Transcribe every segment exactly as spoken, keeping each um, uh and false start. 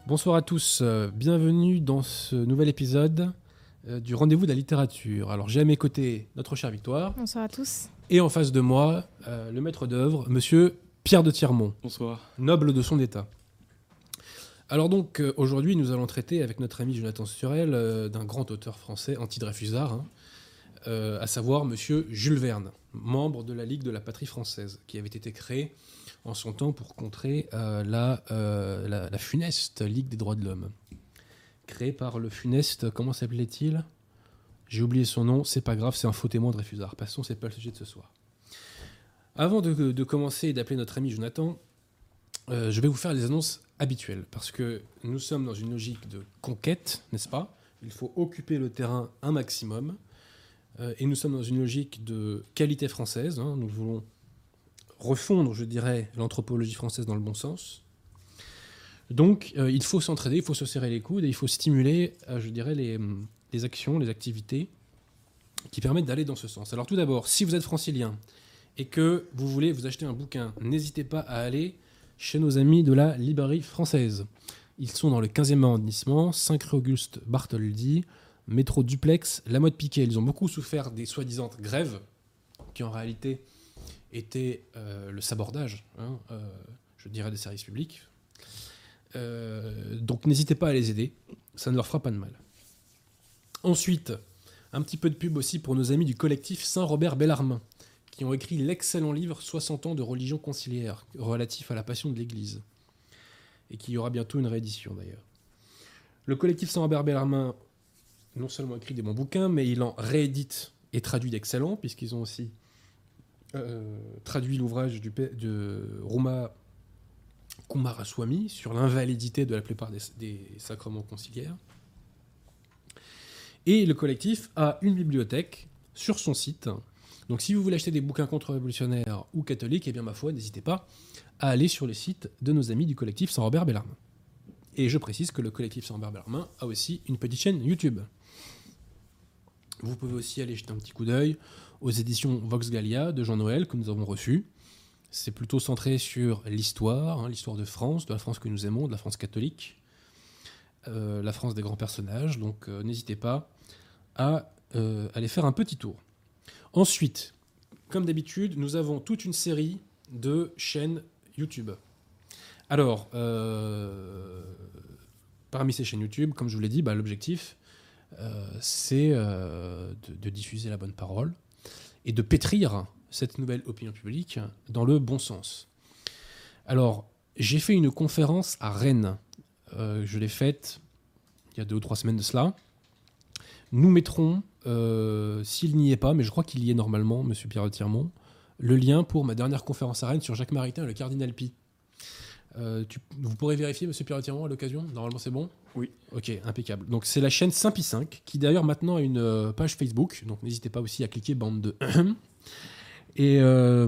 Bonsoir à tous, euh, bienvenue dans ce nouvel épisode euh, du Rendez-vous de la littérature. Alors j'ai à mes côtés notre chère Victoire. Bonsoir à tous. Et en face de moi, euh, le maître d'œuvre, monsieur Pierre de Tirmont. Bonsoir. Noble de son état. Alors donc, euh, aujourd'hui, nous allons traiter avec notre ami Jonathan Sturel euh, d'un grand auteur français anti-Dreyfusard, hein, euh, à savoir monsieur Jules Verne, membre de la Ligue de la Patrie française, qui avait été créée en son temps pour contrer euh, la, euh, la, la funeste Ligue des droits de l'homme. Créée par le funeste, comment s'appelait-il ? J'ai oublié son nom, c'est pas grave, c'est un faux témoin de Dreyfusard. Passons, c'est pas le sujet de ce soir. Avant de, de commencer et d'appeler notre ami Jonathan, euh, je vais vous faire les annonces habituelles, parce que nous sommes dans une logique de conquête, n'est-ce pas ? Il faut occuper le terrain un maximum, euh, et nous sommes dans une logique de qualité française, hein, nous voulons refondre, je dirais, l'anthropologie française dans le bon sens. Donc, euh, il faut s'entraider, il faut se serrer les coudes et il faut stimuler, euh, je dirais, les, les actions, les activités qui permettent d'aller dans ce sens. Alors, tout d'abord, si vous êtes francilien et que vous voulez vous acheter un bouquin, n'hésitez pas à aller chez nos amis de la Librairie française. Ils sont dans le quinzième arrondissement, cinq rue Auguste Bartholdi, métro Duplex, La Motte Piquet. Ils ont beaucoup souffert des soi-disant grèves qui, en réalité, était euh, le sabordage, hein, euh, je dirais, des services publics. Euh, donc n'hésitez pas à les aider, ça ne leur fera pas de mal. Ensuite, un petit peu de pub aussi pour nos amis du collectif Saint-Robert Bellarmin, qui ont écrit l'excellent livre soixante ans de religion conciliaire, relatif à la passion de l'Église, et qui y aura bientôt une réédition d'ailleurs. Le collectif Saint-Robert Bellarmin non seulement écrit des bons bouquins, mais il en réédite et traduit d'excellents, puisqu'ils ont aussi Euh, traduit l'ouvrage du, de Ruma Kumaraswamy sur l'invalidité de la plupart des, des sacrements conciliaires. Et le collectif a une bibliothèque sur son site. Donc si vous voulez acheter des bouquins contre-révolutionnaires ou catholiques, eh bien ma foi, n'hésitez pas à aller sur le site de nos amis du collectif Saint-Robert Bellarmin. Et je précise que le collectif Saint-Robert Bellarmin a aussi une petite chaîne YouTube. Vous pouvez aussi aller jeter un petit coup d'œil aux éditions Vox Gallia de Jean Noël que nous avons reçues. C'est plutôt centré sur l'histoire, hein, l'histoire de France, de la France que nous aimons, de la France catholique, euh, la France des grands personnages. Donc euh, n'hésitez pas à euh, aller faire un petit tour. Ensuite, comme d'habitude, nous avons toute une série de chaînes YouTube. Alors, euh, parmi ces chaînes YouTube, comme je vous l'ai dit, bah, l'objectif, euh, c'est euh, de, de diffuser la bonne parole et de pétrir cette nouvelle opinion publique dans le bon sens. Alors, j'ai fait une conférence à Rennes. Euh, je l'ai faite il y a deux ou trois semaines de cela. Nous mettrons, euh, s'il n'y est pas, mais je crois qu'il y est normalement, monsieur Pierre de Tirmont, le lien pour ma dernière conférence à Rennes sur Jacques Maritain et le cardinal Pi. Euh, tu, vous pourrez vérifier, monsieur Pierre de Tirmont, à l'occasion ? Normalement, c'est bon ? Oui. Ok, impeccable. Donc, c'est la chaîne Saint-Pi cinq, qui d'ailleurs maintenant a une euh, page Facebook. Donc, n'hésitez pas aussi à cliquer, bande de... Et euh,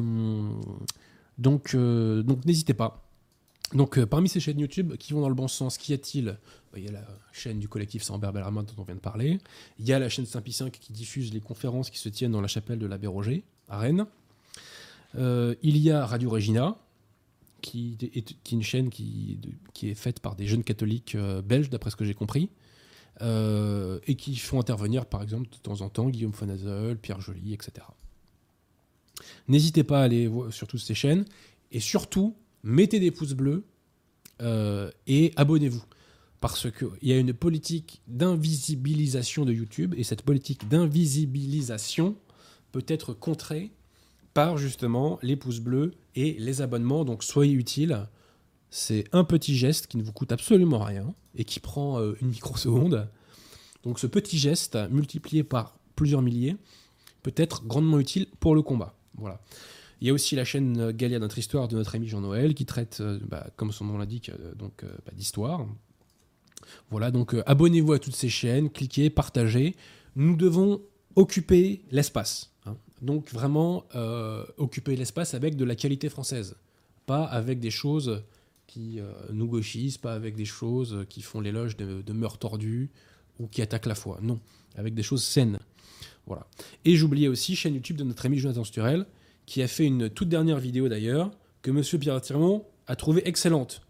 donc, euh, donc, n'hésitez pas. Donc, euh, parmi ces chaînes YouTube qui vont dans le bon sens, qu'y a-t-il ? Il y a la chaîne du collectif Saint-Robert Bellarmin dont on vient de parler. Il y a la chaîne Saint-Pi cinq qui diffuse les conférences qui se tiennent dans la chapelle de l'abbé Roger, à Rennes. Euh, il y a Radio Regina, qui est, qui est une chaîne qui, de, qui est faite par des jeunes catholiques euh, belges, d'après ce que j'ai compris, euh, et qui font intervenir, par exemple, de temps en temps, Guillaume Fonazel, Pierre Joly, et cetera. N'hésitez pas à aller sur toutes ces chaînes, et surtout, mettez des pouces bleus euh, et abonnez-vous. Parce qu'il y a une politique d'invisibilisation de YouTube, et cette politique d'invisibilisation peut être contrée par justement les pouces bleus et les abonnements. Donc soyez utiles. C'est un petit geste qui ne vous coûte absolument rien et qui prend euh, une microseconde. Donc ce petit geste multiplié par plusieurs milliers peut être grandement utile pour le combat. Voilà. Il y a aussi la chaîne Gallia Notre Histoire de notre ami Jean Noël qui traite, euh, bah, comme son nom l'indique, euh, donc, euh, bah, d'histoire. Voilà, donc euh, abonnez-vous à toutes ces chaînes, cliquez, partagez. Nous devons occuper l'espace. Hein. Donc vraiment, euh, occuper l'espace avec de la qualité française. Pas avec des choses qui euh, nous gauchisent, pas avec des choses qui font l'éloge de, de mœurs tordues ou qui attaquent la foi. Non, avec des choses saines. Voilà. Et j'oubliais aussi chaîne YouTube de notre ami Jonathan Sturel, qui a fait une toute dernière vidéo d'ailleurs, que monsieur Pierre Tirmont a trouvée excellente.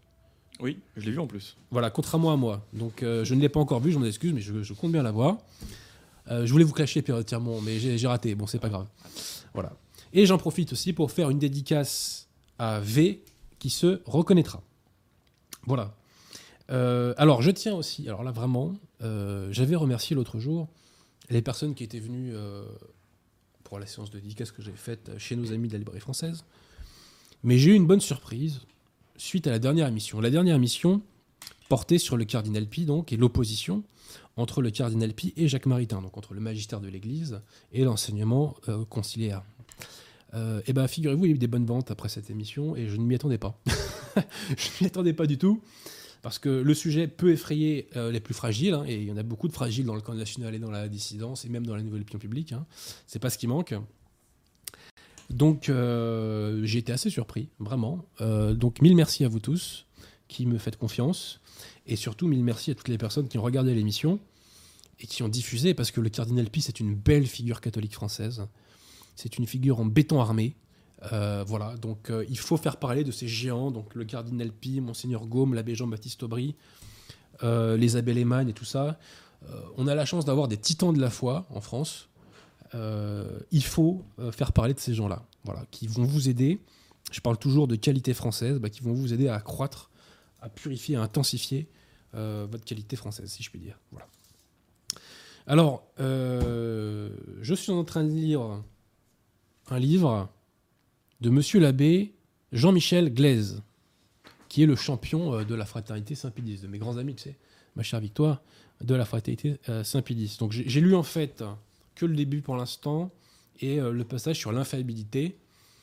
Oui, je l'ai vu en plus. Voilà, contrairement à moi. Donc euh, je ne l'ai pas encore vu, je m'en excuse, mais je, je compte bien la voir. Euh, je voulais vous clasher périodiquement, mais j'ai, j'ai raté. Bon, c'est pas grave. Voilà. Et j'en profite aussi pour faire une dédicace à V qui se reconnaîtra. Voilà. Euh, alors, je tiens aussi, alors là vraiment, euh, j'avais remercié l'autre jour les personnes qui étaient venues euh, pour la séance de dédicace que j'ai faite chez nos amis de la librairie française. Mais j'ai eu une bonne surprise suite à la dernière émission. La dernière émission portait sur le cardinal Pi, donc, et l'opposition entre le cardinal Pi et Jacques Maritain, donc entre le magistère de l'Église et l'enseignement euh, conciliaire. Euh, et bien, figurez-vous, il y a eu des bonnes ventes après cette émission, et je ne m'y attendais pas. Je ne m'y attendais pas du tout, parce que le sujet peut effrayer euh, les plus fragiles, hein, et il y en a beaucoup de fragiles dans le camp national et dans la dissidence, et même dans la nouvelle opinion publique. Hein. C'est pas ce qui manque. Donc, euh, j'ai été assez surpris, vraiment. Euh, donc, mille merci à vous tous qui me faites confiance, et surtout, mille merci à toutes les personnes qui ont regardé l'émission et qui ont diffusé, parce que le cardinal Pi, c'est une belle figure catholique française. C'est une figure en béton armé. Euh, voilà, donc euh, il faut faire parler de ces géants, donc le cardinal Pi, Monseigneur Gaume, l'abbé Jean-Baptiste Aubry, euh, les abbés Lehmann et tout ça. Euh, on a la chance d'avoir des titans de la foi en France. Euh, il faut euh, faire parler de ces gens-là, voilà, qui vont vous aider. Je parle toujours de qualité française, bah, qui vont vous aider à accroître, à purifier, à intensifier euh, votre qualité française, si je puis dire. Voilà. Alors, euh, je suis en train de lire un livre de Monsieur l'abbé Jean-Michel Glaise, qui est le champion de la fraternité Saint-Pédis, de mes grands amis, tu sais, ma chère Victoire, de la fraternité euh, Saint-Pédis. Donc j'ai, j'ai lu en fait que le début pour l'instant, et euh, le passage sur l'infaillibilité.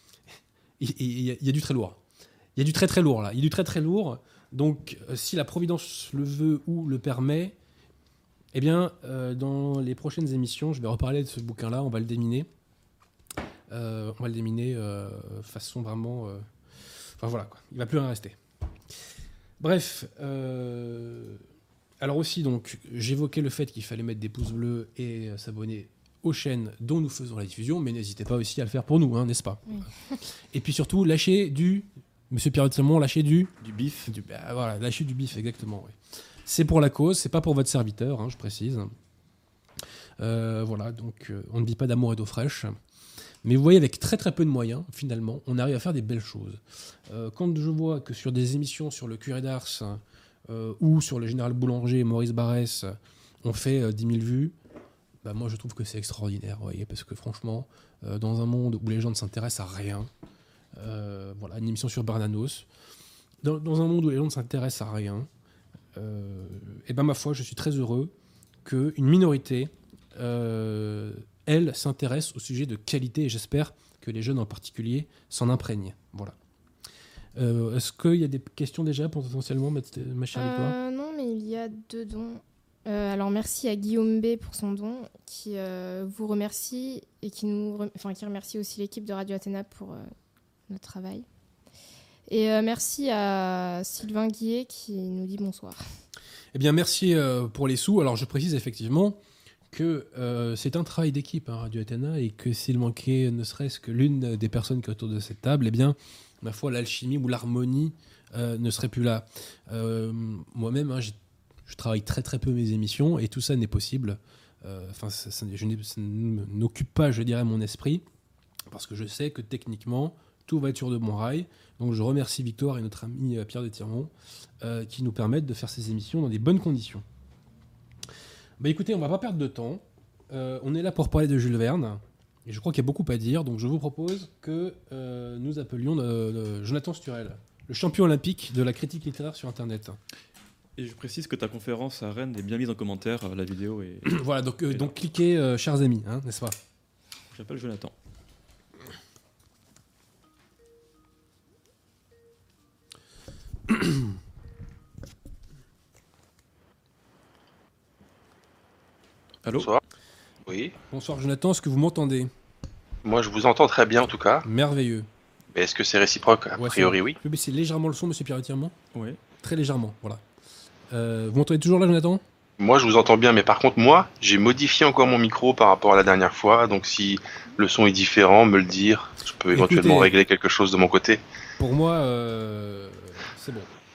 Il y, y a du très lourd. Il y a du très très lourd là. Il y a du très très lourd. Donc euh, si la Providence le veut ou le permet, eh bien euh, dans les prochaines émissions, je vais reparler de ce bouquin-là, on va le déminer. Euh, on va le déminer euh, façon vraiment... Euh... Enfin voilà, quoi. Il ne va plus rien rester. Bref, euh... alors aussi, donc, j'évoquais le fait qu'il fallait mettre des pouces bleus et euh, s'abonner aux chaînes dont nous faisons la diffusion, mais n'hésitez pas aussi à le faire pour nous, hein, n'est-ce pas ? Oui. Et puis surtout, lâchez du... Monsieur Pierre de Salmon, lâchez du... Du bif. Du... Bah, voilà, lâchez du bif, exactement. Oui. C'est pour la cause, c'est pas pour votre serviteur, hein, je précise. Euh, voilà, donc euh, on ne vit pas d'amour et d'eau fraîche. Mais vous voyez, avec très très peu de moyens, finalement, on arrive à faire des belles choses. Euh, quand je vois que sur des émissions sur le curé d'Ars euh, ou sur le général Boulanger et Maurice Barrès, on fait euh, dix mille vues, bah, moi je trouve que c'est extraordinaire, vous voyez, parce que franchement, euh, dans un monde où les gens ne s'intéressent à rien, euh, voilà, une émission sur Bernanos, dans, dans un monde où les gens ne s'intéressent à rien, euh, et ben ma foi, je suis très heureux qu'une minorité... Euh, elle s'intéresse au sujet de qualité et j'espère que les jeunes en particulier s'en imprègnent. Voilà. Euh, est-ce qu'il y a des questions déjà potentiellement, ma, ma chère Victoire ? euh, Non, mais il y a deux dons. Euh, alors merci à Guillaume B pour son don, qui euh, vous remercie et qui nous, rem... enfin qui remercie aussi l'équipe de Radio Athéna pour euh, notre travail. Et euh, merci à Sylvain Guillet qui nous dit bonsoir. Eh bien, merci euh, pour les sous. Alors, je précise effectivement que euh, c'est un travail d'équipe, hein, Radio Athéna, et que s'il manquait ne serait-ce que l'une des personnes qui est autour de cette table, eh bien, ma foi, l'alchimie ou l'harmonie euh, ne serait plus là. Euh, moi-même, hein, je travaille très très peu mes émissions, et tout ça n'est possible. Enfin, euh, ça, ça, je ça n'occupe pas, je dirais, mon esprit, parce que je sais que techniquement, tout va être sur de bons rails. Donc, je remercie Victoire et notre ami Pierre de Tirmont euh, qui nous permettent de faire ces émissions dans des bonnes conditions. Bah écoutez, on va pas perdre de temps. Euh, on est là pour parler de Jules Verne. Et je crois qu'il y a beaucoup à dire. Donc je vous propose que euh, nous appelions le, le Jonathan Sturel, le champion olympique de la critique littéraire sur Internet. Et je précise que ta conférence à Rennes est bien mise en commentaire, la vidéo est... Voilà, donc, euh, donc cliquez, euh, chers amis, hein, n'est-ce pas ? J'appelle Jonathan. Allô ? Bonsoir. Oui. Bonsoir Jonathan, est-ce que vous m'entendez ? Moi je vous entends très bien en tout cas. Merveilleux. Mais est-ce que c'est réciproque ? A ouais, priori oui. Je peux baisser légèrement le son, monsieur Pierre-Tirmont ? Oui. Très légèrement, voilà. Euh, vous m'entendez toujours là, Jonathan ? Moi je vous entends bien, mais par contre moi j'ai modifié encore mon micro par rapport à la dernière fois, donc si le son est différent, me le dire. Je peux éventuellement Écoutez, régler quelque chose de mon côté. Pour moi, euh, c'est bon.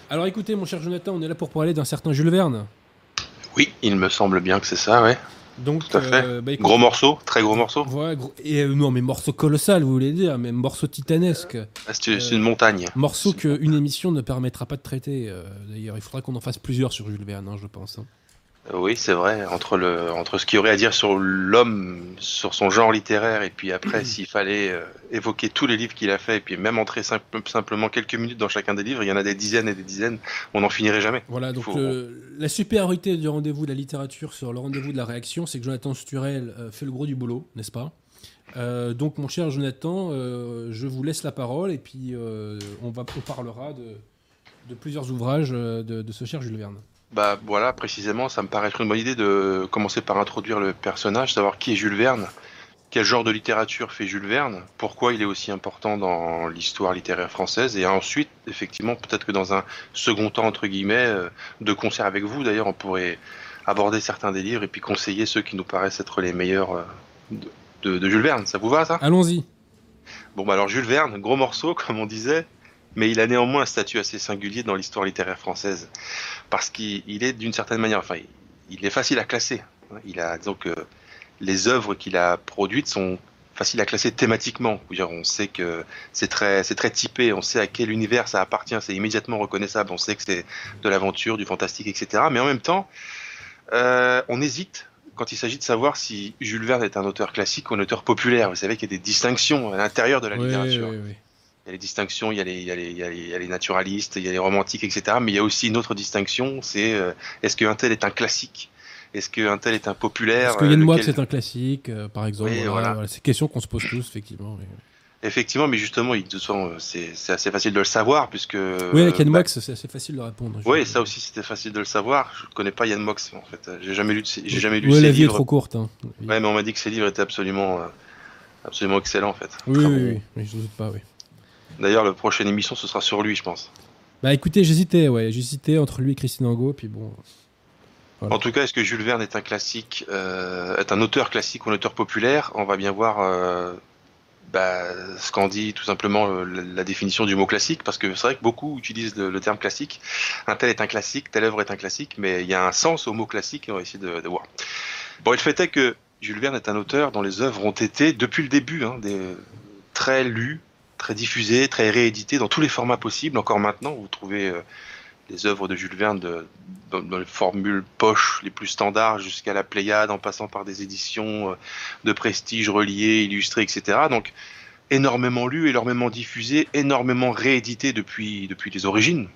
Alors écoutez, mon cher Jonathan, on est là pour parler d'un certain Jules Verne. Oui, il me semble bien que c'est ça, ouais. Donc, Tout à fait. euh, bah, écoute, Gros morceau, très gros morceau. voilà, gros- et euh, non, mais morceau colossal, vous voulez dire, même morceau titanesque. Ah, c'est c'est une montagne. Morceau qu'une émission ne permettra pas de traiter. euh, D'ailleurs, il faudra qu'on en fasse plusieurs sur Jules Verne, hein, je pense. hein. Euh, Oui, c'est vrai. Entre, le, entre ce qu'il y aurait à dire sur l'homme, sur son genre littéraire, et puis après, s'il fallait euh, évoquer tous les livres qu'il a fait, et puis même entrer simple- simplement quelques minutes dans chacun des livres, il y en a des dizaines et des dizaines, on n'en finirait jamais. Voilà, donc Faut- le- la supériorité du rendez-vous de la littérature sur le rendez-vous de la réaction, c'est que Jonathan Sturel euh, fait le gros du boulot, n'est-ce pas? Euh, Donc, mon cher Jonathan, euh, je vous laisse la parole, et puis euh, on, va, on parlera de, de plusieurs ouvrages euh, de, de ce cher Jules Verne. Bah voilà, précisément, ça me paraît être une bonne idée de commencer par introduire le personnage, savoir qui est Jules Verne, quel genre de littérature fait Jules Verne, pourquoi il est aussi important dans l'histoire littéraire française, et ensuite, effectivement, peut-être que dans un second temps, entre guillemets, euh, de concert avec vous, d'ailleurs, on pourrait aborder certains des livres et puis conseiller ceux qui nous paraissent être les meilleurs euh, de, de- de Jules Verne. Ça vous va, ça? Allons-y. Bon, bah alors Jules Verne, gros morceau, comme on disait, mais il a néanmoins un statut assez singulier dans l'histoire littéraire française, parce qu'il il est d'une certaine manière, enfin, il est facile à classer. Il a, disons que les œuvres qu'il a produites sont faciles à classer thématiquement. Je veux dire, on sait que c'est très, c'est très typé, on sait à quel univers ça appartient, c'est immédiatement reconnaissable, on sait que c'est de l'aventure, du fantastique, et cetera. Mais en même temps, euh, on hésite quand il s'agit de savoir si Jules Verne est un auteur classique ou un auteur populaire. Vous savez qu'il y a des distinctions à l'intérieur de la Oui, littérature. oui, oui. Il y a les distinctions, il y a les, il y a les, il y a les, il y a les naturalistes, il y a les romantiques, et cetera. Mais il y a aussi une autre distinction, c'est euh, est-ce qu'un tel est un classique? Est-ce qu'un tel est un populaire? Est-ce que Yann euh, Moix lequel- c'est un classique, euh, par exemple? Oui, voilà, voilà. voilà, c'est une question qu'on se pose tous, effectivement. Oui, Effectivement, mais justement, il- de toute façon, euh, c'est c'est assez facile de le savoir, puisque... oui avec Yann bah, Moix, c'est assez facile de répondre. oui, ça aussi, c'était facile de le savoir. Je ne connais pas Yann Moix, en fait. J'ai jamais lu, de ses- j'ai jamais lu Ouais, ses la vie est livres. trop courte. Hein. Oui, Ouais, mais on m'a dit que ses livres étaient absolument, euh, absolument excellents, en fait. oui, Très oui, bon. oui, oui, je doute pas, oui. D'ailleurs, la prochaine émission, ce sera sur lui, je pense. Bah écoutez, j'hésitais, ouais, j'hésitais entre lui et Christine Angot, puis bon. Voilà. En tout cas, est-ce que Jules Verne est un classique, euh, est un auteur classique ou un auteur populaire? On va bien voir euh, bah, ce qu'en dit tout simplement euh, la, la définition du mot classique, parce que c'est vrai que beaucoup utilisent le, le terme classique. Un tel est un classique, telle œuvre est un classique, mais il y a un sens au mot classique et on va essayer de, de voir. Bon, il fait est que Jules Verne est un auteur dont les œuvres ont été, depuis le début, hein, des, très lues, très diffusées, très rééditées dans tous les formats possibles. Encore maintenant, vous trouvez euh, les œuvres de Jules Verne de, dans, dans les formules poche les plus standards jusqu'à la Pléiade, en passant par des éditions euh, de prestige reliées, illustrées, et cetera. Donc, énormément lues, énormément diffusées, énormément rééditées depuis, depuis les origines.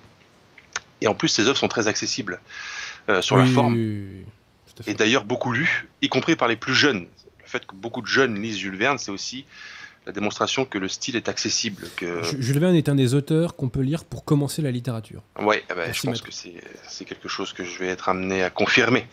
Et en plus, ces œuvres sont très accessibles euh, sur oui, la forme. oui, oui, oui, tout à fait. Et d'ailleurs beaucoup lues, y compris par les plus jeunes. Le fait que beaucoup de jeunes lisent Jules Verne, c'est aussi la démonstration que le style est accessible. Que... Ju- Jules Verne est un des auteurs qu'on peut lire pour commencer la littérature. Ouais, eh ben, Merci, je pense maître. que c'est c'est quelque chose que je vais être amené à confirmer.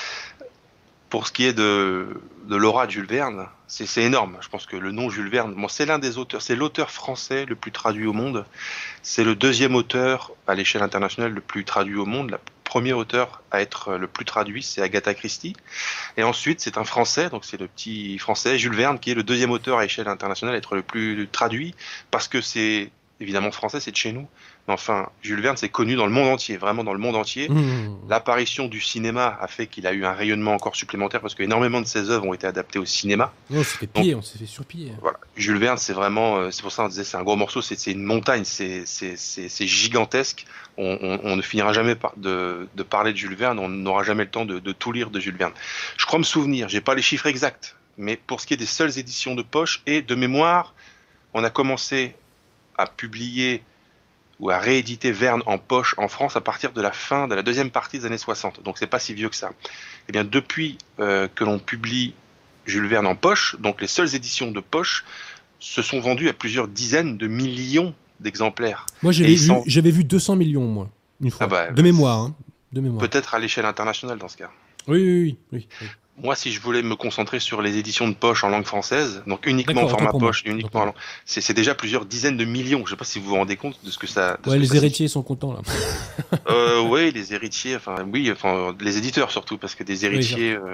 Pour ce qui est de, de l'aura de Jules Verne, c'est c'est énorme. Je pense que le nom Jules Verne, bon, c'est l'un des auteurs, c'est l'auteur français le plus traduit au monde. C'est le deuxième auteur à l'échelle internationale le plus traduit au monde. Le premier auteur à être le plus traduit, c'est Agatha Christie. Et ensuite, c'est un Français, donc c'est le petit Français, Jules Verne, qui est le deuxième auteur à échelle internationale à être le plus traduit, parce que c'est évidemment français, c'est de chez nous. Mais enfin, Jules Verne, c'est connu dans le monde entier, vraiment dans le monde entier. Mmh. L'apparition du cinéma a fait qu'il a eu un rayonnement encore supplémentaire, parce qu'énormément de ses œuvres ont été adaptées au cinéma. Non, on s'est fait piller, on s'est fait surpiller. Voilà. Jules Verne, c'est vraiment, euh, c'est pour ça qu'on disait, c'est un gros morceau, c'est c'est une montagne, c'est c'est- c'est- c'est gigantesque. On, on- on ne finira jamais par- de, de parler de Jules Verne, on n'aura jamais le temps de, de tout lire de Jules Verne. Je crois me souvenir, j'ai pas les chiffres exacts, mais pour ce qui est des seules éditions de poche et de mémoire, on a commencé à publier ou à rééditer Verne en poche en France à partir de la fin de la deuxième partie des années soixante. Donc c'est pas si vieux que ça. Et bien depuis euh, que l'on publie Jules Verne en poche, donc les seules éditions de poche se sont vendues à plusieurs dizaines de millions d'exemplaires. Moi, Et j'avais ils vu, sont- j'avais vu deux cents millions, moi, une fois. Ah bah, de mémoire, hein. De mémoire. Peut-être à l'échelle internationale dans ce cas. Oui, oui, oui. oui, oui. Moi, si je voulais me concentrer sur les éditions de poche en langue française, donc uniquement D'accord, en format autant pour moi. poche, et Autant uniquement pour en langue, c'est c'est déjà plusieurs dizaines de millions. Je ne sais pas si vous vous rendez compte de ce que ça. de ce Ouais, que les ça héritiers sont contents, là. Euh, oui, les héritiers, enfin oui, enfin les éditeurs surtout, parce que des héritiers, euh,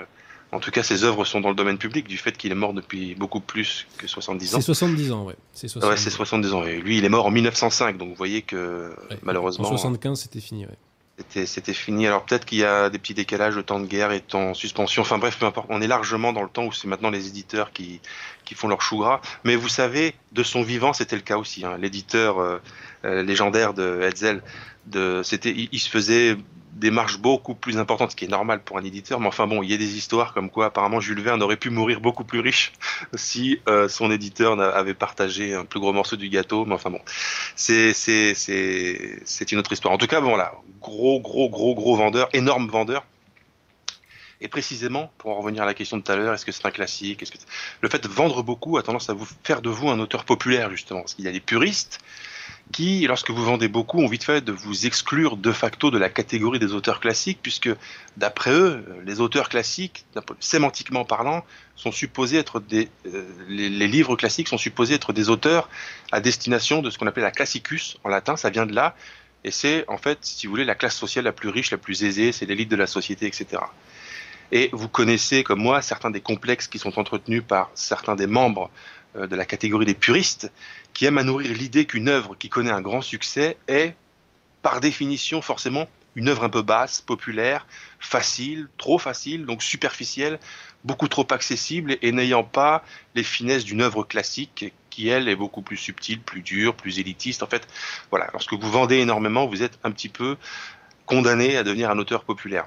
En tout cas, ses œuvres sont dans le domaine public du fait qu'il est mort depuis beaucoup plus que soixante-dix ans. C'est soixante-dix ans, ouais. C'est soixante-dix. Ouais, c'est soixante-dix ans. Et lui, il est mort en mille neuf cent cinq, donc vous voyez que Ouais. malheureusement, En soixante-quinze, c'était fini, ouais. c'était, c'était fini. Alors peut-être qu'il y a des petits décalages, le temps de guerre est en suspension. Enfin bref, peu importe. On est largement dans le temps où c'est maintenant les éditeurs qui, qui font leur chou gras. Mais vous savez, de son vivant, c'était le cas aussi. Hein. L'éditeur euh, euh, légendaire de Hetzel, de, c'était, il, il se faisait des marches beaucoup plus importantes, ce qui est normal pour un éditeur. Mais enfin bon, il y a des histoires comme quoi apparemment Jules Verne aurait pu mourir beaucoup plus riche si euh, son éditeur avait partagé un plus gros morceau du gâteau. Mais enfin bon, c'est c'est c'est c'est une autre histoire. En tout cas, bon là, gros gros gros gros vendeur, énorme vendeur. Et précisément, pour en revenir à la question de tout à l'heure, est-ce que c'est un classique, est-ce que le fait de vendre beaucoup a tendance à vous faire de vous un auteur populaire justement, parce qu'il y a des puristes qui, lorsque vous vendez beaucoup, ont vite fait de vous exclure de facto de la catégorie des auteurs classiques, puisque d'après eux, les auteurs classiques, sémantiquement parlant, sont supposés être des, euh, les, les livres classiques sont supposés être des auteurs à destination de ce qu'on appelle la classicus en latin, ça vient de là, et c'est en fait, si vous voulez, la classe sociale la plus riche, la plus aisée, c'est l'élite de la société, et cetera. Et vous connaissez, comme moi, certains des complexes qui sont entretenus par certains des membres de la catégorie des puristes, qui aiment à nourrir l'idée qu'une œuvre qui connaît un grand succès est, par définition, forcément, une œuvre un peu basse, populaire, facile, trop facile, donc superficielle, beaucoup trop accessible et, et n'ayant pas les finesses d'une œuvre classique qui, elle, est beaucoup plus subtile, plus dure, plus élitiste. En fait, voilà, lorsque vous vendez énormément, vous êtes un petit peu condamné à devenir un auteur populaire.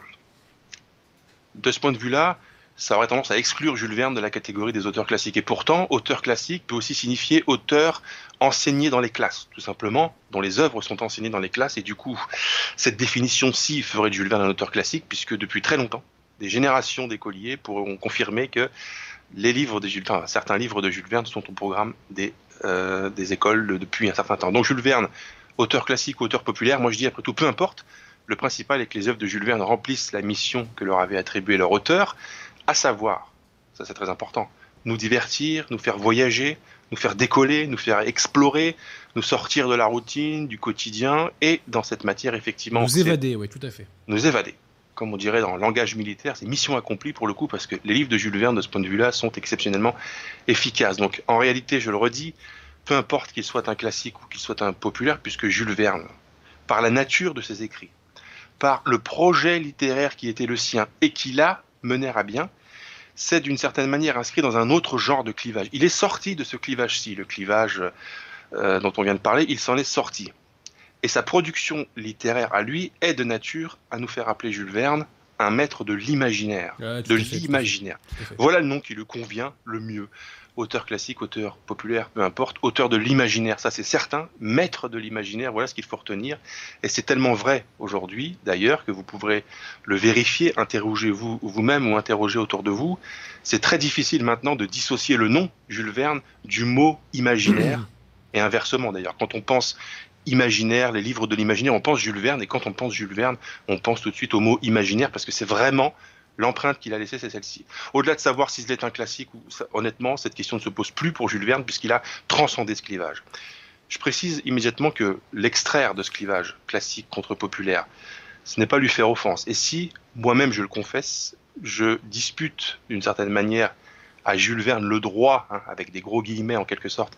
De ce point de vue-là, ça aurait tendance à exclure Jules Verne de la catégorie des auteurs classiques. Et pourtant, auteur classique peut aussi signifier auteur enseigné dans les classes, tout simplement, dont les œuvres sont enseignées dans les classes. Et du coup, cette définition-ci ferait de Jules Verne un auteur classique, puisque depuis très longtemps, des générations d'écoliers pourront confirmer que les livres de Jules, enfin, certains livres de Jules Verne sont au programme des, euh, des écoles depuis un certain temps. Donc Jules Verne, auteur classique ou auteur populaire, moi je dis après tout, peu importe. Le principal est que les œuvres de Jules Verne remplissent la mission que leur avait attribuée leur auteur, à savoir, ça c'est très important, nous divertir, nous faire voyager, nous faire décoller, nous faire explorer, nous sortir de la routine, du quotidien, et dans cette matière, effectivement... Nous évader, oui, tout à fait. Nous évader. Comme on dirait dans le langage militaire, c'est mission accomplie pour le coup, parce que les livres de Jules Verne, de ce point de vue-là, sont exceptionnellement efficaces. Donc, en réalité, je le redis, peu importe qu'il soit un classique ou qu'il soit un populaire, puisque Jules Verne, par la nature de ses écrits, par le projet littéraire qui était le sien, et qui l'a mené à bien, c'est d'une certaine manière inscrit dans un autre genre de clivage. Il est sorti de ce clivage-ci, le clivage euh, dont on vient de parler, il s'en est sorti. Et sa production littéraire à lui est de nature à nous faire appeler Jules Verne un maître de l'imaginaire, Ouais, de fait, l'imaginaire. tout à fait. Voilà le nom qui lui convient le mieux. Auteur classique, auteur populaire, peu importe, auteur de l'imaginaire, ça c'est certain, maître de l'imaginaire, voilà ce qu'il faut retenir. Et c'est tellement vrai aujourd'hui, d'ailleurs, que vous pourrez le vérifier, interrogez-vous vous-même ou interrogez autour de vous. C'est très difficile maintenant de dissocier le nom Jules Verne du mot imaginaire, et inversement d'ailleurs. Quand on pense imaginaire, les livres de l'imaginaire, on pense Jules Verne, et quand on pense Jules Verne, on pense tout de suite au mot imaginaire, parce que c'est vraiment... l'empreinte qu'il a laissée, c'est celle-ci. Au-delà de savoir s'il est un classique, ou ça, honnêtement, cette question ne se pose plus pour Jules Verne, puisqu'il a transcendé ce clivage. Je précise immédiatement que l'extraire de ce clivage, classique contre populaire, ce n'est pas lui faire offense. Et si, moi-même, je le confesse, je dispute d'une certaine manière à Jules Verne le droit, hein, avec des gros guillemets en quelque sorte,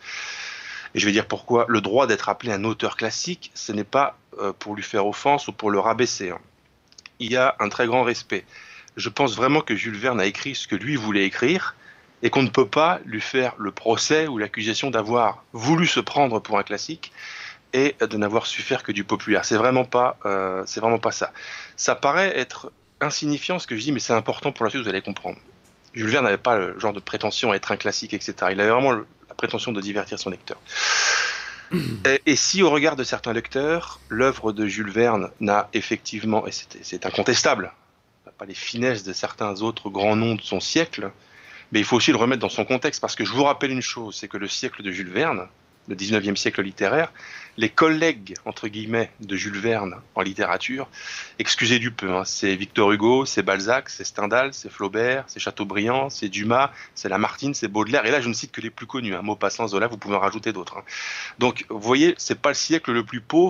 et je vais dire pourquoi, le droit d'être appelé un auteur classique, ce n'est pas euh, pour lui faire offense ou pour le rabaisser. Hein. Il y a un très grand respect. Je pense vraiment que Jules Verne a écrit ce que lui voulait écrire et qu'on ne peut pas lui faire le procès ou l'accusation d'avoir voulu se prendre pour un classique et de n'avoir su faire que du populaire. C'est vraiment pas, euh, c'est vraiment pas ça. Ça paraît être insignifiant ce que je dis, mais c'est important pour la suite, vous allez comprendre. Jules Verne n'avait pas le genre de prétention à être un classique, et cetera. Il avait vraiment la prétention de divertir son lecteur. Et, et si, au regard de certains lecteurs, l'œuvre de Jules Verne n'a effectivement, et c'est, c'est incontestable, pas les finesses de certains autres grands noms de son siècle, mais il faut aussi le remettre dans son contexte, parce que je vous rappelle une chose, c'est que le siècle de Jules Verne, le dix-neuvième siècle littéraire, les collègues, entre guillemets, de Jules Verne en littérature, excusez du peu, hein, c'est Victor Hugo, c'est Balzac, c'est Stendhal, c'est Flaubert, c'est Chateaubriand, c'est Dumas, c'est Lamartine, c'est Baudelaire, et là je ne cite que les plus connus, hein, Maupassant, Zola, vous pouvez en rajouter d'autres. Hein. Donc, vous voyez, c'est pas le siècle le plus pauvre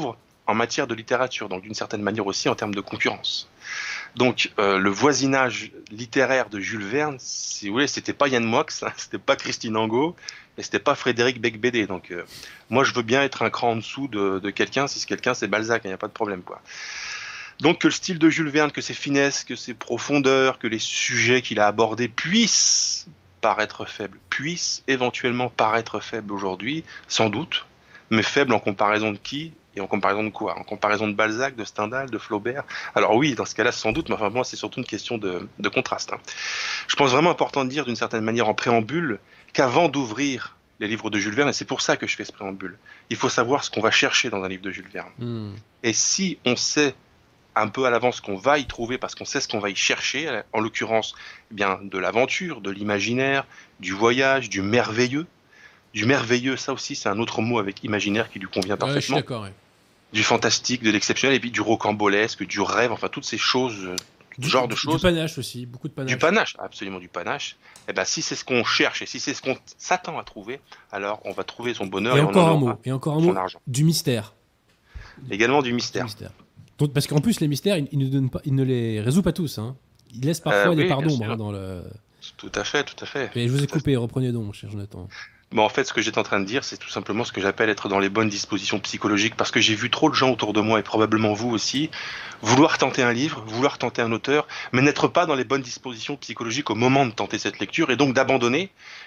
en matière de littérature, donc d'une certaine manière aussi en termes de concurrence. Donc euh, le voisinage littéraire de Jules Verne, si vous voulez, c'était pas Yann Moix, hein, c'était pas Christine Angot, et c'était pas Frédéric Becbédé. Donc euh, moi je veux bien être un cran en dessous de, de quelqu'un, si ce quelqu'un c'est Balzac, il n'y a pas de problème quoi. Donc que le style de Jules Verne, que ses finesses, que ses profondeurs, que les sujets qu'il a abordés puissent paraître faibles, puissent éventuellement paraître faibles aujourd'hui, sans doute, mais faibles en comparaison de qui ? Et en comparaison de quoi ? En comparaison de Balzac, de Stendhal, de Flaubert ? Alors oui, dans ce cas-là, sans doute, mais enfin, moi, c'est surtout une question de, de contraste. Hein. Je pense vraiment important de dire, d'une certaine manière, en préambule, qu'avant d'ouvrir les livres de Jules Verne, et c'est pour ça que je fais ce préambule, il faut savoir ce qu'on va chercher dans un livre de Jules Verne. Mmh. Et si on sait un peu à l'avance ce qu'on va y trouver, parce qu'on sait ce qu'on va y chercher, en l'occurrence, eh bien, de l'aventure, de l'imaginaire, du voyage, du merveilleux, du merveilleux, ça aussi, c'est un autre mot avec imaginaire qui lui convient parfaitement. Ouais, je suis d'accord, ouais. Du fantastique, de l'exceptionnel, et puis du rocambolesque, du rêve, enfin toutes ces choses, du genre de choses. Du panache aussi, beaucoup de panache. Du panache, absolument du panache. Et ben si c'est ce qu'on cherche et si c'est ce qu'on s'attend à trouver, alors on va trouver son bonheur. Et, et encore on en un mot, et encore un mot, argent. Du mystère. Également du mystère. Du mystère. Donc, parce qu'en plus les mystères, il, il, ne donne pas, il ne les résout pas tous. Hein. Il laisse parfois euh, des oui, parts d'ombre hein, dans le. Tout à fait, tout à fait. Mais je vous ai coupé, reprenez donc, mon cher Jonathan. Bon, en fait, ce que j'étais en train de dire, c'est tout simplement ce que j'appelle être dans les bonnes dispositions psychologiques, parce que j'ai vu trop de gens autour de moi, et probablement vous aussi, vouloir tenter un livre, vouloir tenter un auteur, mais n'être pas dans les bonnes dispositions psychologiques au moment de tenter cette lecture, et donc d'abandonner,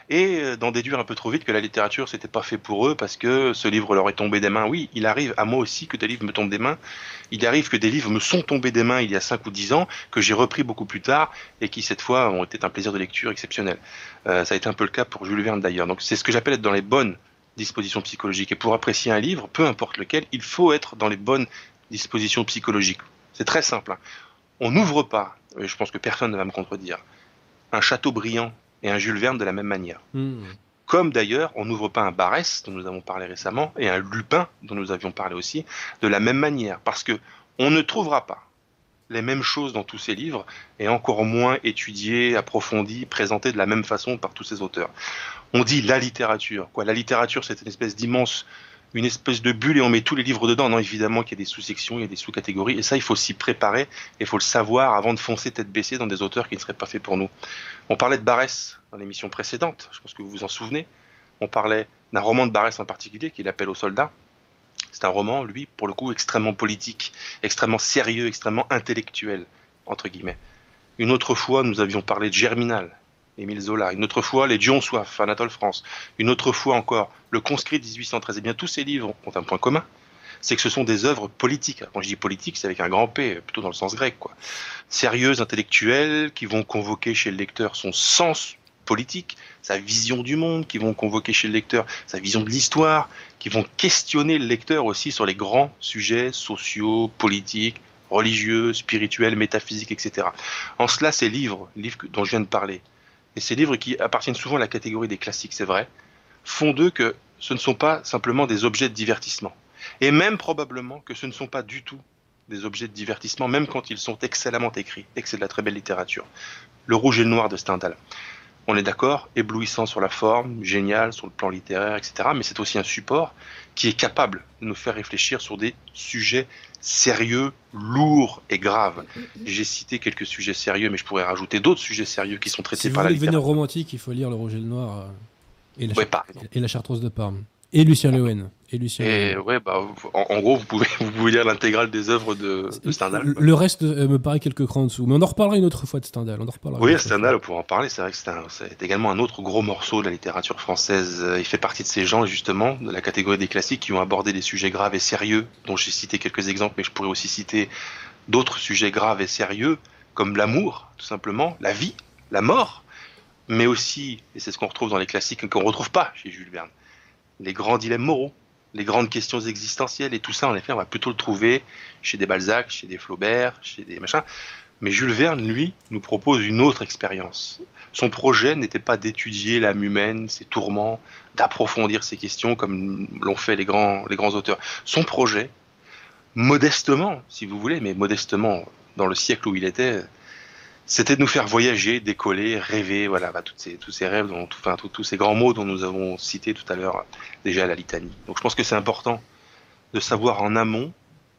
et d'en déduire un peu trop vite que la littérature, c'était pas fait pour eux, parce que ce livre leur est tombé des mains. Oui, il arrive à moi aussi que des livres me tombent des mains, il arrive que des livres me sont tombés des mains il y a cinq ou dix ans, que j'ai repris beaucoup plus tard, et qui cette fois ont été un plaisir de lecture exceptionnel. Euh, ça a été un peu le cas pour Jules Verne d'ailleurs, donc c'est ce que j'appelle être dans les bonnes dispositions psychologiques. Et pour apprécier un livre, peu importe lequel, il faut être dans les bonnes dispositions psychologiques. C'est très simple. Hein. On n'ouvre pas, et je pense que personne ne va me contredire, un Chateaubriand et un Jules Verne de la même manière. Mmh. Comme d'ailleurs, on n'ouvre pas un Barrès, dont nous avons parlé récemment, et un Lupin, dont nous avions parlé aussi, de la même manière. Parce que on ne trouvera pas les mêmes choses dans tous ces livres, et encore moins étudiées, approfondies, présentées de la même façon par tous ces auteurs. On dit la littérature. Quoi, la littérature, c'est une espèce d'immense, une espèce de bulle et on met tous les livres dedans. Non, évidemment qu'il y a des sous-sections, il y a des sous-catégories, et ça, il faut s'y préparer, et il faut le savoir avant de foncer tête baissée dans des auteurs qui ne seraient pas faits pour nous. On parlait de Barrès dans l'émission précédente, je pense que vous vous en souvenez. On parlait d'un roman de Barrès en particulier, qui est L'Appel aux soldats. C'est un roman, lui, pour le coup, extrêmement politique, extrêmement sérieux, extrêmement intellectuel, entre guillemets. Une autre fois, nous avions parlé de Germinal, Émile Zola. Une autre fois, Les Dieux ont soif, Anatole France. Une autre fois encore, Le Conscrit de dix-huit cent treize. Eh bien, tous ces livres ont un point commun, c'est que ce sont des œuvres politiques. Quand je dis politique, c'est avec un grand P, plutôt dans le sens grec, quoi. Sérieuses, intellectuelles, qui vont convoquer chez le lecteur son sens politique, sa vision du monde, qui vont convoquer chez le lecteur sa vision de l'histoire, qui vont questionner le lecteur aussi sur les grands sujets sociaux, politiques, religieux, spirituels, métaphysiques, et cetera. En cela, ces livres, livres dont je viens de parler, et ces livres qui appartiennent souvent à la catégorie des classiques, c'est vrai, font d'eux que ce ne sont pas simplement des objets de divertissement. Et même probablement que ce ne sont pas du tout des objets de divertissement, même quand ils sont excellemment écrits, et que c'est de la très belle littérature. Le Rouge et le Noir de Stendhal. On est d'accord, éblouissant sur la forme, génial sur le plan littéraire, et cetera. Mais c'est aussi un support qui est capable de nous faire réfléchir sur des sujets sérieux, lourds et graves. J'ai cité quelques sujets sérieux, mais je pourrais rajouter d'autres sujets sérieux qui sont traités si par la littérature. Si vous voulez devenir romantique, il faut lire Le Rouge et le Noir euh, et, la ouais, char- et la Chartreuse de Parme. Et Lucien Lehoucq. Et Lucien et ouais, bah, en, en gros, vous pouvez, vous pouvez lire l'intégrale des œuvres de, de Stendhal. Le, le reste euh, me paraît quelques crans en dessous. Mais on en reparlera une autre fois de Stendhal. On en reparlera oui, Stendhal, on pourra en parler. C'est vrai que c'est, un, c'est également un autre gros morceau de la littérature française. Il fait partie de ces gens, justement, de la catégorie des classiques qui ont abordé des sujets graves et sérieux, dont j'ai cité quelques exemples, mais je pourrais aussi citer d'autres sujets graves et sérieux, comme l'amour, tout simplement, la vie, la mort, mais aussi, et c'est ce qu'on retrouve dans les classiques, qu'on ne retrouve pas chez Jules Verne, les grands dilemmes moraux, les grandes questions existentielles, et tout ça, en effet, on va plutôt le trouver chez des Balzac, chez des Flaubert, chez des machins. Mais Jules Verne, lui, nous propose une autre expérience. Son projet n'était pas d'étudier l'âme humaine, ses tourments, d'approfondir ces questions comme l'ont fait les grands, les grands auteurs. Son projet, modestement, si vous voulez, mais modestement dans le siècle où il était, c'était de nous faire voyager, décoller, rêver, voilà, bah, toutes ces, tous ces rêves, dont, enfin, tous ces grands mots dont nous avons cité tout à l'heure déjà à la litanie. Donc je pense que c'est important de savoir en amont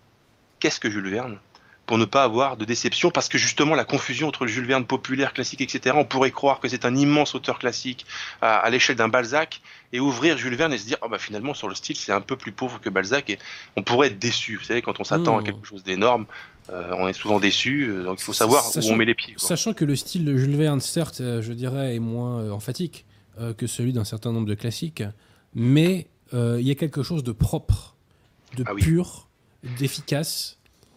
qu'est-ce que Jules Verne, pour ne pas avoir de déception, parce que justement la confusion entre le Jules Verne populaire, classique, et cetera, on pourrait croire que c'est un immense auteur classique à, à l'échelle d'un Balzac, et ouvrir Jules Verne et se dire, oh bah finalement sur le style c'est un peu plus pauvre que Balzac, et on pourrait être déçu. Vous savez, quand on s'attend Mmh. à quelque chose d'énorme, euh, on est souvent déçu, euh, donc il faut savoir Sachant- où on met les pieds, quoi. Sachant que le style de Jules Verne, certes, euh, je dirais, est moins euh, emphatique euh, que celui d'un certain nombre de classiques, mais euh, il y a quelque chose de propre, de Ah oui. pur, d'efficace.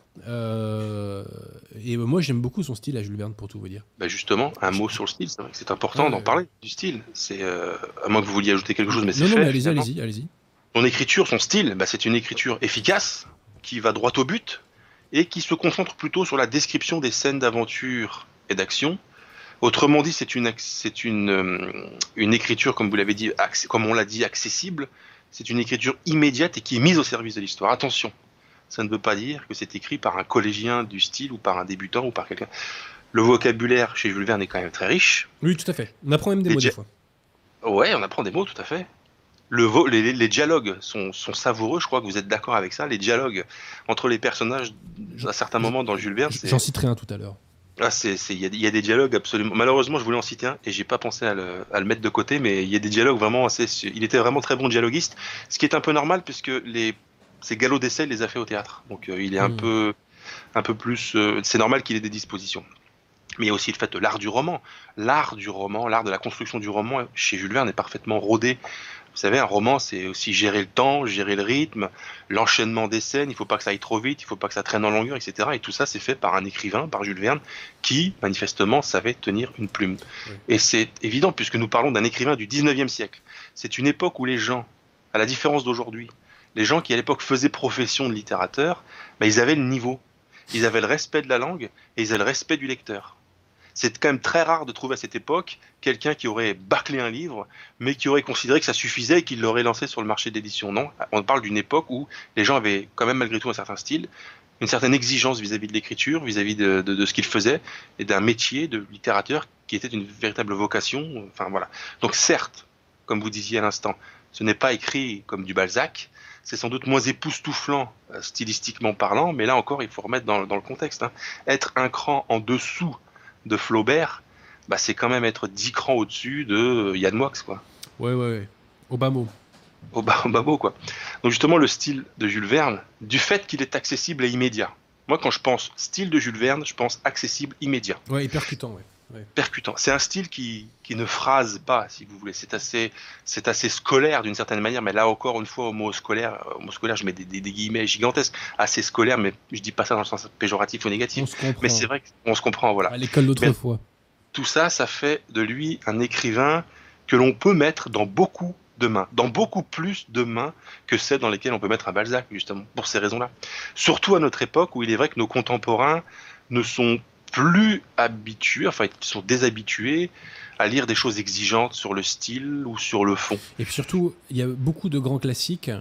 Euh, et moi, j'aime beaucoup son style à Jules Verne, pour tout vous dire. Bah justement, un mot sur le style, c'est vrai que c'est important Ouais, d'en ouais. parler du style. C'est euh, à moins que vous vouliez ajouter quelque chose, mais c'est Non, non, fait. mais allez-y, finalement. allez-y, allez-y. Son écriture, son style, bah, c'est une écriture efficace, qui va droit au but, et qui se concentre plutôt sur la description des scènes d'aventure et d'action. Autrement dit, c'est une, c'est une, euh, une écriture, comme vous l'avez dit, acc- comme on l'a dit, accessible. C'est une écriture immédiate et qui est mise au service de l'histoire. Attention, ça ne veut pas dire que c'est écrit par un collégien du style ou par un débutant ou par quelqu'un. Le vocabulaire chez Jules Verne est quand même très riche. Oui, tout à fait. On apprend même des Les mots dia- des fois. Ouais, on apprend des mots, tout à fait. Le vo- les, les- les dialogues sont, sont savoureux, je crois que vous êtes d'accord avec ça. Les dialogues entre les personnages, à certains moments dans Jules Verne, c'est... J'en citerai un tout à l'heure. Ah, c'est, c'est, il y a, il y a des dialogues absolument. Malheureusement, je voulais en citer un et j'ai pas pensé à le, à le mettre de côté, mais il y a des dialogues vraiment assez. Il était vraiment très bon dialoguiste, ce qui est un peu normal puisque les ces galops d'essai il les a fait au théâtre, donc euh, il est un Mm. peu, un peu plus. euh, c'est normal qu'il ait des dispositions. Mais il y a aussi le fait de l'art du roman, l'art du roman, l'art de la construction du roman chez Jules Verne est parfaitement rodé. Vous savez, un roman, c'est aussi gérer le temps, gérer le rythme, l'enchaînement des scènes. Il faut pas que ça aille trop vite, il faut pas que ça traîne en longueur, et cetera. Et tout ça, c'est fait par un écrivain, par Jules Verne, qui, manifestement, savait tenir une plume. Oui. Et c'est évident, puisque nous parlons d'un écrivain du dix-neuvième siècle. C'est une époque où les gens, à la différence d'aujourd'hui, les gens qui, à l'époque, faisaient profession de littérateur, ben, ils avaient le niveau. Ils avaient le respect de la langue et ils avaient le respect du lecteur. C'est quand même très rare de trouver à cette époque quelqu'un qui aurait bâclé un livre, mais qui aurait considéré que ça suffisait et qu'il l'aurait lancé sur le marché d'édition. Non, on parle d'une époque où les gens avaient quand même malgré tout un certain style, une certaine exigence vis-à-vis de l'écriture, vis-à-vis de, de, de ce qu'ils faisaient, et d'un métier de littérateur qui était une véritable vocation. Enfin voilà. Donc certes, comme vous disiez à l'instant, ce n'est pas écrit comme du Balzac, c'est sans doute moins époustouflant euh, stylistiquement parlant, mais là encore, il faut remettre dans, dans le contexte. Hein. Être un cran en dessous de Flaubert, bah, c'est quand même être dix crans au-dessus de euh, Yann Moix, quoi. Ouais, ouais, ouais. Au bas mot. Au bas, au bas mot, quoi. Donc justement, le style de Jules Verne, du fait qu'il est accessible et immédiat. Moi, quand je pense style de Jules Verne, je pense accessible, immédiat, Ouais, et percutant, ouais. Ouais. percutant. C'est un style qui, qui ne phrase pas, si vous voulez. C'est assez, c'est assez scolaire d'une certaine manière, mais là encore une fois, au mot scolaire, au mot scolaire, je mets des, des, des guillemets gigantesques, assez scolaire, mais je dis pas ça dans le sens péjoratif ou négatif. On se comprend. Mais c'est vrai qu'on se comprend, voilà. À l'école d'autrefois. Tout ça, ça fait de lui un écrivain que l'on peut mettre dans beaucoup de mains, dans beaucoup plus de mains que celles dans lesquelles on peut mettre un Balzac, justement, pour ces raisons-là. Surtout à notre époque où il est vrai que nos contemporains ne sont plus habitués, enfin, ils sont déshabitués à lire des choses exigeantes sur le style ou sur le fond. Et puis surtout, il y a beaucoup de grands classiques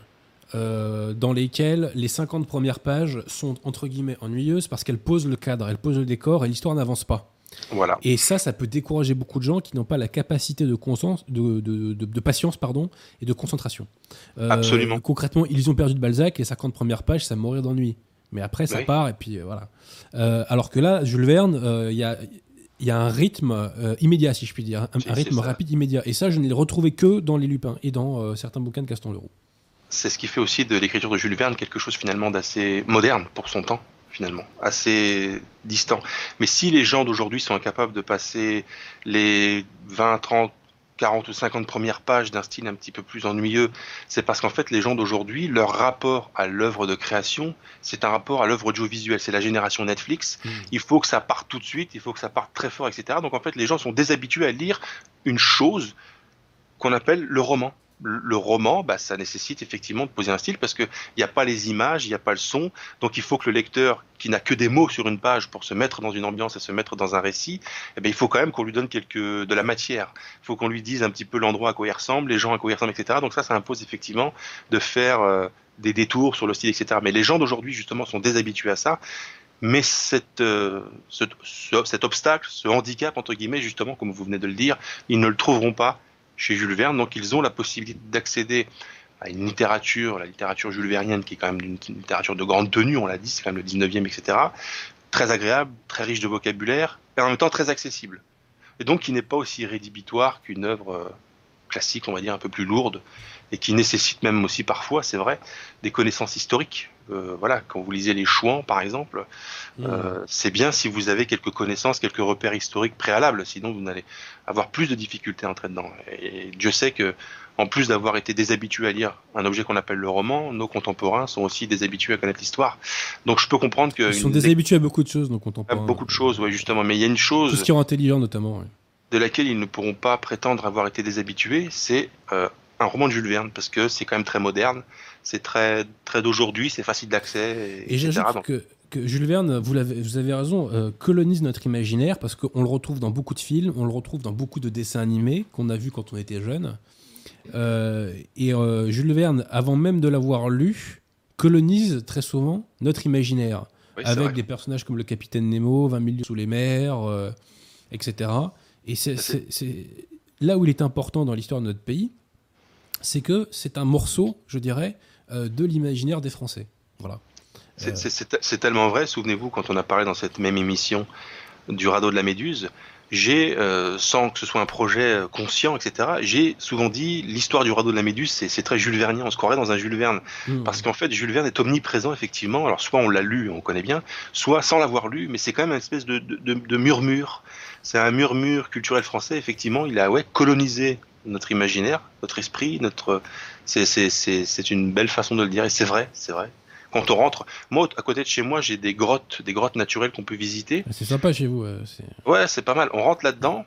euh, dans lesquels les cinquante premières pages sont entre guillemets ennuyeuses parce qu'elles posent le cadre, elles posent le décor et l'histoire n'avance pas. Voilà. Et ça, ça peut décourager beaucoup de gens qui n'ont pas la capacité de, conscience, de, de, de, de patience pardon, et de concentration. Euh, Absolument. Concrètement, ils ont perdu de Balzac, les cinquante premières pages, ça mourir d'ennui. Mais après, ça Oui. part, et puis euh, voilà. Euh, alors que là, Jules Verne, il euh, y, a, y a un rythme euh, immédiat, si je puis dire. Un, C'est- un rythme c'est ça. rapide, immédiat. Et ça, je ne l'ai retrouvé que dans Les Lupins et dans euh, certains bouquins de Gaston Leroux. C'est ce qui fait aussi de l'écriture de Jules Verne quelque chose finalement d'assez moderne pour son temps, finalement, assez distant. Mais si les gens d'aujourd'hui sont incapables de passer les vingt, trente, quarante ou cinquante premières pages d'un style un petit peu plus ennuyeux, c'est parce qu'en fait les gens d'aujourd'hui, leur rapport à l'œuvre de création, c'est un rapport à l'œuvre audiovisuelle, c'est la génération Netflix, Mmh. il faut que ça parte tout de suite, il faut que ça parte très fort, et cetera. Donc en fait les gens sont déshabitués à lire une chose qu'on appelle le roman. Le le roman, bah, ça nécessite effectivement de poser un style parce qu'il n'y a pas les images, il n'y a pas le son. Donc il faut que le lecteur, qui n'a que des mots sur une page pour se mettre dans une ambiance et se mettre dans un récit, eh bien, il faut quand même qu'on lui donne quelque, de la matière. Il faut qu'on lui dise un petit peu l'endroit à quoi il ressemble, les gens à quoi ils ressemblent, et cetera. Donc ça, ça impose effectivement de faire euh, des détours sur le style, et cetera. Mais les gens d'aujourd'hui, justement, sont déshabitués à ça. Mais cette, euh, ce, ce- cet obstacle, ce handicap, entre guillemets, justement, comme vous venez de le dire, ils ne le trouveront pas chez Jules Verne, donc ils ont la possibilité d'accéder à une littérature, la littérature jules vernienne, qui est quand même une, une littérature de grande tenue, on l'a dit, c'est quand même le dix-neuvième, et cetera. Très agréable, très riche de vocabulaire, et en même temps très accessible. Et donc qui n'est pas aussi rédhibitoire qu'une œuvre euh, classique, on va dire, un peu plus lourde, et qui nécessite même aussi parfois, c'est vrai, des connaissances historiques. Euh, voilà, quand vous lisez les Chouans, par exemple, mmh. euh, c'est bien si vous avez quelques connaissances, quelques repères historiques préalables, sinon vous allez avoir plus de difficultés à entrer dedans. Et Dieu sait que, en plus d'avoir été déshabitués à lire un objet qu'on appelle le roman, nos contemporains sont aussi déshabitués à connaître l'histoire. Donc je peux comprendre que... Ils sont déshabitués à beaucoup de choses, nos contemporains. À beaucoup de choses, oui, justement. Mais il y a une chose... Tout ce qui est intelligent, notamment. Oui. De laquelle ils ne pourront pas prétendre avoir été déshabitués, c'est euh, un roman de Jules Verne, parce que c'est quand même très moderne, c'est très, très d'aujourd'hui, c'est facile d'accès, et, et j'ajoute donc... que, que Jules Verne, vous avez, vous avez raison, euh, colonise notre imaginaire, parce qu'on le retrouve dans beaucoup de films, on le retrouve dans beaucoup de dessins animés qu'on a vus quand on était jeune. Euh, et euh, Jules Verne, avant même de l'avoir lu, colonise très souvent notre imaginaire, oui, avec vrai. des personnages comme le Capitaine Nemo, vingt mille lieues sous les mers, euh, et cetera. Et c'est, c'est, c'est là où il est important dans l'histoire de notre pays, c'est que c'est un morceau, je dirais, euh, de l'imaginaire des Français. Voilà. C'est, euh... c'est, c'est, c'est tellement vrai. Souvenez-vous, quand on a parlé dans cette même émission du radeau de la Méduse, j'ai, euh, sans que ce soit un projet conscient, et cetera, j'ai souvent dit l'histoire du radeau de la Méduse, c'est, c'est très Jules Vernien. On se croirait dans un Jules Verne. Mmh. Parce qu'en fait, Jules Verne est omniprésent, effectivement. Alors, soit on l'a lu, on connaît bien, soit sans l'avoir lu, mais c'est quand même une espèce de, de, de, de murmure. C'est un murmure culturel français, effectivement. Il a ouais, colonisé notre imaginaire, notre esprit, notre... C'est, c'est, c'est, c'est une belle façon de le dire, et c'est vrai, c'est vrai. Quand on rentre, moi, à côté de chez moi, j'ai des grottes, des grottes naturelles qu'on peut visiter. C'est sympa chez vous. Euh, c'est... Ouais, c'est pas mal. On rentre là-dedans,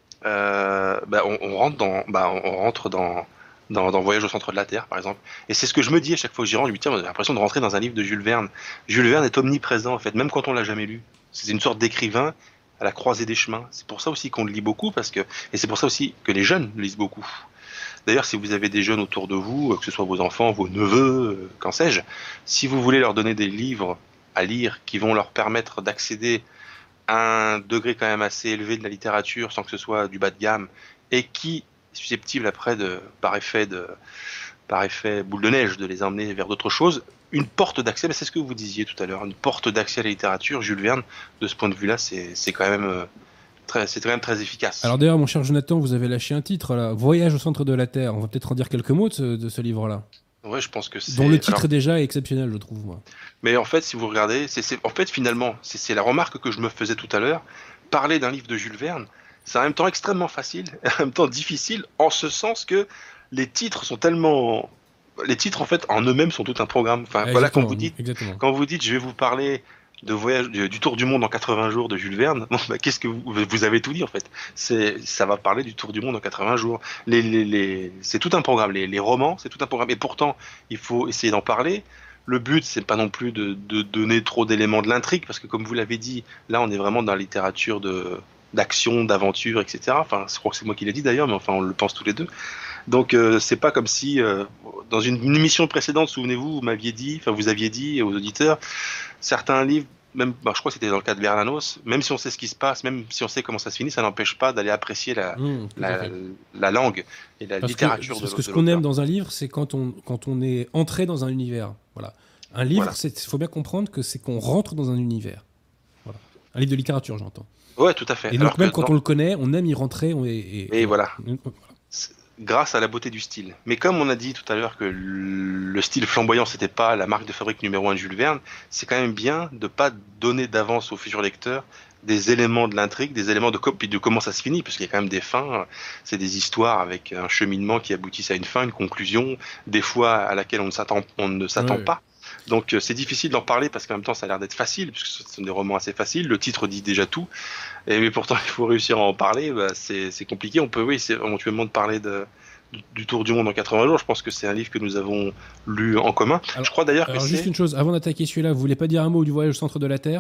euh, bah, on, on rentre dans, bah, on rentre dans, dans, dans Voyage au centre de la Terre, par exemple. Et c'est ce que je me dis à chaque fois que j'y rentre. Je me dis, tiens, j'ai l'impression de rentrer dans un livre de Jules Verne. Jules Verne est omniprésent, en fait, même quand on l'a jamais lu. C'est une sorte d'écrivain à la croisée des chemins. C'est pour ça aussi qu'on le lit beaucoup, parce que, et c'est pour ça aussi que les jeunes le lisent beaucoup. D'ailleurs, si vous avez des jeunes autour de vous, que ce soit vos enfants, vos neveux, qu'en sais-je, si vous voulez leur donner des livres à lire qui vont leur permettre d'accéder à un degré quand même assez élevé de la littérature sans que ce soit du bas de gamme et qui est susceptible après, de, par effet de, par effet boule de neige, de les emmener vers d'autres choses, une porte d'accès, mais c'est ce que vous disiez tout à l'heure, une porte d'accès à la littérature, Jules Verne, de ce point de vue-là, c'est, c'est quand même... Euh, Très, c'est quand même très efficace. Alors d'ailleurs, mon cher Jonathan, vous avez lâché un titre, là, Voyage au centre de la Terre. On va peut-être en dire quelques mots de ce, de ce livre-là. Ouais, je pense que c'est... Dont le titre Alors... déjà est exceptionnel, je trouve, moi. Mais en fait, si vous regardez, c'est, c'est... en fait, finalement, c'est, c'est la remarque que je me faisais tout à l'heure. Parler d'un livre de Jules Verne, c'est en même temps extrêmement facile, et en même temps difficile, en ce sens que les titres sont tellement... Les titres, en fait, en eux-mêmes, sont tout un programme. Enfin, exactement, voilà, quand vous dites, exactement. quand vous dites, je vais vous parler... de voyage du, du tour du monde en quatre-vingts jours de Jules Verne, bon, bah, qu'est-ce que vous, vous avez tout dit en fait. C'est, ça va parler du tour du monde en quatre-vingts jours. Les, les, les, c'est tout un programme. Les, les romans, c'est tout un programme. Et pourtant, il faut essayer d'en parler. Le but, c'est pas non plus de, de donner trop d'éléments de l'intrigue, parce que comme vous l'avez dit, là, on est vraiment dans la littérature de, d'action, d'aventure, et cetera. Enfin, je crois que c'est moi qui l'ai dit d'ailleurs, mais enfin, on le pense tous les deux. Donc, euh, c'est pas comme si, euh, dans une, une émission précédente, souvenez-vous, vous m'aviez dit, enfin, vous aviez dit aux auditeurs, certains livres, même, bah, je crois que c'était dans le cas de Bernanos, même si on sait ce qui se passe, même si on sait comment ça se finit, ça n'empêche pas d'aller apprécier la, mmh, la, la langue et la parce littérature que, de, parce que de ce qu'on aime dans un livre, c'est quand on, quand on est entré dans un univers. Voilà. Un livre, il voilà. faut bien comprendre que c'est qu'on rentre dans un univers. Voilà. Un livre de littérature, j'entends. Ouais, tout à fait. Et donc, alors même quand non. on le connaît, on aime y rentrer. On est, et, et, et voilà. voilà. Grâce à la beauté du style. Mais comme on a dit tout à l'heure que le style flamboyant, c'était pas la marque de fabrique numéro un de Jules Verne, c'est quand même bien de pas donner d'avance au futur lecteur des éléments de l'intrigue, des éléments de, de comment ça se finit, parce qu'il y a quand même des fins, c'est des histoires avec un cheminement qui aboutissent à une fin, une conclusion, des fois à laquelle on ne s'attend, on ne s'attend ouais, pas. Donc c'est difficile d'en parler parce qu'en même temps ça a l'air d'être facile, puisque ce sont des romans assez faciles, le titre dit déjà tout, et, mais pourtant il faut réussir à en parler, bah, c'est, c'est compliqué. On peut, oui, c'est éventuellement de parler de, du, du Tour du Monde en quatre-vingts jours, je pense que c'est un livre que nous avons lu en commun. Alors, je crois d'ailleurs alors que juste c'est... une chose, avant d'attaquer celui-là, vous voulez pas dire un mot du Voyage au centre de la Terre ?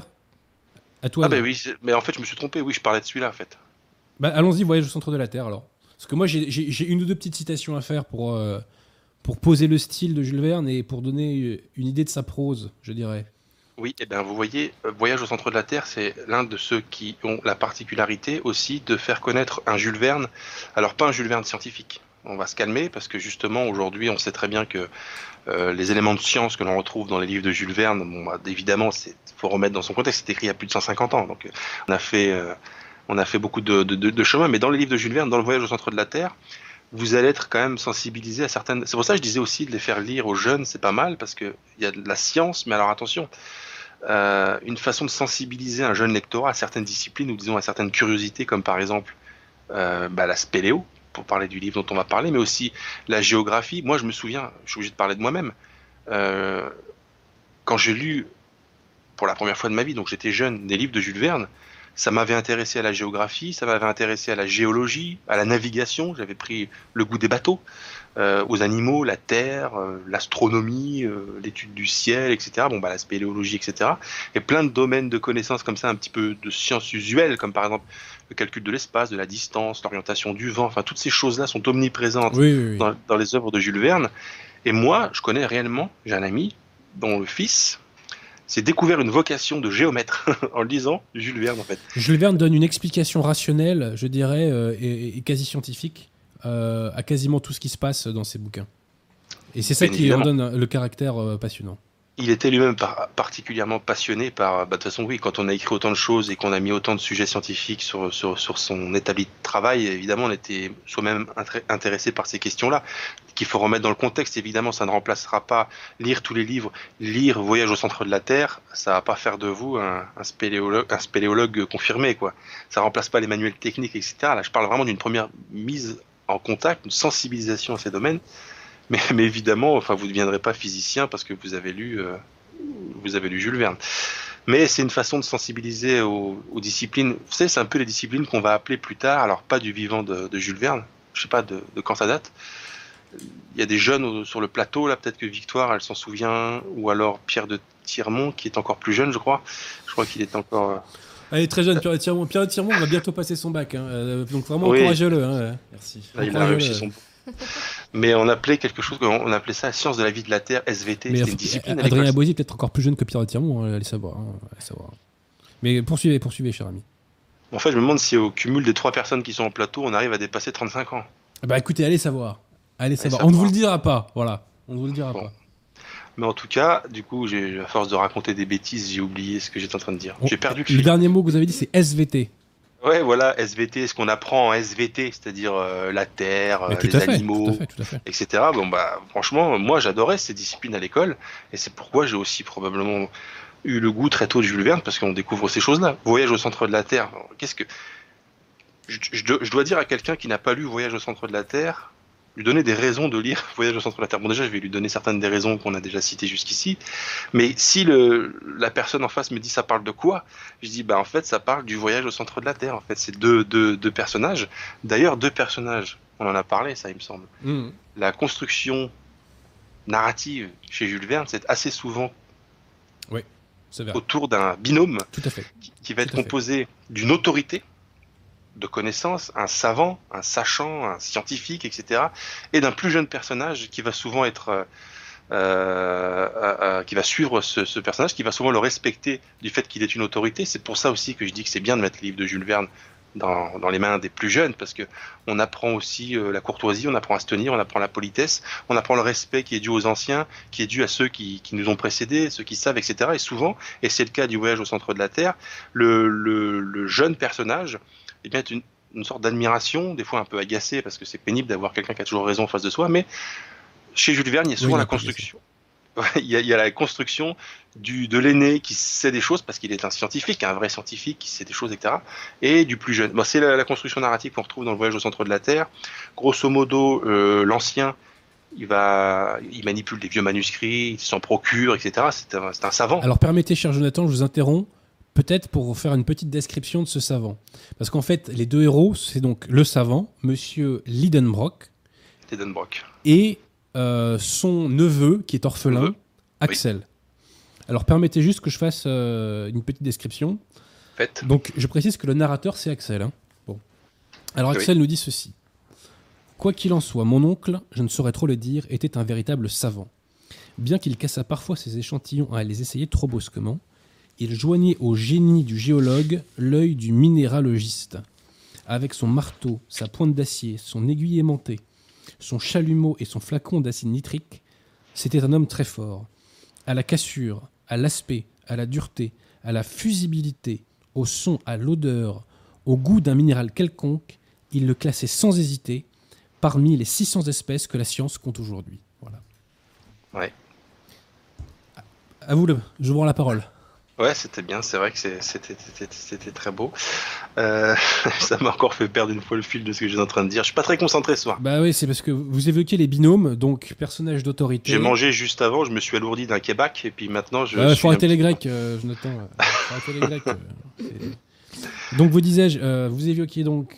À toi. Ah bah oui, mais en fait je me suis trompé, oui je parlais de celui-là en fait. Bah allons-y, Voyage au centre de la Terre alors. Parce que moi j'ai, j'ai, j'ai une ou deux petites citations à faire pour... Euh... pour poser le style de Jules Verne et pour donner une idée de sa prose, je dirais. Oui, et bien vous voyez, Voyage au centre de la Terre, c'est l'un de ceux qui ont la particularité aussi de faire connaître un Jules Verne, alors pas un Jules Verne scientifique, on va se calmer, parce que justement, aujourd'hui, on sait très bien que euh, les éléments de science que l'on retrouve dans les livres de Jules Verne, bon, bah, évidemment, il faut remettre dans son contexte, c'est écrit il y a plus de cent cinquante ans, donc euh, on a fait, euh, on a fait beaucoup de, de, de, de chemin, mais dans les livres de Jules Verne, dans le voyage au centre de la Terre, vous allez être quand même sensibilisé à certaines... C'est pour ça que je disais aussi de les faire lire aux jeunes, c'est pas mal, parce qu'il y a de la science, mais alors attention, euh, une façon de sensibiliser un jeune lectorat à certaines disciplines, ou disons à certaines curiosités, comme par exemple euh, bah, la spéléo, pour parler du livre dont on va parler, mais aussi la géographie. Moi, je me souviens, je suis obligé de parler de moi-même, euh, quand j'ai lu, pour la première fois de ma vie, donc j'étais jeune, des livres de Jules Verne, ça m'avait intéressé à la géographie, ça m'avait intéressé à la géologie, à la navigation, j'avais pris le goût des bateaux, euh, aux animaux, la terre, euh, l'astronomie, euh, l'étude du ciel, et cetera. Bon, bah, la spéléologie, et cetera. Et plein de domaines de connaissances comme ça, un petit peu de sciences usuelles, comme par exemple le calcul de l'espace, de la distance, l'orientation du vent, enfin toutes ces choses-là sont omniprésentes Oui, oui, oui. dans, dans les œuvres de Jules Verne. Et moi, je connais réellement, j'ai un ami dont le fils s'est découvert une vocation de géomètre en lisant Jules Verne, en fait. Jules Verne donne une explication rationnelle, je dirais, euh, et, et quasi scientifique, euh, à quasiment tout ce qui se passe dans ses bouquins. Et c'est ça Bien qui en évidemment. donne le caractère euh, passionnant. Il était lui-même par- particulièrement passionné par... Bah, de toute façon, oui, quand on a écrit autant de choses et qu'on a mis autant de sujets scientifiques sur, sur, sur son établi de travail, évidemment, on était soi-même intré- intéressé par ces questions-là, qu'il faut remettre dans le contexte. Évidemment, ça ne remplacera pas lire tous les livres, lire Voyage au centre de la Terre, ça va pas faire de vous un, un, spéléologue, un spéléologue confirmé, quoi. Ça remplace pas les manuels techniques, et cetera. Là, je parle vraiment d'une première mise en contact, une sensibilisation à ces domaines. Mais, mais évidemment, enfin, vous ne deviendrez pas physicien parce que vous avez lu, euh, vous avez lu Jules Verne. Mais c'est une façon de sensibiliser aux, aux disciplines. Vous savez, c'est un peu les disciplines qu'on va appeler plus tard, alors pas du vivant de, de Jules Verne, je sais pas de, de quand ça date. Il y a des jeunes au- sur le plateau, là, peut-être que Victoire, elle s'en souvient, ou alors Pierre de Tirmont, qui est encore plus jeune, je crois. Je crois qu'il est encore... euh, Elle est très jeune, Pierre de Tirmont. Pierre de Tirmont va bientôt passer son bac. Hein. Euh, donc vraiment Oui. encouragez-le. Hein. Merci. Là, il a Encouragez-le. réussi son... Mais on appelait quelque chose, on appelait ça la science de la vie de la Terre, S V T, Mais c'était une euh, discipline à Adrien l'école. Aboisier est peut-être encore plus jeune que Pierre de Tirmont, hein, allez savoir, hein, allez savoir. Mais poursuivez, poursuivez, cher ami. En fait, je me demande si au cumul des trois personnes qui sont en plateau, on arrive à dépasser trente-cinq ans. Bah écoutez, allez savoir. Allez savoir. savoir. On ne vous le dira pas, voilà. On ne vous le dira Bon. pas. Mais en tout cas, du coup, j'ai, à force de raconter des bêtises, j'ai oublié ce que j'étais en train de dire. On- J'ai perdu le Le fil. dernier mot que vous avez dit, c'est S V T. Ouais, voilà, S V T, ce qu'on apprend en S V T, c'est-à-dire euh, la terre, Mais euh, tout les à fait, animaux, tout à fait, tout à fait. et cetera. Bon, bah, franchement, moi, j'adorais ces disciplines à l'école, et c'est pourquoi j'ai aussi probablement eu le goût très tôt de Jules Verne, parce qu'on découvre ces choses-là. Voyage au centre de la Terre, qu'est-ce que... Je, je dois- je dois dire à quelqu'un qui n'a pas lu Voyage au centre de la Terre, lui donner des raisons de lire Voyage au centre de la Terre. Bon, déjà, je vais lui donner certaines des raisons qu'on a déjà citées jusqu'ici, mais si le, la personne en face me dit ça parle de quoi, je dis bah en fait ça parle du voyage au centre de la Terre. En fait, c'est deux, deux, deux personnages. D'ailleurs, deux personnages. On en a parlé, ça, il me semble. Mmh. La construction narrative chez Jules Verne, c'est assez souvent C'est vrai. autour d'un binôme Tout à fait. qui, qui va être Tout à fait. composé d'une autorité de connaissance, un savant, un sachant, un scientifique, et cetera, et d'un plus jeune personnage qui va souvent être euh, euh, euh, qui va suivre ce, ce personnage, qui va souvent le respecter du fait qu'il est une autorité. C'est pour ça aussi que je dis que c'est bien de mettre les livres de Jules Verne dans, dans les mains des plus jeunes, parce que on apprend aussi euh, la courtoisie, on apprend à se tenir, on apprend la politesse, on apprend le respect qui est dû aux anciens, qui est dû à ceux qui, qui nous ont précédés, ceux qui savent, et cetera. Et souvent, et c'est le cas du voyage au centre de la Terre, le, le, le jeune personnage, eh bien, est une, une sorte d'admiration, des fois un peu agacé, parce que c'est pénible d'avoir quelqu'un qui a toujours raison en face de soi, mais chez Jules Verne, il y a souvent Oui, la il a pas construction. Il y, a, il y a la construction du, de l'aîné qui sait des choses parce qu'il est un scientifique, un vrai scientifique qui sait des choses, et cetera. Et du plus jeune. Bon, c'est la, la construction narrative qu'on retrouve dans le voyage au centre de la Terre. Grosso modo, euh, l'ancien, il va, il manipule des vieux manuscrits, il s'en procure, et cetera. C'est un, c'est un savant. Alors permettez, cher Jonathan, je vous interromps, peut-être pour vous faire une petite description de ce savant. Parce qu'en fait, les deux héros, c'est donc le savant, Monsieur Lidenbrock, Lidenbrock. et euh, son neveu, qui est orphelin, Neveu. Axel. Alors permettez juste que je fasse euh, une petite description. Faites. Donc je précise que le narrateur, c'est Axel. Hein. Bon. Alors Oui. Axel nous dit ceci. Quoi qu'il en soit, mon oncle, je ne saurais trop le dire, était un véritable savant. Bien qu'il cassât parfois ses échantillons à les essayer trop brusquement, il joignait au génie du géologue l'œil du minéralogiste. Avec son marteau, sa pointe d'acier, son aiguille aimantée, son chalumeau et son flacon d'acide nitrique, c'était un homme très fort. À la cassure, à l'aspect, à la dureté, à la fusibilité, au son, à l'odeur, au goût d'un minéral quelconque, il le classait sans hésiter parmi les six cents espèces que la science compte aujourd'hui. Voilà. Ouais. À vous, le... je vous rends la parole. Ouais, c'était bien, c'est vrai que c'est- c'était c'était- c'était très beau. Euh, ça m'a encore fait perdre une fois le fil de ce que j'étais en train de dire. Je suis pas très concentré ce soir. Bah oui, c'est parce que vous évoquez les binômes, donc personnage d'autorité. J'ai mangé juste avant, je me suis alourdi d'un kebab et puis maintenant je. Il suis faut un arrêter petit- les Grecs, euh, Jonathan. euh, faut arrêter les Grecs. euh, c'est- donc, vous disais-je, euh, vous évoquiez donc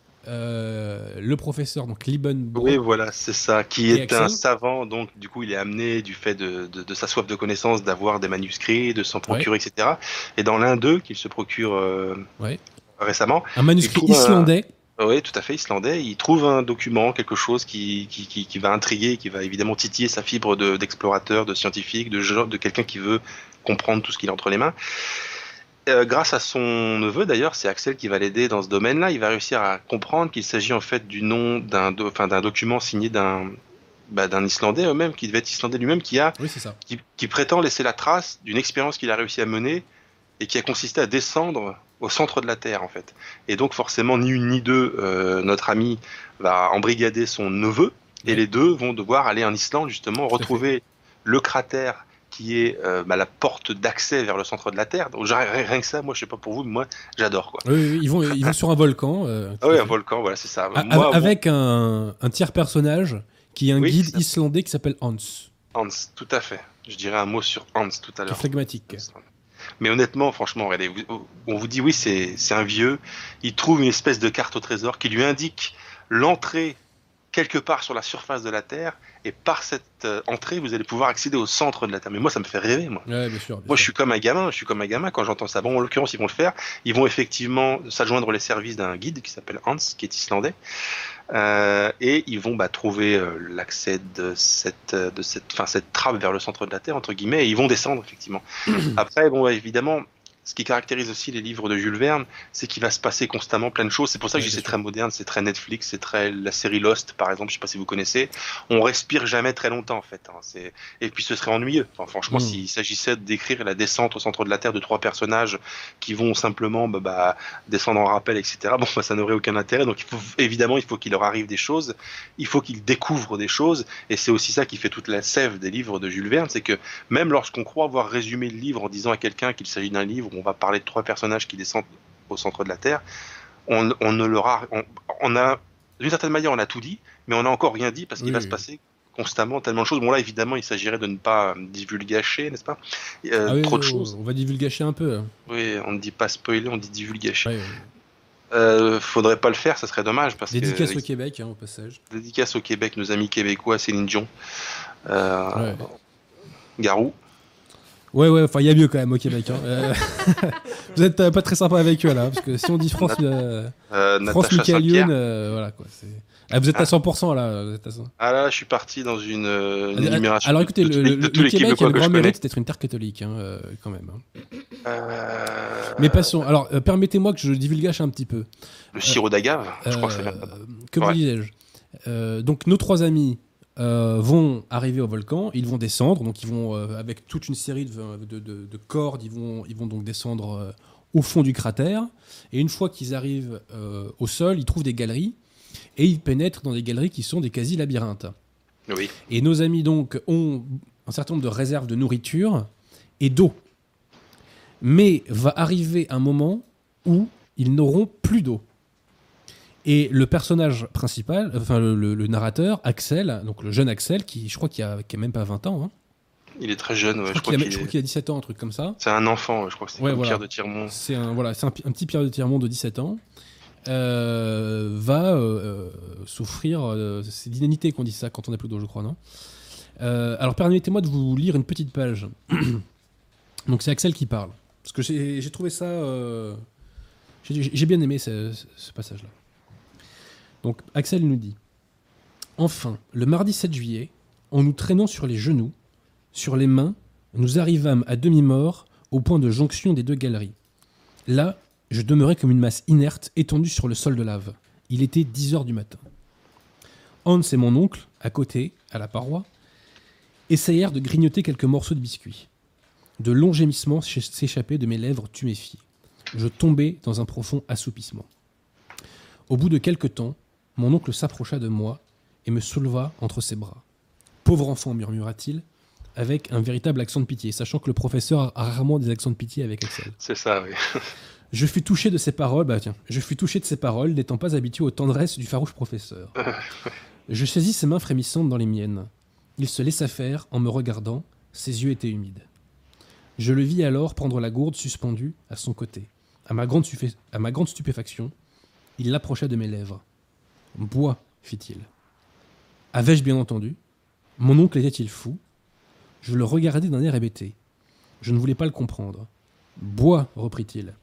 euh, le professeur, donc Liebenbrock. Oui, voilà, c'est ça. Qui Et est un Axel savant, donc du coup il est amené du fait de, de, de sa soif de connaissance d'avoir des manuscrits, de s'en procurer, et cetera. Et dans l'un d'eux qu'il se procure euh, Ouais. récemment, Un manuscrit Il trouve un- islandais. oui, tout à fait, islandais, il trouve un document, quelque chose qui, qui, qui, qui va intriguer, qui va évidemment titiller sa fibre de- d'explorateur, de, scientifique, de, gen- de quelqu'un qui veut comprendre tout ce qu'il a entre les mains. Euh, grâce à son neveu, d'ailleurs, c'est Axel qui va l'aider dans ce domaine-là. Il va réussir à comprendre qu'il s'agit en fait du nom d'un do- enfin, d'un document signé d'un bah, d'un Islandais eux-mêmes, qui devait être Islandais lui-même, qui, a, Oui, c'est ça. qui, qui prétend laisser la trace d'une expérience qu'il a réussi à mener et qui a consisté à descendre au centre de la Terre, en fait. Et donc, forcément, ni une ni deux, euh, notre ami va embrigader son neveu, et Oui. les deux vont devoir aller en Islande, justement, à fait. retrouver le cratère qui est euh, bah, la porte d'accès vers le centre de la Terre. Donc, rien rien que ça, moi, je sais pas pour vous, mais moi, j'adore, quoi. Oui, oui, ils, vont, ils vont sur un volcan. euh, Ah oui, tout à un fait. volcan, voilà, c'est ça. A- Moi, bon, avec un, un tiers personnage qui est un Oui, guide c'est ça. islandais qui s'appelle Hans, Hans, tout à fait. Je dirais un mot sur Hans tout à qui est l'heure. phlegmatique. Mais honnêtement, franchement, regardez, vous- on vous dit oui, c'est c'est un vieux. Il trouve une espèce de carte au trésor qui lui indique l'entrée quelque part sur la surface de la Terre, et par cette euh, entrée, vous allez pouvoir accéder au centre de la Terre. Mais moi, ça me fait rêver, moi. Ouais, bien sûr. bien Moi, je sûr. suis comme un gamin, je suis comme un gamin quand j'entends ça. Bon, en l'occurrence, ils vont le faire. Ils vont effectivement s'adjoindre les services d'un guide qui s'appelle Hans, qui est islandais. Euh, et ils vont bah, trouver euh, l'accès de cette, euh, de cette, enfin, cette trappe vers le centre de la Terre, entre guillemets, et ils vont descendre, effectivement. Après, bon, bah, évidemment, ce qui caractérise aussi les livres de Jules Verne, c'est qu'il va se passer constamment plein de choses. C'est pour ça que Ouais, je dis bien c'est sûr. très moderne, c'est très Netflix, c'est très la série Lost, par exemple, je sais pas si vous connaissez. On respire jamais très longtemps, en fait. Hein. C'est... Et puis ce serait ennuyeux. Enfin, franchement, Mm. s'il s'agissait d'écrire la descente au centre de la Terre de trois personnages qui vont simplement bah, bah, descendre en rappel, et cetera, bon, bah, ça n'aurait aucun intérêt. Donc il faut, évidemment, il faut qu'il leur arrive des choses, il faut qu'ils découvrent des choses, et c'est aussi ça qui fait toute la sève des livres de Jules Verne, c'est que même lorsqu'on croit avoir résumé le livre en disant à quelqu'un qu'il s'agit d'un livre où on va parler de trois personnages qui descendent au centre de la Terre, on, on ne leur a, on, on a, d'une certaine manière, on a tout dit, mais on n'a encore rien dit parce qu'il Oui, va oui. se passer constamment tellement de choses. Bon là, évidemment, il s'agirait de ne pas divulgacher, n'est-ce pas? Euh, Ah oui, trop de on- choses. On va divulgacher un peu. hein. Oui, on ne dit pas spoiler, on dit divulgacher. Ouais, ouais. Euh, faudrait pas le faire, ça serait dommage parce Dédicace que au Québec, hein, au passage. dédicace au Québec, nos amis québécois, Céline Dion, euh, Ouais. Garou. Ouais, ouais, enfin, il y a mieux quand même au Québec. hein. Euh, vous êtes euh, pas très sympa avec eux là, parce que si on dit France, euh, Euh, France Natacha Michael Saint-Pierre. Youn, euh, voilà quoi. c'est- Ah, vous êtes à Ah. cent pour cent là. Vous êtes à cent. Ah là, je suis parti dans une, euh, une énumération. Alors écoutez, de, le, tous les- le- de le tous les Québec a Québécois le que je grand connais. mérite d'être une terre catholique, hein, euh, quand même. hein. Euh, Mais passons. Alors, euh, permettez-moi que je divulgage un petit peu. Le sirop d'agave, je crois que c'est Euh, bien. que vous Ouais. disais-je Euh, Donc, nos trois amis euh, vont arriver au volcan, ils vont descendre, donc ils vont, euh, avec toute une série de, de- de- de cordes, ils vont, ils vont donc descendre euh, au fond du cratère. Et une fois qu'ils arrivent euh, au sol, ils trouvent des galeries, et ils pénètrent dans des galeries qui sont des quasi-labyrinthes. Oui. Et nos amis donc ont un certain nombre de réserves de nourriture et d'eau. Mais va arriver un moment où ils n'auront plus d'eau. Et le personnage principal, enfin le, le- le narrateur, Axel, donc le jeune Axel, qui je crois qu'il a, qui a même pas vingt ans, hein. Il est très jeune, ouais, je, je crois crois qu'il a, qu'il je crois est... qu'il a dix-sept ans, un truc comme ça. C'est un enfant, je crois que c'est Ouais, comme voilà. Pierre de Tirmont. C'est un, voilà, c'est un, pi- un petit Pierre de Tirmont de dix-sept ans, euh, va euh, euh, souffrir, euh, c'est d'inanité qu'on dit ça quand on n'a plus d'eau, je crois, non Euh, Alors permettez-moi de vous lire une petite page. Donc c'est Axel qui parle. Parce que j'ai j'ai trouvé ça... euh, j'ai j'ai bien aimé ce, ce- ce passage-là. Donc Axel nous dit « Enfin, le mardi sept juillet, en nous traînant sur les genoux, sur les mains, nous arrivâmes à demi-mort au point de jonction des deux galeries. Là, je demeurais comme une masse inerte étendue sur le sol de lave. Il était dix heures du matin. Hans et mon oncle, à côté, à la paroi, essayèrent de grignoter quelques morceaux de biscuits. De longs gémissements s'échappaient de mes lèvres tuméfiées. Je tombais dans un profond assoupissement. Au bout de quelque temps, mon oncle s'approcha de moi et me souleva entre ses bras. « Pauvre enfant », murmura-t-il, avec un véritable accent de pitié, sachant que le professeur a rarement des accents de pitié avec Axel. C'est ça, oui. Je fus touché de ces paroles, bah tiens, je fus touché de ces paroles, n'étant pas habitué aux tendresses du farouche professeur. Je saisis ses mains frémissantes dans les miennes. Il se laissa faire en me regardant, ses yeux étaient humides. Je le vis alors prendre la gourde suspendue à son côté. À ma grande, suffi- à ma grande stupéfaction, il l'approcha de mes lèvres. « Bois », fit-il. Avais-je bien entendu ? Mon oncle était-il fou ? Je le regardai d'un air hébété. Je ne voulais pas le comprendre. « Bois », reprit-il.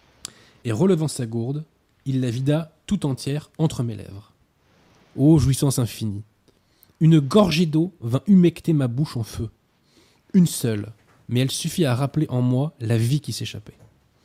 Et relevant sa gourde, il la vida tout entière entre mes lèvres. Ô jouissance infinie ! Une gorgée d'eau vint humecter ma bouche en feu. Une seule, mais elle suffit à rappeler en moi la vie qui s'échappait.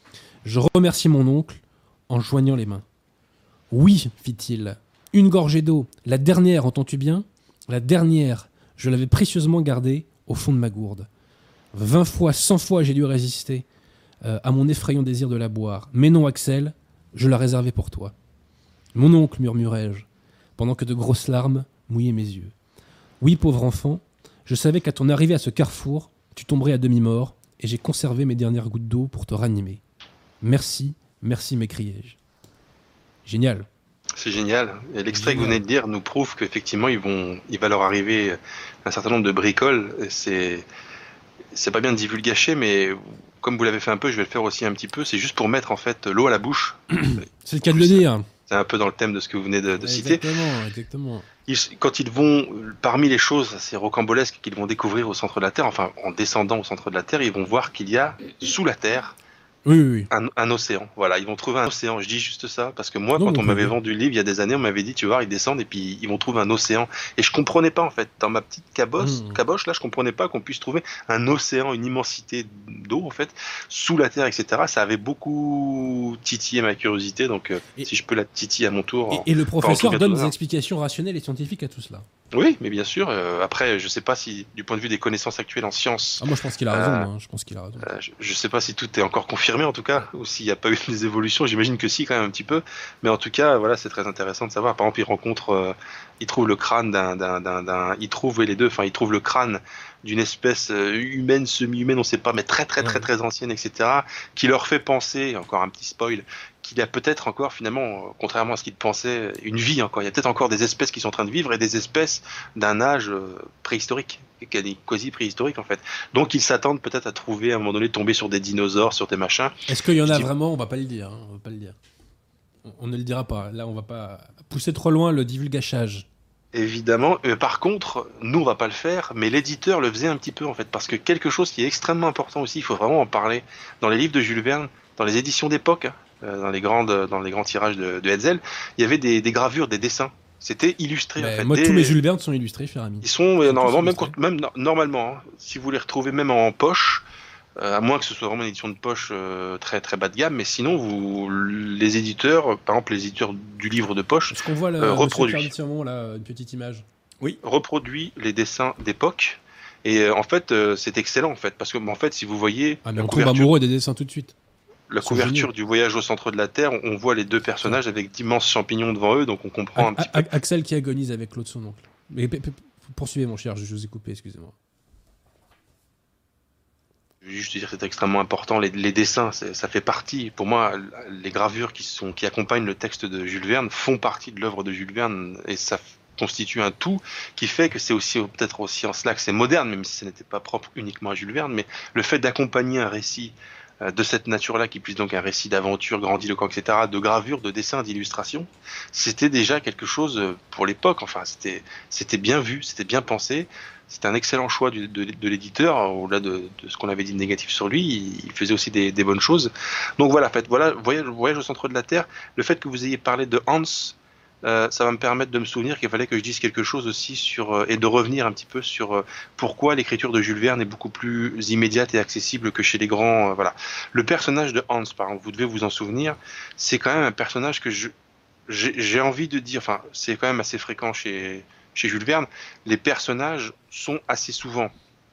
Je remerciai mon oncle en joignant les mains. « Oui, fit-il, une gorgée d'eau, la dernière, entends-tu bien ? La dernière, je l'avais précieusement gardée au fond de ma gourde. Vingt fois, cent fois j'ai dû résister euh, à mon effrayant désir de la boire. Mais non, Axel, je la réservais pour toi. Mon oncle, murmurai-je, pendant que de grosses larmes mouillaient mes yeux. Oui, pauvre enfant, je savais qu'à ton arrivée à ce carrefour, tu tomberais à demi-mort, et j'ai conservé mes dernières gouttes d'eau pour te ranimer. Merci, merci, m'écriai-je. Génial. C'est génial. Et l'extrait que vous venez de dire nous prouve qu'effectivement, ils vont, il va leur arriver un certain nombre de bricoles. C'est, c'est pas bien de divulgacher, mais comme vous l'avez fait un peu, je vais le faire aussi un petit peu. C'est juste pour mettre en fait l'eau à la bouche. C'est le cas de le dire. C'est un peu dans le thème de ce que vous venez de, de citer. Exactement, exactement. Ils, quand ils vont, parmi les choses assez rocambolesques qu'ils vont découvrir au centre de la Terre, enfin en descendant au centre de la Terre, ils vont voir qu'il y a sous la Terre Oui, oui, oui. un, un océan. Voilà, ils vont trouver un océan. Je dis juste ça parce que moi, Non, quand on vous m'avait pouvez. vendu le livre il y a des années, on m'avait dit, tu vois, ils descendent et puis ils vont trouver un océan. Et je comprenais pas en fait. Dans ma petite caboche, Mmh. caboche là, je comprenais pas qu'on puisse trouver un océan, une immensité d'eau en fait sous la Terre, et cetera. Ça avait beaucoup titillé ma curiosité. Donc, euh, Et- si je peux la titiller à mon tour. Et, et le professeur cas, donne tout des à l'heure. explications rationnelles et scientifiques à tout cela. Oui, mais bien sûr. euh, après, je sais pas si, du point de vue des connaissances actuelles en sciences, Ah, moi, je pense qu'il a raison. Euh, hein, Je pense qu'il a raison. Euh, je, je sais pas si tout est encore confirmé en tout cas, ou s'il n'y a pas eu des évolutions, j'imagine que si quand même un petit peu, mais en tout cas voilà, c'est très intéressant de savoir. Par exemple, il rencontre, euh, il trouve le crâne d'un, d'un, d'un, d'un il trouve oui, les deux, enfin il trouve le crâne d'une espèce euh, humaine, semi-humaine, on sait pas, mais très très très Ouais. très ancienne, et cetera, qui leur fait penser, encore un petit spoil, qu'il y a peut-être encore finalement, euh, contrairement à ce qu'ils pensaient, une vie encore. Il y a peut-être encore des espèces qui sont en train de vivre et des espèces d'un âge euh, préhistorique, quasi préhistorique en fait. Donc ils s'attendent peut-être à trouver à un moment donné tomber sur des dinosaures, sur des machins. Est-ce qu'il y en je a dis- vraiment? On va pas le dire. hein, On va pas le dire. On, on ne le dira pas. Là, on va pas pousser trop loin le divulgachage. Évidemment. Euh, par contre, nous on va pas le faire, mais l'éditeur le faisait un petit peu en fait, parce que quelque chose qui est extrêmement important aussi, il faut vraiment en parler. Dans les livres de Jules Verne, dans les éditions d'époque, hein, euh, dans les grandes, dans les grands tirages de, de Hetzel, il y avait des, des gravures, des dessins. C'était illustré Ben, en fait. moi, Des- tous mes Jules Verne sont illustrés, cher ami. Ils sont euh, tous normalement même, illustrés. quand- même no- normalement, hein, si vous les retrouvez même en poche, euh, à moins que ce soit vraiment une édition de poche euh, très très bas de gamme, mais sinon vous les éditeurs, par exemple les éditeurs du livre de poche, Est-ce qu'on voit le, Euh, monsieur reproduit. Clermont, là, une petite image? oui, reproduit les dessins d'époque. Et euh, en fait, euh, c'est excellent en fait, parce que en fait, si vous voyez Ah, mais la on tombe couverture, amoureux des dessins tout de suite. la sont couverture géniaux. du voyage au centre de la Terre, on voit les deux personnages avec d'immenses champignons devant eux, donc on comprend un A- petit A- peu. Axel qui agonise avec l'autre son oncle. Mais p- p- poursuivez, mon cher, je, je vous ai coupé, excusez-moi. Je veux juste dire que c'est extrêmement important. Les, les dessins, c'est- ça fait partie. Pour moi, les gravures qui sont qui accompagnent le texte de Jules Verne font partie de l'œuvre de Jules Verne et ça f- constitue un tout qui fait que c'est aussi peut-être aussi en cela que c'est moderne, même si ce n'était pas propre uniquement à Jules Verne. Mais le fait d'accompagner un récit euh, de cette nature-là, qui puisse donc un récit d'aventure grandiloquent, et cetera, de gravure, de dessin, d'illustration, c'était déjà quelque chose euh, pour l'époque. Enfin, c'était c'était bien vu, c'était bien pensé. C'était un excellent choix du- de, de l'éditeur, au-delà de, de ce qu'on avait dit de négatif sur lui, il, il faisait aussi des, des bonnes choses. Donc voilà, en fait, voilà, voyage, voyage au centre de la Terre, le fait que vous ayez parlé de Hans, euh, ça va me permettre de me souvenir qu'il fallait que je dise quelque chose aussi sur, euh, et de revenir un petit peu sur euh, pourquoi l'écriture de Jules Verne est beaucoup plus immédiate et accessible que chez les grands. Euh, voilà. Le personnage de Hans, par exemple, vous devez vous en souvenir, c'est quand même un personnage que je, j'ai j'ai envie de dire, enfin, c'est quand même assez fréquent chez, chez Jules Verne, les personnages sont assez souvent.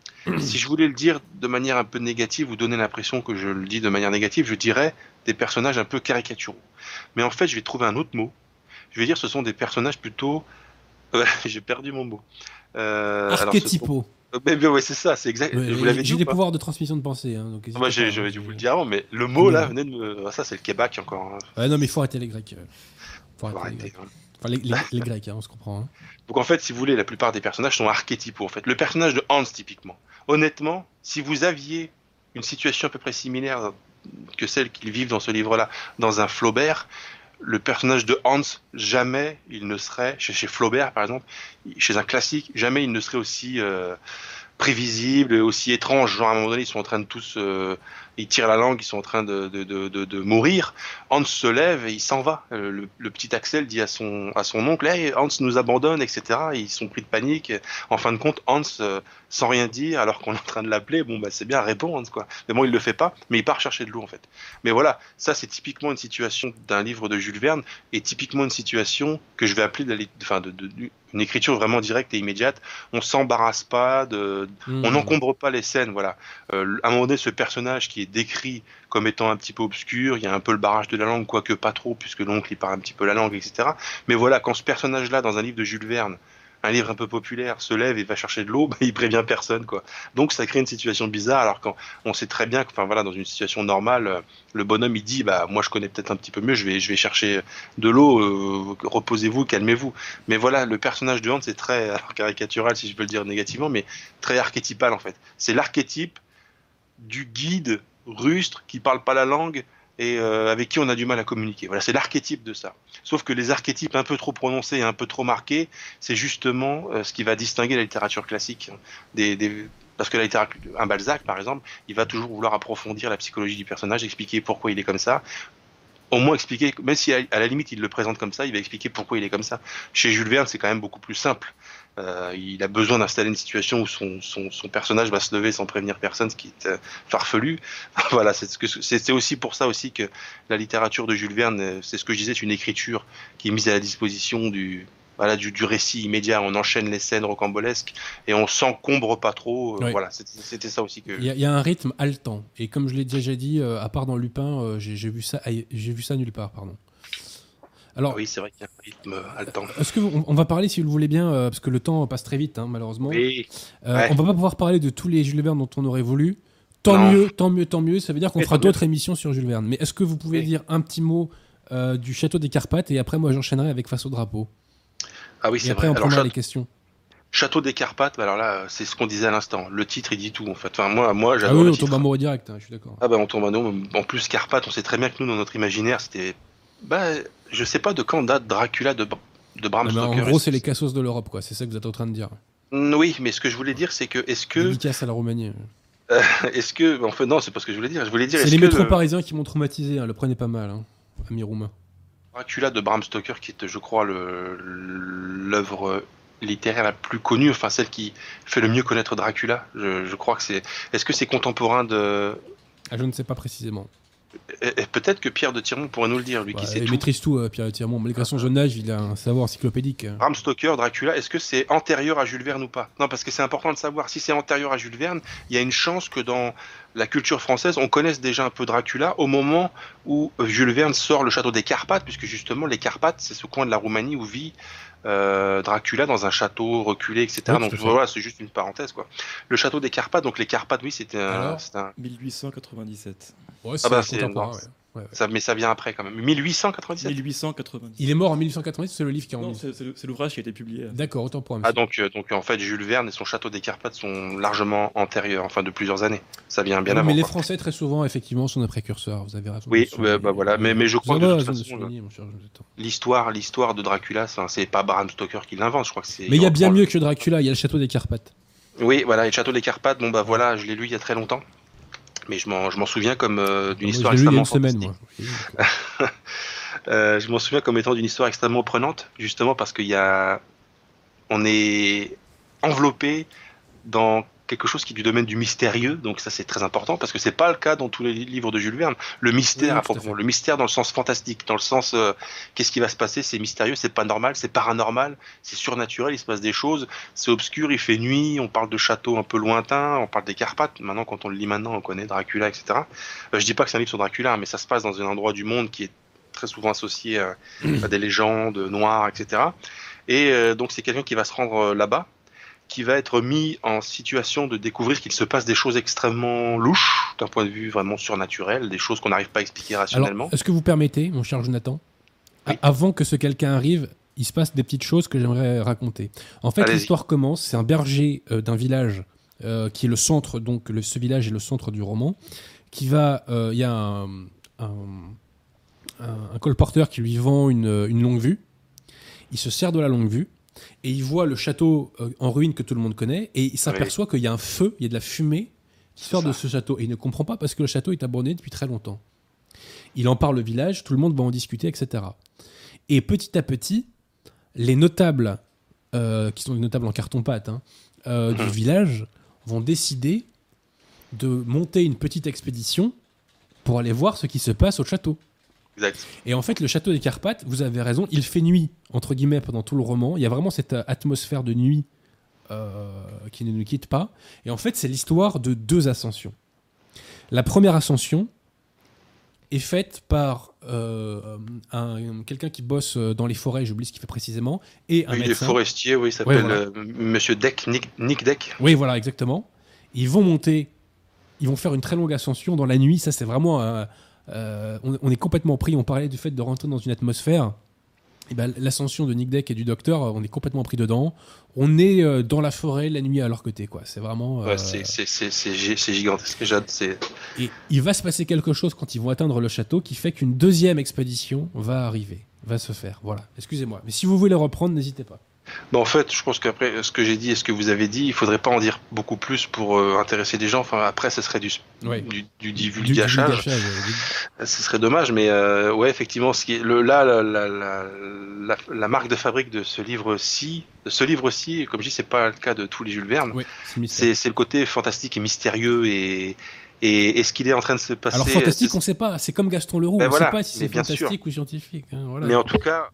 Si je voulais le dire de manière un peu négative ou donner l'impression que je le dis de manière négative, je dirais des personnages un peu caricaturaux. Mais en fait, je vais trouver un autre mot. Je vais dire ce sont des personnages plutôt... Euh, j'ai perdu mon mot. Euh, alors, ce sont- Archétypaux. Euh, mais, mais ouais, c'est ça, c'est exact. Ouais, Vous l'avez dit J'ai ou des pas? pouvoirs de transmission de pensée. Hein, donc Ah bah, n'hésitez j'ai- pas, j'avais hein, dû vous je- le dire avant, mais le mot là Mais- venait de me. Ah, ça, c'est le Québec encore. hein. Ouais, non, mais il faut arrêter les Grecs. euh. Faut Faut arrêter les arrêter, Grecs. hein. Enfin, les, les- les Grecs, hein, on se comprend. hein. Donc en fait, si vous voulez, la plupart des personnages sont archétypaux. En fait, le personnage de Hans typiquement. Honnêtement, si vous aviez une situation à peu près similaire que celle qu'ils vivent dans ce livre-là, dans un Flaubert, le personnage de Hans, jamais il ne serait, chez, chez Flaubert par exemple, chez un classique, jamais il ne serait aussi euh, prévisible, aussi étrange. Genre à un moment donné, ils sont en train de tous, euh, ils tirent la langue, ils sont en train de, de, de, de, de mourir. Hans se lève et il s'en va. Euh, Le, le petit Axel dit à son, à son oncle, hey, Hans nous abandonne, et cetera. Et ils sont pris de panique. En fin de compte, Hans, euh, sans rien dire, alors qu'on est en train de l'appeler, bon bah c'est bien, réponds Hans quoi. Mais bon, il le fait pas, mais il part chercher de l'eau en fait. Mais voilà, ça c'est typiquement une situation d'un livre de Jules Verne et typiquement une situation que je vais appeler de la lit- enfin, de, de- de- une écriture vraiment directe et immédiate. On s'embarrasse pas, de, Hmm. on n'encombre pas les scènes, voilà. Euh, à un moment donné, ce personnage qui est décrit comme étant un petit peu obscur, il y a un peu le barrage de la langue, quoique pas trop, puisque l'oncle il parle un petit peu la langue, et cetera. Mais voilà, quand ce personnage-là, dans un livre de Jules Verne, un livre un peu populaire, se lève et va chercher de l'eau, bah, il prévient personne, quoi. Donc ça crée une situation bizarre, alors quand on sait très bien que, enfin voilà, dans une situation normale, euh, le bonhomme il dit, bah moi je connais peut-être un petit peu mieux, je vais, je vais chercher de l'eau, euh, reposez-vous, calmez-vous. Mais voilà, le personnage de Hans est très alors, caricatural, si je peux le dire négativement, mais très archétypal en fait. C'est l'archétype du guide rustre qui parle pas la langue et euh, avec qui on a du mal à communiquer. Voilà, c'est l'archétype de ça. Sauf que les archétypes un peu trop prononcés et un peu trop marqués, c'est justement euh, ce qui va distinguer la littérature classique des, des... parce que la littérature, un Balzac par exemple, il va toujours vouloir approfondir la psychologie du personnage, expliquer pourquoi il est comme ça. Au moins expliquer, même si à la limite il le présente comme ça, il va expliquer pourquoi il est comme ça. Chez Jules Verne, c'est quand même beaucoup plus simple. Euh, il a besoin d'installer une situation où son, son, son personnage va se lever sans prévenir personne, ce qui est euh, farfelu. Voilà, c'est ce que c'est c'est aussi pour ça aussi que la littérature de Jules Verne, euh, c'est ce que je disais, c'est une écriture qui est mise à la disposition du voilà du, du récit immédiat. On enchaîne les scènes rocambolesques et on s'encombre pas trop. Euh, Ouais. Voilà, c'était c'était ça aussi que. Il y, a- il y a un rythme haletant. Et comme je l'ai déjà dit, euh, à part dans Lupin, euh, j'ai j'ai vu ça, aille- j'ai vu ça nulle part, pardon. Alors, Ah oui, c'est vrai qu'il y a un rythme euh, haletant. est-ce que on, on va parler, si vous le voulez bien, euh, parce que le temps passe très vite, hein, malheureusement. Oui. Euh, Ouais. On va pas pouvoir parler de tous les Jules Verne dont on aurait voulu. Tant Non. mieux, tant mieux, tant mieux. Ça veut dire qu'on Oui, fera tant mieux. d'autres émissions sur Jules Verne. Mais est-ce que vous pouvez Oui. dire un petit mot euh, du château des Carpates et après moi j'enchaînerai avec Face au drapeau. Ah oui, Et c'est après vrai. on Alors, prendra Château- les questions. Château des Carpates, bah alors là, c'est ce qu'on disait à l'instant. Le titre, il dit tout, en fait. Enfin, moi, moi, Ah j'adore oui, le on titre. tombe amoureux direct, hein, je suis d'accord. Ah bah, on tombe à nous. En plus, Carpates, on sait très bien que nous, dans notre imaginaire, c'était... Bah, je sais pas de quand date Dracula de, de Bram Ah, mais en Stoker. gros, c'est les cassos de l'Europe, quoi. C'est ça que vous êtes en train de dire. Mm, Oui, mais ce que je voulais dire, c'est que... Est-ce que... Dédicace à la Roumanie. Est-ce que... En fait, non, c'est pas ce que je voulais dire. Je voulais dire, C'est est-ce les que métros le parisiens qui m'ont traumatisé. Hein. Le prenez pas mal, hein, ami roumain. Dracula de Bram Stoker, qui est, je crois, le- l'œuvre littéraire la plus connue, enfin, celle qui fait le mieux connaître Dracula, je, je crois que c'est... Est-ce que c'est contemporain de... Ah, je ne sais pas précisément. Et- et Peut-être que Pierre de Tirmont pourrait nous le dire, lui qui Ouais, sait il tout. maîtrise tout, euh, Pierre Tirmont. Malgré son jeune âge, il a un savoir encyclopédique. Bram Stoker, Dracula, est-ce que c'est antérieur à Jules Verne ou pas? Non, parce que c'est important de savoir. Si c'est antérieur à Jules Verne, il y a une chance que dans la culture française, on connaisse déjà un peu Dracula au moment où Jules Verne sort le château des Carpates, puisque justement, les Carpates, c'est ce coin de la Roumanie où vit euh, Dracula dans un château reculé, et cetera. Oui, tout Donc à fait. voilà, c'est juste une parenthèse, quoi. Le château des Carpates, donc les Carpates, oui, c'était un, Alors c'est un- mille huit cent quatre-vingt-dix-sept. Ouais, c'est bah, c'est- contemporain. non, ouais. Ouais, ouais. ça, mais ça vient après quand même. mille huit cent quatre-vingt-dix-sept. mille huit cent quatre-vingt-dix. Il est mort en mille huit cent quatre-vingt-dix, c'est le livre qui est en Non, mille. c'est c'est le- c'est l'ouvrage qui a été publié. D'accord, autant pour un Ah donc, euh, donc en fait Jules Verne et son château des Carpates sont largement antérieurs, enfin de plusieurs années. Ça vient bien Oui, avant. mais les quoi. Français, très souvent, effectivement, sont des précurseurs. Vous avez raison. Oui, monsieur. ouais, bah voilà, mais- mais je crois Vous que de avez toute raison de façon, souligner, mon cher Jonathan. L'histoire, l'histoire de Dracula, ça, c'est pas Bram Stoker qui l'invente, je crois que c'est. Mais il y a on bien prend- mieux que Dracula, il y a le château des Carpates. Oui, voilà, et le château des Carpates, bon bah voilà, je l'ai lu il y a très longtemps, mais je m'en, je m'en souviens comme euh, d'une Moi, histoire je l'ai lu il y a extrêmement une semaine, fantastique. moi. Euh, je m'en souviens comme étant d'une histoire extrêmement prenante, justement parce qu'il y a, on est enveloppé dans quelque chose qui est du domaine du mystérieux, donc ça c'est très important parce que c'est pas le cas dans tous les livres de Jules Verne. Le mystère, Oui, à proprement, le mystère dans le sens fantastique, dans le sens euh, qu'est-ce qui va se passer, c'est mystérieux, c'est pas normal, c'est paranormal, c'est surnaturel, il se passe des choses, c'est obscur, il fait nuit, on parle de châteaux un peu lointains, on parle des Carpates. Maintenant, quand on le lit maintenant, on connaît Dracula, et cetera. Euh, je dis pas que c'est un livre sur Dracula, mais ça se passe dans un endroit du monde qui est très souvent associé à, à des légendes noires, et cetera. Et euh, donc c'est quelqu'un qui va se rendre euh, là-bas, qui va être mis en situation de découvrir qu'il se passe des choses extrêmement louches, d'un point de vue vraiment surnaturel, des choses qu'on n'arrive pas à expliquer rationnellement. Alors, est-ce que vous permettez, mon cher Jonathan, Oui. avant que ce quelqu'un arrive, il se passe des petites choses que j'aimerais raconter. En fait, Allez-y. l'histoire commence, c'est un berger euh, d'un village euh, qui est le centre, donc le, ce village est le centre du roman, qui va, il euh, y a un, un, un, un colporteur qui lui vend une, une longue vue, il se sert de la longue vue, et il voit le château euh, en ruine que tout le monde connaît, et il s'aperçoit oui. qu'il y a un feu, il y a de la fumée qui sort de ce château, et il ne comprend pas parce que le château est abandonné depuis très longtemps. Il en parle au village, tout le monde va en discuter, et cetera. Et petit à petit, les notables, euh, qui sont des notables en carton-pâte, hein, euh, du village, vont décider de monter une petite expédition pour aller voir ce qui se passe au château. Exact. Et en fait, le château des Carpates, vous avez raison, il fait nuit, entre guillemets, pendant tout le roman. Il y a vraiment cette atmosphère de nuit euh, qui ne nous quitte pas. Et en fait, c'est l'histoire de deux ascensions. La première ascension est faite par euh, un, quelqu'un qui bosse dans les forêts, j'oublie ce qu'il fait précisément, et un oui, médecin. Il est forestier, oui, il s'appelle ouais, voilà. euh, Monsieur Deck, Nick, Nick Deck. Oui, voilà, exactement. Ils vont monter, ils vont faire une très longue ascension dans la nuit. Ça, c'est vraiment... Euh, euh, on, on est complètement pris. On parlait du fait de rentrer dans une atmosphère. Et ben, l'ascension de Nick Deck et du Docteur, on est complètement pris dedans. On est euh, dans la forêt la nuit à leur côté, quoi. C'est vraiment. Euh... Ouais, c'est, c'est, c'est, c'est, c'est gigantesque. Jade, c'est... Et il va se passer quelque chose quand ils vont atteindre le château qui fait qu'une deuxième expédition va arriver, va se faire. Voilà. Excusez-moi. Mais si vous voulez reprendre, n'hésitez pas. Bon, en fait, je pense qu'après ce que j'ai dit et ce que vous avez dit, il faudrait pas en dire beaucoup plus pour euh, intéresser des gens. Enfin, après, ce serait du, ouais. du, du divulgachage. Du, du ouais. Ce serait dommage, mais euh, ouais, effectivement, ce qui est, le, là, la, la, la, la, la marque de fabrique de ce livre-ci, de ce livre-ci, comme je dis, c'est pas le cas de tous les Jules Verne. Ouais, c'est, c'est, c'est le côté fantastique et mystérieux et Et est-ce qu'il est en train de se passer... Alors fantastique, on ne sait pas. C'est comme Gaston Leroux. Ben on ne voilà, sait pas si c'est fantastique sûr. ou scientifique. Hein, voilà. Mais en tout cas,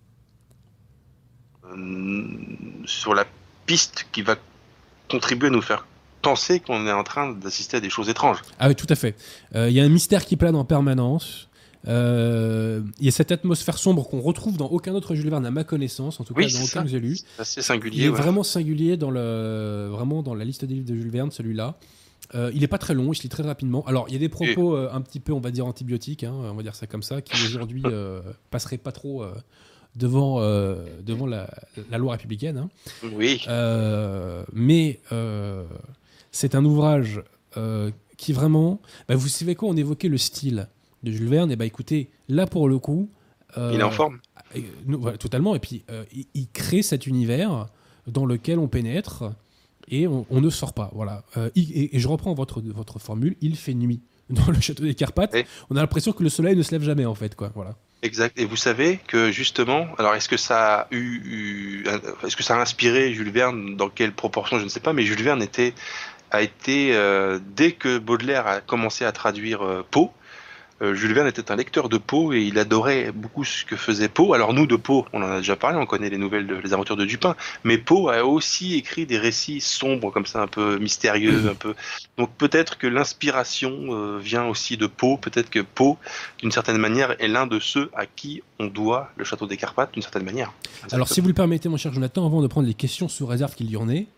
euh, sur la piste qui va contribuer à nous faire penser qu'on est en train d'assister à des choses étranges. Ah oui, tout à fait. Il euh, y a un mystère qui plane en permanence. Il euh, y a cette atmosphère sombre qu'on retrouve dans aucun autre Jules Verne à ma connaissance, en tout oui, cas dans aucun que j'ai lu. C'est assez singulier. Il est ouais. vraiment singulier dans, le, vraiment dans la liste des livres de Jules Verne, celui-là. Euh, il n'est pas très long, il se lit très rapidement. Alors, il y a des propos euh, un petit peu, on va dire, antibiotiques, hein, on va dire ça comme ça, qui aujourd'hui euh, passeraient pas trop euh, devant, euh, devant la, la loi républicaine. Hein. Oui. Euh, mais euh, c'est un ouvrage euh, qui vraiment... Bah, vous savez quoi, on évoquait le style de Jules Verne, et bah écoutez, là pour le coup... Euh, il est en forme. Euh, voilà, totalement, et puis euh, il, il crée cet univers dans lequel on pénètre... Et on, on ne sort pas, voilà. Euh, et, et je reprends votre, votre formule, il fait nuit dans le château des Carpates. Et on a l'impression que le soleil ne se lève jamais, en fait, quoi. Voilà. Exact. Et vous savez que justement, alors est-ce que ça a eu, eu est-ce que ça a inspiré Jules Verne, dans quelle proportion, je ne sais pas, mais Jules Verne était, a été euh, dès que Baudelaire a commencé à traduire euh, Poe. Euh, Jules Verne était un lecteur de Poe et il adorait beaucoup ce que faisait Poe. Alors nous, de Poe, on en a déjà parlé, on connaît les nouvelles de Les Aventures de Dupin, mais Poe a aussi écrit des récits sombres comme ça, un peu mystérieux, un peu. Donc peut-être que l'inspiration euh, vient aussi de Poe, peut-être que Poe, d'une certaine manière, est l'un de ceux à qui on doit le château des Carpates, d'une certaine manière. Exactement. Alors si vous le permettez, mon cher Jonathan, avant de prendre les questions sous réserve qu'il y en ait,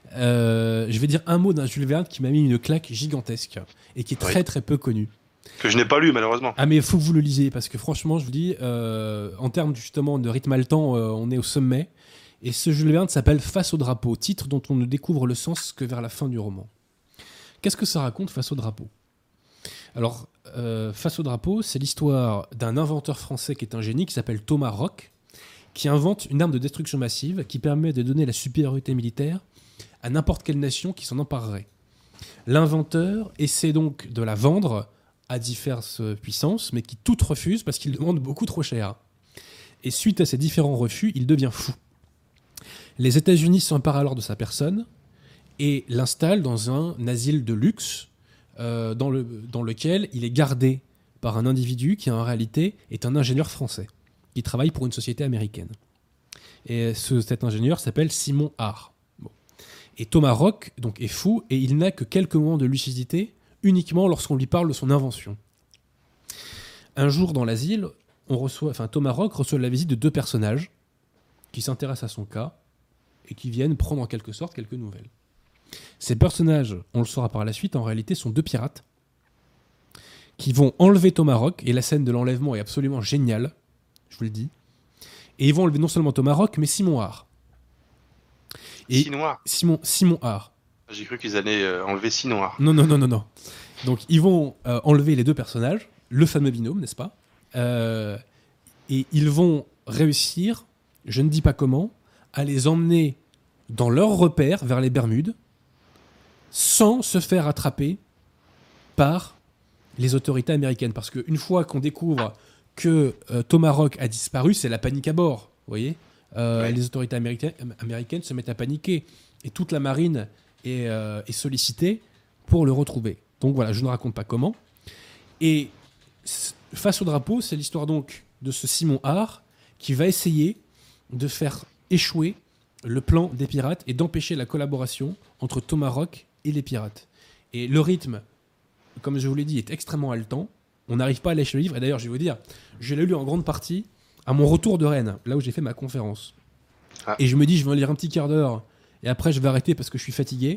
euh, je vais dire un mot d'un Jules Verne qui m'a mis une claque gigantesque et qui est très oui. très peu connu. Que je n'ai pas lu, malheureusement. Ah, mais il faut que vous le lisiez, parce que franchement, je vous dis, euh, en termes justement de rythme haletant, euh, on est au sommet. Et ce Jules Verne s'appelle Face au drapeau, titre dont on ne découvre le sens que vers la fin du roman. Qu'est-ce que ça raconte, Face au drapeau ? Alors, euh, Face au drapeau, c'est l'histoire d'un inventeur français qui est un génie, qui s'appelle Thomas Roch, qui invente une arme de destruction massive qui permet de donner la supériorité militaire à n'importe quelle nation qui s'en emparerait. L'inventeur essaie donc de la vendre à diverses puissances, mais qui toutes refusent parce qu'il demande beaucoup trop cher. Et suite à ces différents refus, il devient fou. Les États-Unis s'emparent alors de sa personne et l'installe dans un asile de luxe euh, dans, le, dans lequel il est gardé par un individu qui en réalité est un ingénieur français qui travaille pour une société américaine. Et ce, cet ingénieur s'appelle Simon Haar. Bon. Et Thomas Rock donc, est fou et il n'a que quelques moments de lucidité uniquement lorsqu'on lui parle de son invention. Un jour dans l'asile, on reçoit, enfin, Thomas Rock reçoit la visite de deux personnages qui s'intéressent à son cas et qui viennent prendre en quelque sorte quelques nouvelles. Ces personnages, on le saura par la suite, en réalité sont deux pirates qui vont enlever Thomas Rock, et la scène de l'enlèvement est absolument géniale, je vous le dis. Et ils vont enlever non seulement Thomas Rock, mais Simon Haar. Et Sinoir. Simon, Simon Haar. J'ai cru qu'ils allaient euh, enlever Sinoir. Non, non, non, non, non. Donc ils vont euh, enlever les deux personnages, le fameux binôme, n'est-ce pas euh, et ils vont réussir, je ne dis pas comment, à les emmener dans leur repère vers les Bermudes, sans se faire attraper par les autorités américaines. Parce qu'une fois qu'on découvre que euh, Thomas Rock a disparu, c'est la panique à bord, vous voyez euh, Ouais. Les autorités américaines, américaines se mettent à paniquer, et toute la marine est, euh, est sollicitée pour le retrouver. Donc voilà, je ne raconte pas comment. Et face au drapeau, c'est l'histoire donc de ce Simon Haar qui va essayer de faire échouer le plan des pirates et d'empêcher la collaboration entre Thomas Rock et les pirates. Et le rythme, comme je vous l'ai dit, est extrêmement haletant. On n'arrive pas à lâcher le livre. Et d'ailleurs, je vais vous dire, je l'ai lu en grande partie à mon retour de Rennes, là où j'ai fait ma conférence. Ah. Et je me dis, je vais en lire un petit quart d'heure et après je vais arrêter parce que je suis fatigué.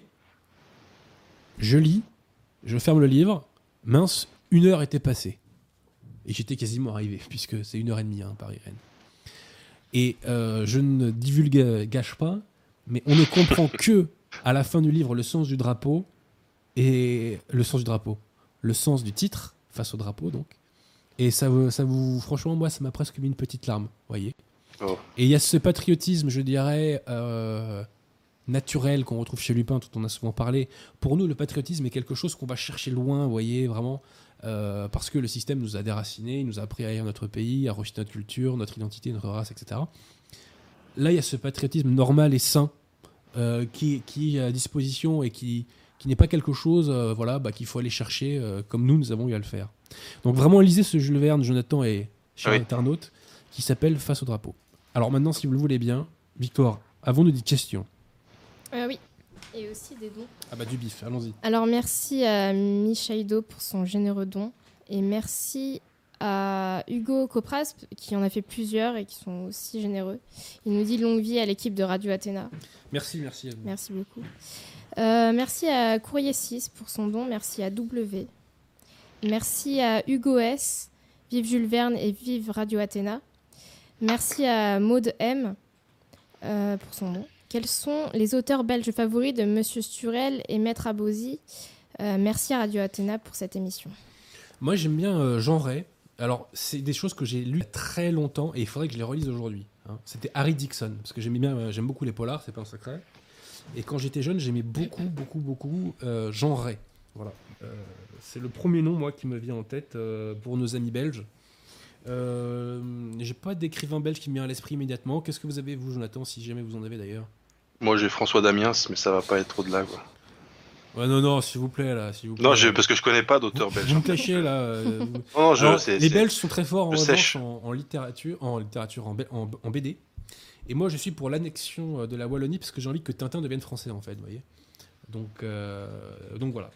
Je lis, je ferme le livre, mince, une heure était passée. Et j'étais quasiment arrivé, puisque c'est une heure et demie, hein, Paris-Rennes. Et euh, je ne divulgage pas, mais on ne comprend que à la fin du livre le sens du drapeau et le sens du drapeau, le sens du titre face au drapeau donc. Et ça, vous- ça vous, franchement, moi, ça m'a presque mis une petite larme, voyez. Oh. Et il y a ce patriotisme, je dirais, euh, naturel qu'on retrouve chez Lupin, dont on a souvent parlé. Pour nous, le patriotisme est quelque chose qu'on va chercher loin, vous voyez, vraiment, euh, parce que le système nous a déracinés, il nous a appris à haïr notre pays, à rejeter notre culture, notre identité, notre race, et cetera. Là, il y a ce patriotisme normal et sain euh, qui, qui est à disposition et qui, qui n'est pas quelque chose euh, voilà, bah, qu'il faut aller chercher euh, comme nous, nous avons eu à le faire. Donc vraiment, lisez ce Jules Verne, Jonathan et cher Oui. internaute, qui s'appelle Face au drapeau. Alors maintenant, si vous le voulez bien, Victoire, avons-nous des questions? Euh, oui, et aussi des dons. Ah bah du bif, allons-y. Alors merci à Michaïdo pour son généreux don et merci à Hugo Copras qui en a fait plusieurs et qui sont aussi généreux. Il nous dit longue vie à l'équipe de Radio Athéna. Merci, merci à vous. Merci beaucoup. Euh, merci à Courrier six pour son don. Merci à W. Merci à Hugo S. Vive Jules Verne et vive Radio Athéna. Merci à Maud M. euh, pour son don. Quels sont les auteurs belges favoris de Monsieur Sturel et Maître Abosi? Euh, Merci à Radio Athéna pour cette émission. Moi, j'aime bien euh, Jean Ray. Alors, c'est des choses que j'ai lues il y a très longtemps et il faudrait que je les relise aujourd'hui. hein. C'était Harry Dixon, parce que j'aimais bien, euh, j'aime beaucoup les polars, c'est pas un secret. Et quand j'étais jeune, j'aimais beaucoup, beaucoup, beaucoup euh, Jean Ray. Voilà. Euh, c'est le premier nom, moi, qui me vient en tête euh, pour nos amis belges. Euh, j'ai pas d'écrivain belge qui me vient à l'esprit immédiatement. Qu'est-ce que vous avez, vous, Jonathan, si jamais vous en avez d'ailleurs? Moi j'ai François Damiens, mais ça va pas être trop-delà quoi. Ouais, non, non, s'il vous plaît, là, s'il vous plaît. Non, je, parce que je connais pas d'auteur Vous, belge. vous me cachez, là. euh, vous- Non, je, Alors, c'est- les c'est- Belges sont très forts en, je revanche, sèche. en, en littérature, en littérature, en, B- en- en B D. Et moi, je suis pour l'annexion euh, de la Wallonie parce que j'ai envie que Tintin devienne français, en fait, vous voyez. Donc, euh, donc voilà.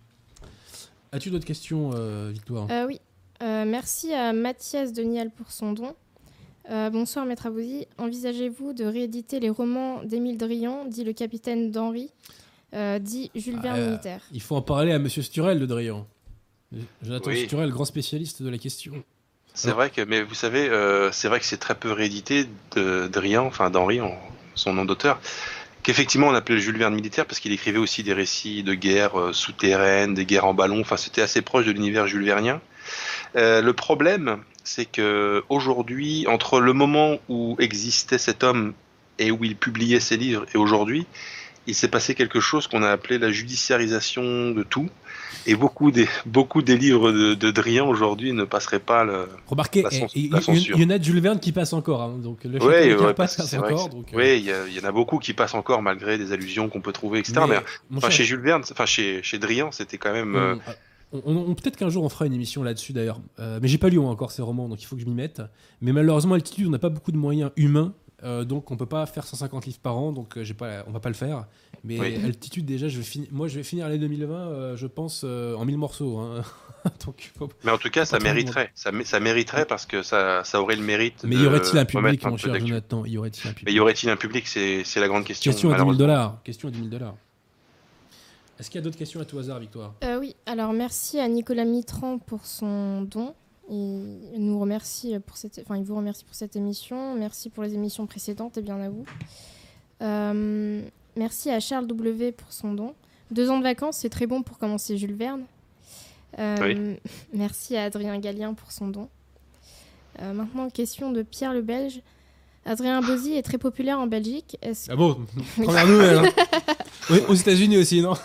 As-tu d'autres questions, euh, Victoire? Euh, oui. Euh, merci à Mathias Denial pour son don. Euh, bonsoir, Maître Abosi. Envisagez-vous de rééditer les romans d'Émile Drian, dit le capitaine d'Henri, euh, dit Jules Verne Ah, euh, militaire? Il faut en parler à Monsieur Sturel de Drian. Jonathan Oui. Sturel, grand spécialiste de la question. C'est vrai que, mais vous savez, euh, c'est vrai que c'est très peu réédité de Drian, enfin d'Henri, en- son nom d'auteur, qu'effectivement on appelait le Jules Verne militaire parce qu'il écrivait aussi des récits de guerres euh, souterraines, des guerres en ballon. Enfin, c'était assez proche de l'univers Jules Vernien. Euh, le problème, c'est que aujourd'hui, entre le moment où existait cet homme et où il publiait ses livres et aujourd'hui, il s'est passé quelque chose qu'on a appelé la judiciarisation de tout. Et beaucoup des, beaucoup des livres de, de Drian aujourd'hui ne passeraient pas le, Remarquez, la, cens- il la censure. y en a de Jules Verne qui passe encore. Hein, donc le Ouais, Château de ouais, Carpath parce que passe c'est vrai que encore. c'est- Donc, euh, ouais, il y, a- il y en a beaucoup qui passent encore malgré des allusions qu'on peut trouver, et cetera. Mais, mais, mon enfin, cher, chez Jules Verne, enfin chez, chez Drian, c'était quand même. euh, on- on- on- peut-être qu'un jour on fera une émission là-dessus d'ailleurs. Euh, mais j'ai pas lu encore ces romans, donc il faut que je m'y mette. Mais malheureusement, à Altitude, on n'a pas beaucoup de moyens humains. Euh, donc on peut pas faire cent cinquante livres par an, donc euh, j'ai pas, on va pas le faire. Mais Oui. Altitude déjà, je vais finir, moi je vais finir l'année deux mille vingt, euh, je pense euh, en mille morceaux. Hein. donc, faut... Mais en tout cas, Faut ça pas trop mériterait. Ça, mé- ça mériterait parce que ça, ça aurait le mérite. Mais de y aurait-il un public, remettre un mon peu cher d'actu. Jonathan? Y aurait-il un Mais public? y aurait-il un public? C'est, c'est la grande question. Question à dix mille malheureusement. dollars. Question à dix mille dollars. Est-ce qu'il y a d'autres questions à tout hasard, Victoire? Euh, oui, alors merci à Nicolas Mitran pour son don. Il nous remercie pour cette, enfin, il vous remercie pour cette émission. Merci pour les émissions précédentes et bien à vous. Euh, merci à Charles W pour son don. Deux ans de vacances, c'est très bon pour commencer Jules Verne. Euh, Oui. Merci à Adrien Gallien pour son don. Euh, maintenant, question de Pierre le Belge. Adrien Bozzi est très populaire en Belgique. Est-ce Ah bon? Première nouvelle. Hein. Oui, aux États-Unis aussi, non?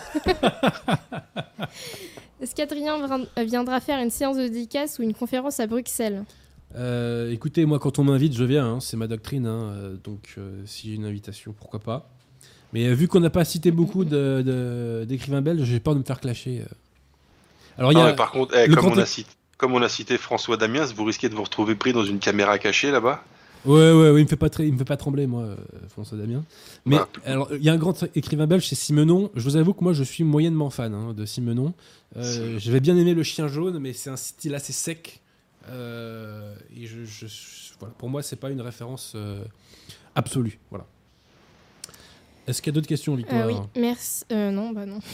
Est-ce qu'Adrien vra- viendra faire une séance de dédicace ou une conférence à Bruxelles? Euh, écoutez, moi, quand on m'invite, je viens. Hein, c'est ma doctrine. Hein, euh, donc, euh, si j'ai une invitation, pourquoi pas. Mais euh, vu qu'on n'a pas cité beaucoup de, de- d'écrivains belges, j'ai peur de me faire clasher. euh. Alors, il y Non, a. mais par contre, eh, le comme, grand on a é- cité, comme on a cité François Damiens, vous risquez de vous retrouver pris dans une caméra cachée là-bas. Ouais, ouais, ouais, il me fait pas très, il me fait pas trembler, moi, euh, François Damien. Mais Bah, alors, il y a un grand écrivain belge, c'est Simenon. Je vous avoue que moi, je suis moyennement fan hein, de Simenon. Euh, J'avais bien aimé Le Chien Jaune, mais c'est un style assez sec. Euh, et je, je- je- voilà, pour moi, c'est pas une référence euh, absolue. Voilà. Est-ce qu'il y a d'autres questions, Victoire? Euh, oui, merci. Euh, non, bah non.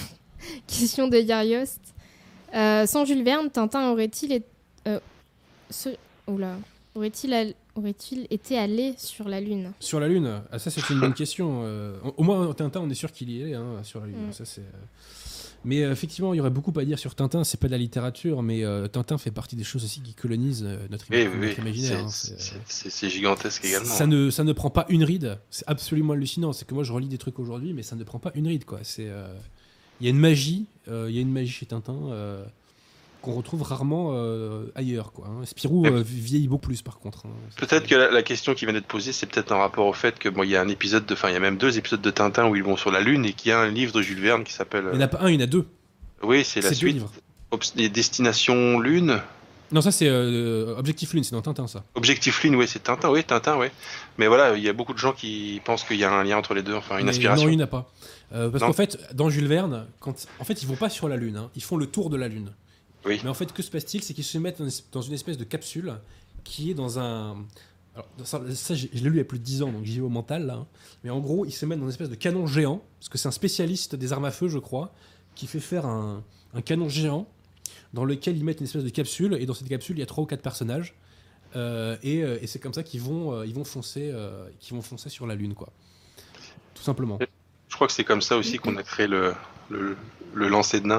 Question de Yariost. Euh, sans Jules Verne, Tintin aurait-il été... euh, ce- Oula. Aurait-il al- aurait-il été allé sur la Lune? Sur la Lune, ah, ça c'est une bonne question. Euh, au moins Tintin, on est sûr qu'il y est hein, sur la Lune. Mm. Ça, c'est, euh, Mais euh, effectivement, il y aurait beaucoup à dire sur Tintin. C'est pas de la littérature, mais euh, Tintin fait partie des choses aussi qui colonisent euh, notre, Oui, ima- oui, notre oui. imaginaire. hein. C'est- C'est, c'est- euh, c'est c'est gigantesque également. Ça ne, ça ne prend pas une ride. C'est absolument hallucinant. C'est que moi, je relis des trucs aujourd'hui, mais ça ne prend pas une ride. Quoi. C'est, euh, il y a une magie. euh, Il y a une magie chez Tintin euh, qu'on retrouve rarement euh, ailleurs. Quoi, hein. Spirou euh, vieillit beaucoup plus, par contre. hein. Peut-être que la, la question qui vient d'être posée, c'est peut-être un rapport au fait que bon, il y a un épisode de, enfin, il y a même deux épisodes de Tintin où ils vont sur la Lune et qu'il y a un livre de Jules Verne qui s'appelle. Il n'y en a pas un, il y en a deux. Oui, c'est la C'est deux suite. livres. Obs- les Destinations Lune. Non, ça c'est euh, Objectif Lune, c'est dans Tintin ça. Objectif Lune, oui, c'est Tintin, oui, Tintin, oui. Mais voilà, il y a beaucoup de gens qui pensent qu'il y a un lien entre les deux, enfin une Mais inspiration. Non, il n'y en a pas. Euh, parce Non. qu'en fait, dans Jules Verne, quand... en fait, ils vont pas sur la Lune, hein. Ils font le tour de la Lune. Oui. Mais en fait, que se passe-t-il? C'est qu'ils se mettent dans- dans une espèce de capsule qui est dans un. Alors, ça, ça, je je l'ai lu il y a plus de dix ans, donc j'y vais au mental là. hein. Mais en gros, ils se mettent dans une espèce de canon géant, parce que c'est un spécialiste des armes à feu, je crois, qui fait faire un, un canon géant dans lequel ils mettent une espèce de capsule, et dans cette capsule, il y a trois ou quatre personnages. Euh, et, euh, et c'est comme ça qu'ils vont, euh, ils vont foncer, euh, qu'ils vont foncer sur la Lune, quoi. Tout simplement. Je crois que c'est comme ça aussi qu'on a créé le, le, le lancer de nains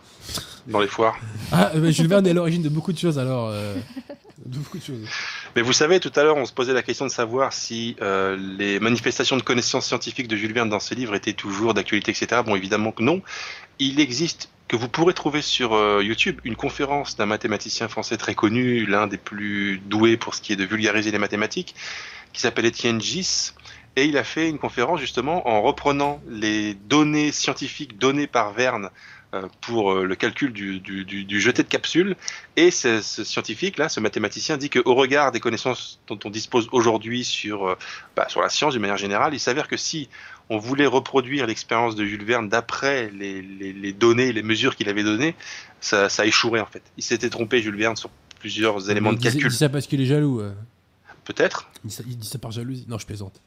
dans les foires. Ah, euh, Jules Verne est à l'origine de beaucoup de choses, alors. euh, de beaucoup de choses. Mais vous savez, tout à l'heure, on se posait la question de savoir si euh, les manifestations de connaissances scientifiques de Jules Verne dans ses livres étaient toujours d'actualité, et cetera. Bon, évidemment que non. Il existe, que vous pourrez trouver sur euh, YouTube, une conférence d'un mathématicien français très connu, l'un des plus doués pour ce qui est de vulgariser les mathématiques, qui s'appelle Étienne Gis. Et il a fait une conférence justement en reprenant les données scientifiques données par Verne euh, pour euh, le calcul du, du, du, du jeté de capsule. Et ce, ce scientifique-là, ce mathématicien, dit qu'au regard des connaissances dont on dispose aujourd'hui sur, euh, bah, sur la science d'une manière générale, il s'avère que si on voulait reproduire l'expérience de Jules Verne d'après les, les, les données, les mesures qu'il avait données, ça, ça échouerait en fait. Il s'était trompé, Jules Verne, sur plusieurs éléments il de dit, calcul. Il dit ça parce qu'il est jaloux. euh. Peut-être. Il, dit ça, il dit ça par jalousie. Non, je plaisante.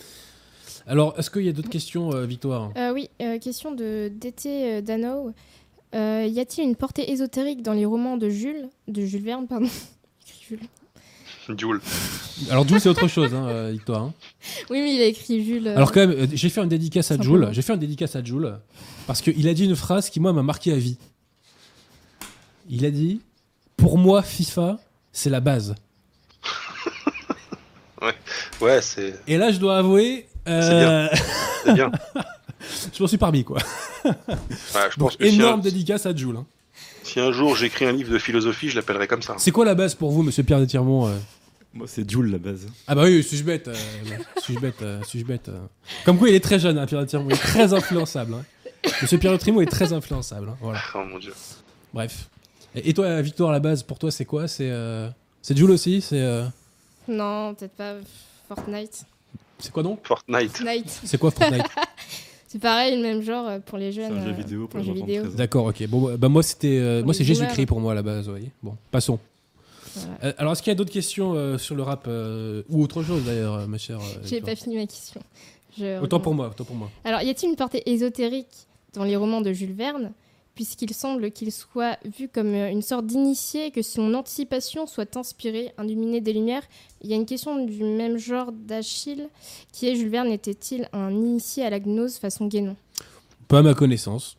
Alors, est-ce qu'il y a d'autres questions, euh, Victoire? Euh, oui, euh, question de D T euh, Dano. Euh, y a-t-il une portée ésotérique dans les romans de Jules, de Jules Verne, pardon, écrit Jules. Jules. Alors, Jules, c'est autre chose, hein, euh, Victoire. hein. Oui, mais il a écrit Jules. euh, Alors, quand même, euh, j'ai fait une dédicace à Simplement. Jules. J'ai fait une dédicace à Jules parce qu'il a dit une phrase qui, moi, m'a marqué à vie. Il a dit pour moi, FIFA, c'est la base. Ouais, c'est Et là, je dois avouer. euh, c'est bien. je m'en suis parmi, quoi. Ouais, je pense Donc, que si énorme un, dédicace à Jules. Hein. si un jour j'écris un livre de philosophie, je l'appellerai comme ça. C'est quoi la base pour vous, monsieur Pierre de Tirmont euh Moi, c'est Joule la base. Ah bah oui, suis-je bête, euh, suis-je bête, euh, suis-je bête. euh. Comme quoi, il est très jeune, hein, Pierre de Tirmont, il est très influençable. Hein. Monsieur Pierre de Tirmont est très influençable. Hein, voilà. Oh mon dieu. Bref. Et, et toi, Victoire, la base, pour toi, c'est quoi? C'est euh... c'est Jules aussi? C'est euh... Non, peut-être pas Fortnite. c'est quoi donc? Fortnite. Night. C'est quoi Fortnite? C'est pareil, le même genre euh, pour les jeunes. C'est un jeu euh, vidéo pour un les jeu enfants de vidéo. treize ans. D'accord, ok. Bon, bah moi, c'était euh, Pour moi les c'est boomers. Jésus-Christ pour moi à la base, vous voyez. Bon, passons. Voilà. Euh, alors, est-ce qu'il y a d'autres questions euh, sur le rap euh, ou autre chose d'ailleurs, euh, ma chère euh, J'ai Victoire pas fini ma question. Je Autant reviens. pour moi, autant pour moi. Alors, y a-t-il une portée ésotérique dans les romans de Jules Verne, puisqu'il semble qu'il soit vu comme euh, une sorte d'initié et que son anticipation soit inspirée, illuminée des lumières? Il y a une question du même genre d'Achille, qui est: Jules Verne était-il un initié à la gnose façon Guénon? Pas à ma connaissance.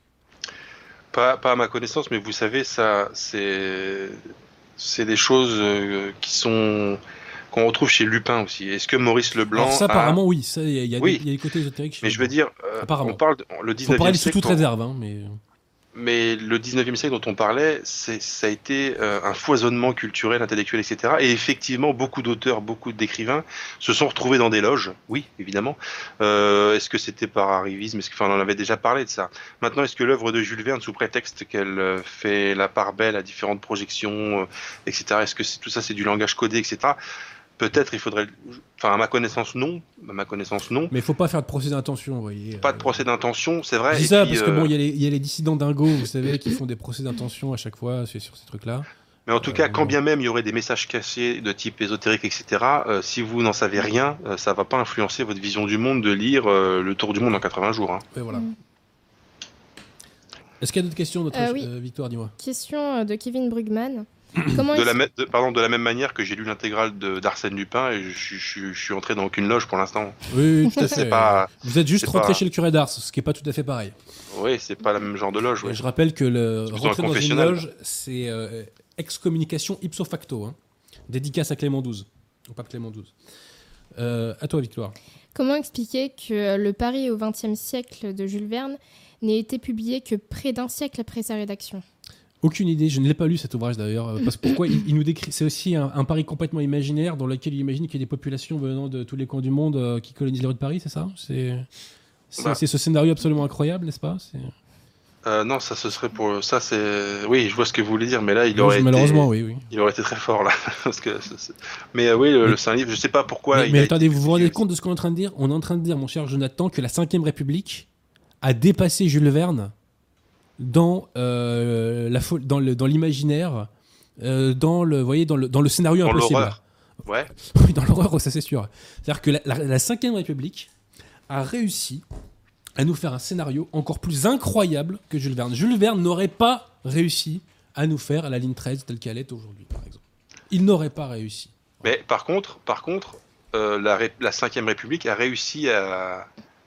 Pas, pas à ma connaissance, mais vous savez, ça, c'est, c'est des choses euh, qui sont qu'on retrouve chez Lupin aussi. Est-ce que Maurice Leblanc Alors ça, a- apparemment, oui. Ça, il y, a- il y a Oui. des- il y a des côtés ésotériques. chez Mais je veux Lupin. dire, euh, Apparemment. on parle de, le Faut parler dix-neuvième sous siècle. toute on- réserve, hein, mais Mais le dix-neuvième siècle dont on parlait, c'est, ça a été euh, un foisonnement culturel, intellectuel, et cetera. Et effectivement, beaucoup d'auteurs, beaucoup d'écrivains se sont retrouvés dans des loges. Oui, évidemment. Euh, est-ce que c'était par arrivisme? Est-ce que, enfin, on en avait déjà parlé de ça. Maintenant, est-ce que l'œuvre de Jules Verne, sous prétexte qu'elle euh, fait la part belle à différentes projections, euh, et cetera. Est-ce que c'est, tout ça, c'est du langage codé, et cetera. Peut-être il faudrait, enfin à ma connaissance non, à ma connaissance non. mais faut pas faire de procès d'intention, vous voyez. Pas de euh, procès d'intention, c'est vrai. Je dis et ça puis, parce que euh, bon, il y, a les- il y a les dissidents dingos, vous savez, qui font des procès d'intention à chaque fois sur, sur ces trucs-là. Mais en tout Euh, cas, quand bon. bien même il y aurait des messages cachés de type ésotérique, et cetera, euh, si vous n'en savez rien, euh, ça va pas influencer votre vision du monde de lire euh, Le Tour du Monde en quatre-vingts jours. Hein. Ouais, voilà. Mm. Est-ce qu'il y a d'autres questions, notre Euh, oui. euh, Victoire, dis-moi. Question euh, de Kevin Brugman. Comment De est-ce la, me- de, pardon, de la même manière que j'ai lu l'intégrale de- d'Arsène Lupin et je, je- je suis entré dans aucune loge pour l'instant. Oui, oui, tout à C'est fait. pas- Vous êtes juste c'est rentré pas- chez le curé d'Ars, ce qui est pas tout à fait pareil. Oui, c'est pas le même genre de loge. Et Ouais. je rappelle que le C'est plutôt un rentrer dans une confessionnal. loge, c'est euh, excommunication ipso facto. Hein. Dédicace à Clément douze. Au pape Clément douze. Euh, à toi, Victoire. Comment expliquer que le Paris au vingtième siècle de Jules Verne n'ait été publié que près d'un siècle après sa rédaction? Aucune idée, je ne l'ai pas lu cet ouvrage d'ailleurs. euh, Parce que pourquoi il, il nous décrit. C'est aussi un, un Paris complètement imaginaire dans lequel il imagine qu'il y a des populations venant de tous les coins du monde euh, qui colonisent les rues de Paris, c'est ça? C'est c'est- Bah. c'est ce scénario absolument incroyable, n'est-ce pas? C'est- Euh, non, ça ce serait pour ça. C'est oui, je vois ce que vous voulez dire, mais là il Oui, aurait été, malheureusement, oui. oui. il aurait été très fort là. Parce que c'est- c'est- Mais euh, oui, le, Mais- le- c'est un livre. Je sais pas pourquoi. mais il mais a attendez, été vous vous rendez publié. compte de ce qu'on est en train de dire? On est en train de dire, mon cher Jonathan, que la cinquième République a dépassé Jules Verne dans, euh, la fo- dans, le, dans l'imaginaire, euh, dans, le, vous voyez, dans, le, dans le scénario Dans impossible. l'horreur. Ouais. Oui, dans l'horreur, ça c'est sûr. C'est-à-dire que la, la, la cinquième République a réussi à nous faire un scénario encore plus incroyable que Jules Verne. Jules Verne n'aurait pas réussi à nous faire la ligne treize telle qu'elle est aujourd'hui, par exemple. Il n'aurait pas réussi. Mais par contre, par contre, euh, la, Ré- la cinquième République a réussi à,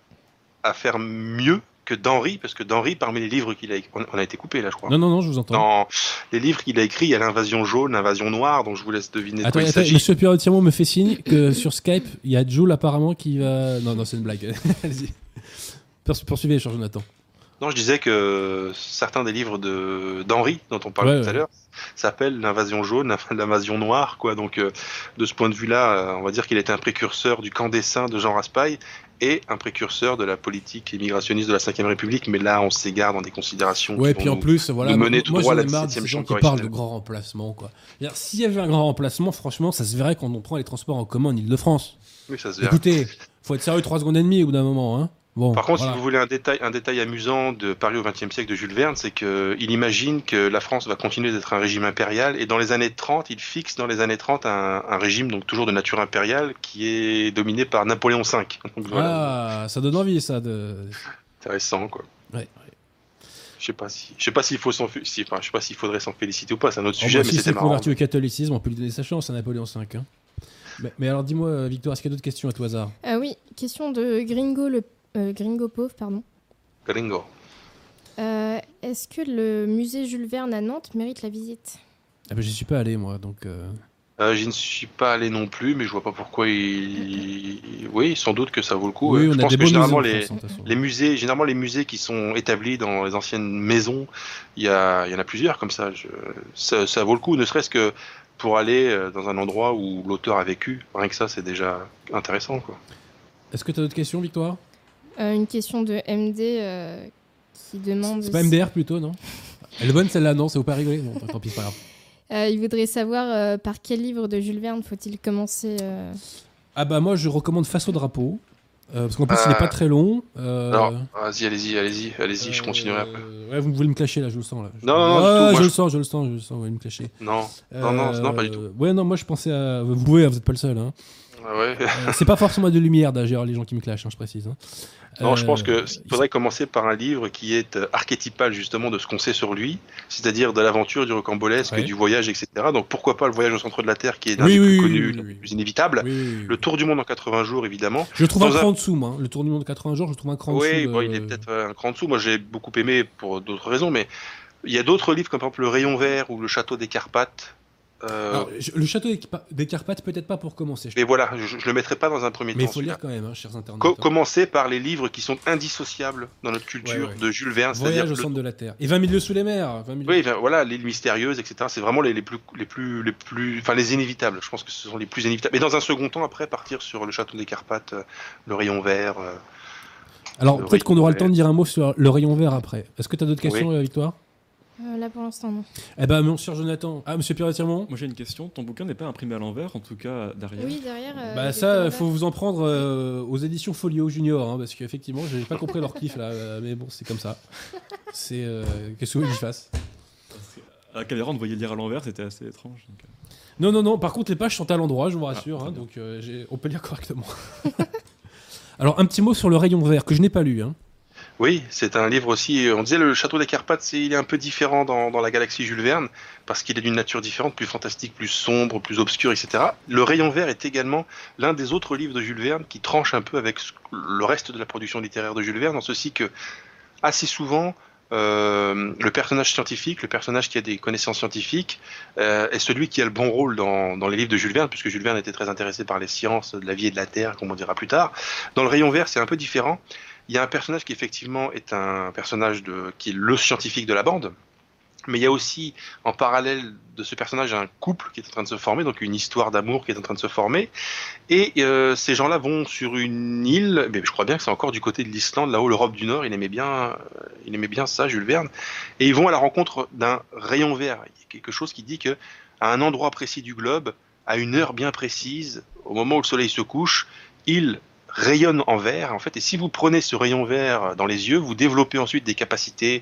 à faire mieux que d'Henri, parce que d'Henri, parmi les livres qu'il a écrits, on, on a été coupé là, je crois. Non, non, non, je vous entends. Dans les livres qu'il a écrits, il y a l'invasion jaune, l'invasion noire, donc je vous laisse deviner de Attends, quoi il attends, s'agit. Monsieur Pierre Tirmont me fait signe que sur Skype, il y a Jules apparemment qui va... Non, non, c'est une blague. Allez-y. Poursu- Poursuivez, cher Jonathan. Non, je disais que certains des livres de d'Henri, dont on parlait Ouais, tout à ouais. l'heure, s'appellent l'invasion jaune, l'invasion noire, quoi. Donc, euh, de ce point de vue-là, euh, on va dire qu'il était un précurseur du camp des saints de Jean Raspail et un précurseur de la politique immigrationniste de la cinquième République. Mais là, on s'égare dans des considérations. Ouais, qui puis vont en nous- plus, voilà, nous mener moi, tout moi, droit j'en à ai la marre de dix-septième ces gens chambre qui parlent de correctionnelle. grand remplacement, quoi. C'est-à-dire, s'il y avait un grand remplacement, franchement, ça se verrait quand on prend les transports en commun en Ile-de-France. Oui, ça se verra. Écoutez, faut être sérieux trois secondes et demie au bout d'un moment, hein. Bon, Par contre, voilà. si vous voulez un détail, un détail amusant de Paris au vingtième siècle de Jules Verne, c'est qu'il imagine que la France va continuer d'être un régime impérial, et dans les années trente, il fixe dans les années trente un, un régime, donc toujours de nature impériale, qui est dominé par Napoléon cinq. Donc voilà, Ah, ça donne envie, ça. De... intéressant, quoi. Ouais, ouais. Je sais pas si, je sais pas s'il faut s'en, f- si, enfin, je sais pas s'il faudrait s'en féliciter ou pas, c'est un autre Oh, sujet, bah, mais si c'était c'est marrant. converti au catholicisme, on peut lui donner sa chance à Napoléon cinq. Hein. Mais, mais alors, dis-moi, euh, Victor, est-ce qu'il y a d'autres questions à tout hasard? Ah oui, question de Gringo, le, euh, Gringo Pauvre, pardon. Gringo. Euh, Est-ce que le musée Jules Verne à Nantes mérite la visite? Ah ben, j'y suis pas allé, moi, donc... euh, Euh, je ne suis pas allé non plus, mais je vois pas pourquoi il. Oui, sans doute que ça vaut le coup. Oui, Euh, on je a pense des que beaux généralement musées en les, France, hein, de toute façon. les musées, généralement les musées qui sont établis dans les anciennes maisons, il y a, il y en a plusieurs comme ça. Je- ça. Ça vaut le coup, ne serait-ce que pour aller euh, dans un endroit où l'auteur a vécu. Rien que ça, c'est déjà intéressant, quoi. Est-ce que tu as d'autres questions, Victoire? Euh, une question de M D euh, qui demande. C'est pas M D R plutôt, non? Elle est bonne celle-là, non? Ça vous pas rigoler? Bon, tant pis, c'est pas grave. Euh, il voudrait savoir euh, par quel livre de Jules Verne faut-il commencer euh... Ah bah moi je recommande Face au drapeau, euh, parce qu'en plus Euh, il est pas très long. Euh, Alors, vas-y, allez-y, allez-y, allez-y, je euh, continuerai après. Ouais, vous voulez me clasher là, je le sens là. Non, non, non, du Ah, tout, moi, je je- le sens, je le sens, je le sens, vous voulez me clasher. Non, non, non, non, pas du tout. Ouais, non, moi je pensais à. Vous pouvez, vous êtes pas le seul. Hein. Ah ouais. Euh, c'est pas forcément de lumière d'ailleurs, les gens qui me clashent, hein, je précise. Hein. Non, je pense Euh, qu'il faudrait commencer par un livre qui est euh, archétypal justement de ce qu'on sait sur lui, c'est-à-dire de l'aventure, du rocambolesque, Ouais. du voyage, et cetera. Donc pourquoi pas le voyage au centre de la Terre qui est l'un Oui, des oui, plus oui, connus, oui, le oui. plus inévitable. Oui, oui, oui. Le tour du monde en quatre-vingts jours, évidemment. Je le trouve un Dans un- cran en dessous, moi. Le tour du monde de quatre-vingts jours, je le trouve un cran en Oui, dessous. bon, de- il est peut-être euh, un cran en dessous. Moi, j'ai beaucoup aimé pour d'autres raisons, mais il y a d'autres livres comme par exemple Le Rayon Vert ou Le Château des Carpates. Euh, Alors, je- le château des, des Carpates, peut-être pas pour commencer. je mais voilà, je, je le mettrai pas dans un premier Mais il temps. faut celui-là. lire quand même, hein, chers internautes. Co- hein. commencer par les livres qui sont indissociables dans notre culture Ouais, ouais. de Jules Verne, c'est-à-dire Voyage au le- centre de la Terre. Et vingt mille lieues sous les mers. vingt mille Oui, ben, voilà, l'île mystérieuse, et cetera. C'est vraiment les, les plus, les plus, les plus, enfin les inévitables. Je pense que ce sont les plus inévitables. Mais dans un second temps, après, partir sur le château des Carpates, euh, le Rayon Vert. euh, Alors, Le peut-être qu'on rayon aura le vert. temps de dire un mot sur le rayon vert après. Est-ce que tu as d'autres questions, euh, Victoire? Euh, Là pour l'instant non. Eh ben, mon cher Jonathan. Ah, monsieur Pierre-Tirmont. Moi j'ai une question, ton bouquin n'est pas imprimé à l'envers, en tout cas derrière. Oui derrière. euh, Bah il est ça, à il faut vous en prendre euh, aux éditions Folio Junior, hein, parce qu'effectivement, j'ai pas compris leur kiff là, euh, mais bon, c'est comme ça. C'est euh, qu'est-ce que vous voulez que j'y fasse? À la caméra on te voyait lire à l'envers, c'était assez étrange. Donc, euh. Non, non, non. Par contre, les pages sont à l'endroit, je vous rassure, Ah, hein, très donc euh, j'ai- on peut lire correctement. Alors, un petit mot sur le rayon vert que je n'ai pas lu. Hein. Oui, c'est un livre aussi. On disait le château des Carpates, c'est, il est un peu différent dans, dans la galaxie Jules Verne parce qu'il est d'une nature différente, plus fantastique, plus sombre, plus obscur, et cetera. Le Rayon Vert est également l'un des autres livres de Jules Verne qui tranche un peu avec ce- le reste de la production littéraire de Jules Verne, en ceci que assez souvent. euh, le personnage scientifique, le personnage qui a des connaissances scientifiques, euh, est celui qui a le bon rôle dans, dans les livres de Jules Verne, puisque Jules Verne était très intéressé par les sciences de la vie et de la Terre, comme on dira plus tard. Dans le Rayon Vert, c'est un peu différent. Il y a un personnage qui effectivement est un personnage de, qui est le scientifique de la bande, mais il y a aussi en parallèle de ce personnage un couple qui est en train de se former, donc une histoire d'amour qui est en train de se former, et euh, ces gens-là vont sur une île, mais je crois bien que c'est encore du côté de l'Islande, là-haut l'Europe du Nord, il aimait bien, euh, il aimait bien ça, Jules Verne, et ils vont à la rencontre d'un rayon vert. Il y a quelque chose qui dit que à un endroit précis du globe, à une heure bien précise, au moment où le soleil se couche, il rayonne en vert, en fait, et si vous prenez ce rayon vert dans les yeux, vous développez ensuite des capacités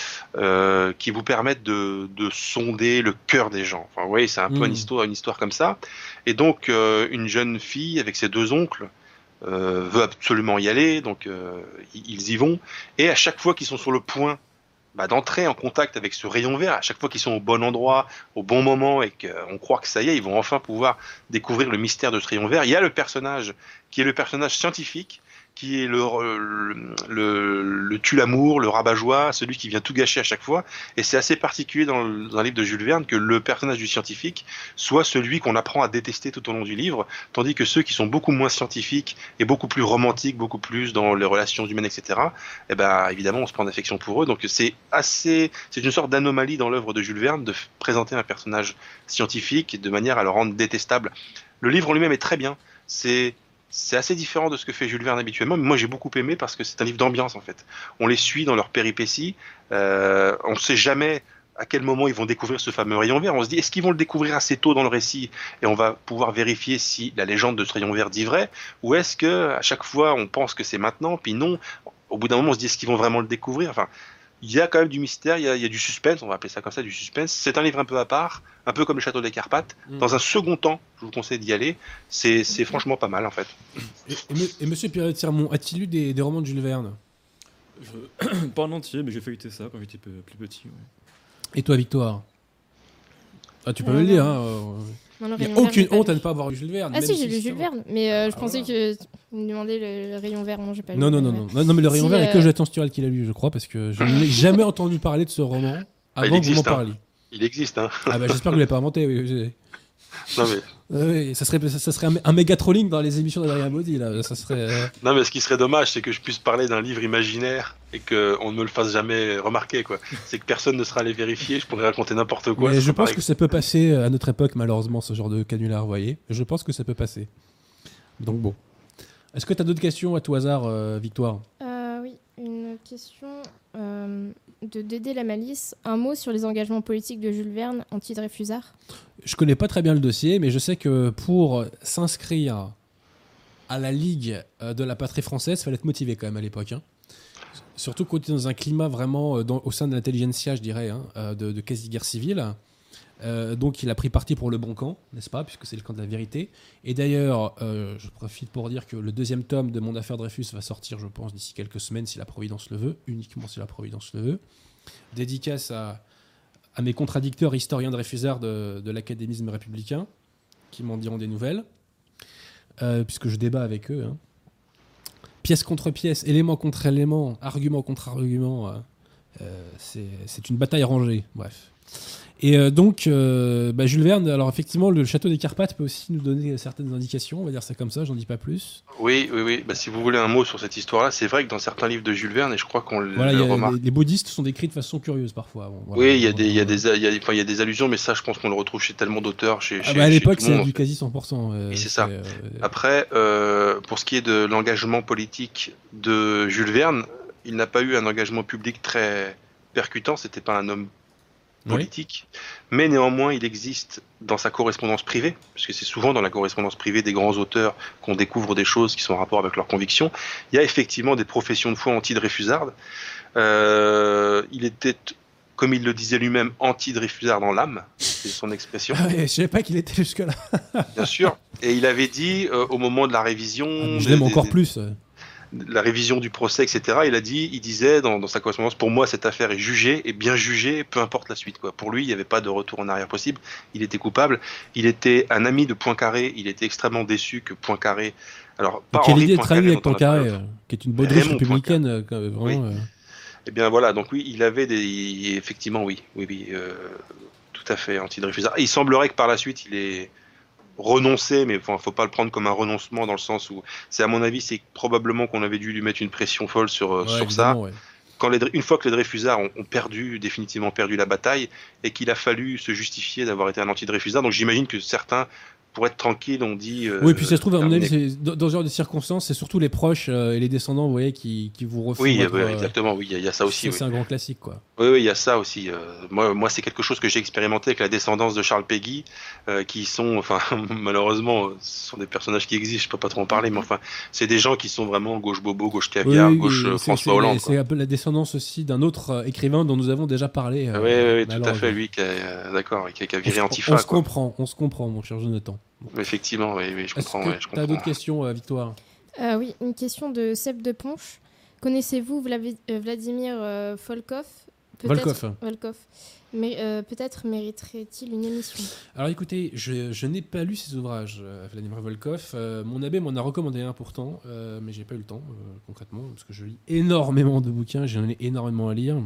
euh, qui vous permettent de, de sonder le cœur des gens. Enfin, vous voyez, c'est un peu Mm. une histoire, une histoire comme ça. Et donc, euh, une jeune fille avec ses deux oncles euh, veut absolument y aller, donc euh, ils y vont. Et à chaque fois qu'ils sont sur le point bah, d'entrer en contact avec ce rayon vert, à chaque fois qu'ils sont au bon endroit, au bon moment, et qu'on croit que ça y est, ils vont enfin pouvoir découvrir le mystère de ce rayon vert. Il y a le personnage qui est le personnage scientifique, qui est le, le, le, le tue-l'amour, le rabat-joie, celui qui vient tout gâcher à chaque fois. Et c'est assez particulier dans, le, dans un livre de Jules Verne que le personnage du scientifique soit celui qu'on apprend à détester tout au long du livre, tandis que ceux qui sont beaucoup moins scientifiques et beaucoup plus romantiques, beaucoup plus dans les relations humaines, et cetera, eh ben, évidemment, on se prend d'affection pour eux. Donc c'est assez, c'est une sorte d'anomalie dans l'œuvre de Jules Verne de f- présenter un personnage scientifique de manière à le rendre détestable. Le livre en lui-même est très bien. C'est C'est assez différent de ce que fait Jules Verne habituellement, mais moi j'ai beaucoup aimé parce que c'est un livre d'ambiance en fait. On les suit dans leurs péripéties, euh, on ne sait jamais à quel moment ils vont découvrir ce fameux rayon vert. On se dit, est-ce qu'ils vont le découvrir assez tôt dans le récit et on va pouvoir vérifier si la légende de ce rayon vert dit vrai, ou est-ce que à chaque fois on pense que c'est maintenant, puis non, au bout d'un moment on se dit, est-ce qu'ils vont vraiment le découvrir? Enfin, il y a quand même du mystère, il y a, il y a du suspense, on va appeler ça comme ça, du suspense. C'est un livre un peu à part, un peu comme le Château des Carpates. Mm. Dans un second temps, je vous conseille d'y aller. C'est c'est franchement pas mal en fait. Et, et, me- et monsieur Pierre-Tirmont, a-t-il lu des, des romans de Jules Verne? Je- pas en entier, mais j'ai feuilleté ça quand j'étais peu- plus petit. Ouais. Et toi, Victoire? Ah, tu peux Euh, me le dire, non. hein. euh, Non, le Il n'y a rayon vert, j'ai aucune pas honte lu. à ne pas avoir lu Jules Verne. Ah même si, j'ai lu Jules justement- Verne, mais euh, je Ah, pensais voilà. que vous me demandez le, le rayon vert. Non, j'ai pas lu. Non, non, le non, rayon non, non, non, mais le rayon Si, vert, il n'y a que euh, Jonathan Sturel qui l'a lu, je crois, parce que je n'ai jamais entendu parler de ce roman il avant que vous m'en existe, hein. parliez. Il existe, hein. Ah bah j'espère que vous l'avez pas inventé. Oui, oui. Non mais, Euh, oui, ça serait, ça serait un, un méga trolling dans les émissions d'Adrien Baudy, là. Ça serait. euh, non mais ce qui serait dommage, c'est que je puisse parler d'un livre imaginaire et qu'on ne me le fasse jamais remarquer, quoi. C'est que personne ne sera allé vérifier, je pourrais raconter n'importe quoi. Mais ça je serait pense pareil. que ça peut passer à notre époque, malheureusement, ce genre de canular, vous voyez. Je pense que ça peut passer. Donc bon. Est-ce que tu as d'autres questions à tout hasard, euh, Victoire? Euh, oui, une question euh, de Dédé la Malice. Un mot sur les engagements politiques de Jules Verne, anti-Dreyfusard. Je connais pas très bien le dossier, mais je sais que pour s'inscrire à la Ligue euh, de la patrie française, il fallait être motivé quand même à l'époque. Hein. Surtout quand tu es dans un climat vraiment, euh, dans- au sein de l'intelligentsia, je dirais, hein, euh, de, de quasi-guerre civile. Euh, donc il a pris parti pour le bon camp, n'est-ce pas, puisque c'est le camp de la vérité. Et d'ailleurs, euh, je profite pour dire que le deuxième tome de Mon affaire Dreyfus va sortir, je pense, d'ici quelques semaines, si la Providence le veut, uniquement si la Providence le veut. Dédicace à, à mes contradicteurs historiens Dreyfusards de, de l'académisme républicain, qui m'en diront des nouvelles, euh, puisque je débat avec eux. Hein. Pièce contre pièce, élément contre élément, argument contre argument, euh, euh, c'est, c'est une bataille rangée, bref. Et euh, donc, euh, bah, Jules Verne, alors effectivement, le château des Carpates peut aussi nous donner certaines indications, on va dire ça comme ça, j'en dis pas plus. Oui, oui, oui. Bah, si vous voulez un mot sur cette histoire-là, c'est vrai que dans certains livres de Jules Verne, et je crois qu'on Voilà, le il y a- remarque. les, les bouddhistes sont décrits de façon curieuse parfois. Bon, voilà. Oui, il y a des, il y a des, il y a, enfin, il y a des allusions, mais ça, je pense qu'on le retrouve chez tellement d'auteurs, chez, Ah chez, bah, à chez l'époque, tout le monde, c'est en du fait. quasi cent pour cent. euh, Et c'est ça. euh, Après, euh, pour ce qui est de l'engagement politique de Jules Verne, il n'a pas eu un engagement public très percutant. C'était pas un homme oui. politique, mais néanmoins, il existe dans sa correspondance privée, puisque c'est souvent dans la correspondance privée des grands auteurs qu'on découvre des choses qui sont en rapport avec leurs convictions. Il y a effectivement des professions de foi anti-Dreyfusardes. Euh, il était, comme il le disait lui-même, anti-Dreyfusard dans l'âme, c'est son expression. Ah ouais, je savais pas qu'il était jusque-là. Bien sûr. Et il avait dit, euh, au moment de la révision... Ah, mais je des- l'aime des- encore des- plus. la révision du procès, et cetera. Il a dit, il disait dans, dans sa correspondance, pour moi cette affaire est jugée et bien jugée, peu importe la suite, quoi. Pour lui, il n'y avait pas de retour en arrière possible. Il était coupable. Il était un ami de Poincaré. Il était extrêmement déçu que Poincaré, alors pas Quelle Henri idée de travailler avec dont on a Poincaré, parlé euh, l'autre. qui est une baudruche Raymond républicaine. euh, quand- vraiment, Oui. euh, Eh bien voilà, donc oui, il avait des, il- effectivement, oui, oui, oui, euh, tout à fait anti-Dreyfusard. Il semblerait que par la suite, il ait renoncé, mais enfin, faut pas le prendre comme un renoncement dans le sens où, c'est à mon avis, c'est probablement qu'on avait dû lui mettre une pression folle sur, euh, ouais, sur ça. évidemment, ouais. Quand les, Dre- une fois que les Dreyfusards ont, ont perdu, définitivement perdu la bataille, et qu'il a fallu se justifier d'avoir été un anti-Dreyfusard, donc j'imagine que certains, pour être tranquilles, ont dit. euh, Oui, puis ça se trouve, à mon avis, terminé. c'est- dans, dans ce genre de circonstances, c'est surtout les proches euh, et les descendants, vous voyez, qui, qui vous refont. Oui, votre, euh, euh, exactement, oui, il y, a- il y a ça aussi. c'est, Oui. c'est un grand classique, quoi. Oui, oui, il y a ça aussi. Euh, moi, moi, c'est quelque chose que j'ai expérimenté avec la descendance de Charles Péguy, euh, qui sont, enfin, malheureusement, ce sont des personnages qui existent. Je peux pas trop en parler, mais enfin, c'est des gens qui sont vraiment gauche bobo, gauche caviar, Oui, gauche et euh, c'est- François c'est, Hollande. C'est un peu la descendance aussi d'un autre euh, écrivain dont nous avons déjà parlé. euh, Oui, oui, oui, tout à malheureusement. fait, lui, qui a, euh, d'accord, qui a, qui a On viré se- Antifa. On se quoi. comprend, on se comprend, mon cher Jonathan. Effectivement, oui, oui, je Est-ce comprends. que ouais, je tu as comprends. d'autres questions, euh, Victoire? Euh, oui, une question de Seb de Ponche. Connaissez-vous Vlavi- euh, Vladimir euh, Volkov Peut-être- Volkov. Volkov. Mais euh, peut-être mériterait-il une émission. Alors écoutez, je, je n'ai pas lu ses ouvrages, euh, Vladimir Volkov. Euh, mon abbé m'en a recommandé un pourtant, euh, mais j'ai pas eu le temps, euh, concrètement, parce que je lis énormément de bouquins, j'en ai énormément à lire.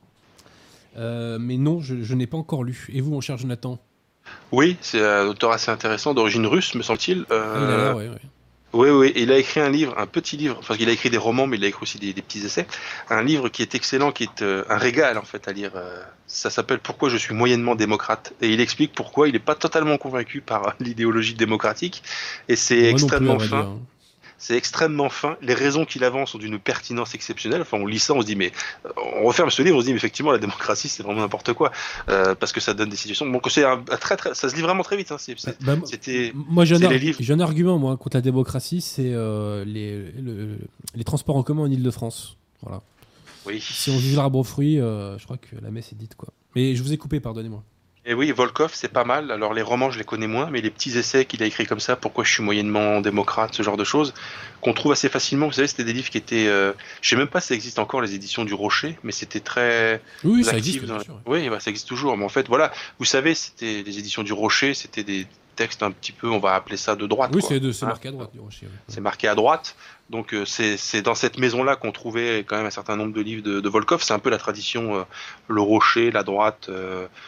Euh, mais non, je, je n'ai pas encore lu. Et vous, mon cher Jonathan? Oui, c'est un auteur assez intéressant, d'origine russe, me semble-t-il. Ah, il a Euh, l'air, ouais, ouais. Oui, oui, et il a écrit un livre, un petit livre, enfin il a écrit des romans, mais il a écrit aussi des, des petits essais. Un livre qui est excellent, qui est euh, un régal en fait à lire. euh, ça s'appelle Pourquoi je suis moyennement démocrate. Et il explique pourquoi il n'est pas totalement convaincu par euh, l'idéologie démocratique. Et c'est Moi non plus, extrêmement on va fin. dire, hein. C'est extrêmement fin. Les raisons qu'il avance sont d'une pertinence exceptionnelle. Enfin, on lit ça, on se dit, mais euh, on referme ce livre, on se dit, mais effectivement, la démocratie, c'est vraiment n'importe quoi, euh, parce que ça donne des situations. Donc, c'est un, un très, très, ça se lit vraiment très vite. Hein. C'est, c'est, Bah, c'était, moi, j'ai un, c'est ar- les livres. j'ai un argument moi, contre la démocratie, c'est euh, les, le- les transports en commun en Ile-de-France. Voilà. Oui. Si on juge l'arbre aux fruits, euh, je crois que la messe est dite, quoi. Mais je vous ai coupé, pardonnez-moi. Et oui, Volkov, c'est pas mal. Alors, les romans, je les connais moins, mais les petits essais qu'il a écrits comme ça, Pourquoi je suis moyennement démocrate, ce genre de choses, qu'on trouve assez facilement. Vous savez, c'était des livres qui étaient. Euh, je sais même pas si ça existe encore, les éditions du Rocher, mais c'était très. Oui, oui, ça actif existe, dans- bien sûr. Oui, bah, ça existe toujours. Mais en fait, voilà, vous savez, c'était les éditions du Rocher, c'était des textes un petit peu, on va appeler ça de droite. Oui, quoi. c'est, de, c'est Hein. marqué à droite du Rocher. oui. C'est marqué à droite. Donc euh, c'est, c'est dans cette maison-là qu'on trouvait quand même un certain nombre de livres de, de Volkov. C'est un peu la tradition, euh, le Rocher, la droite, euh,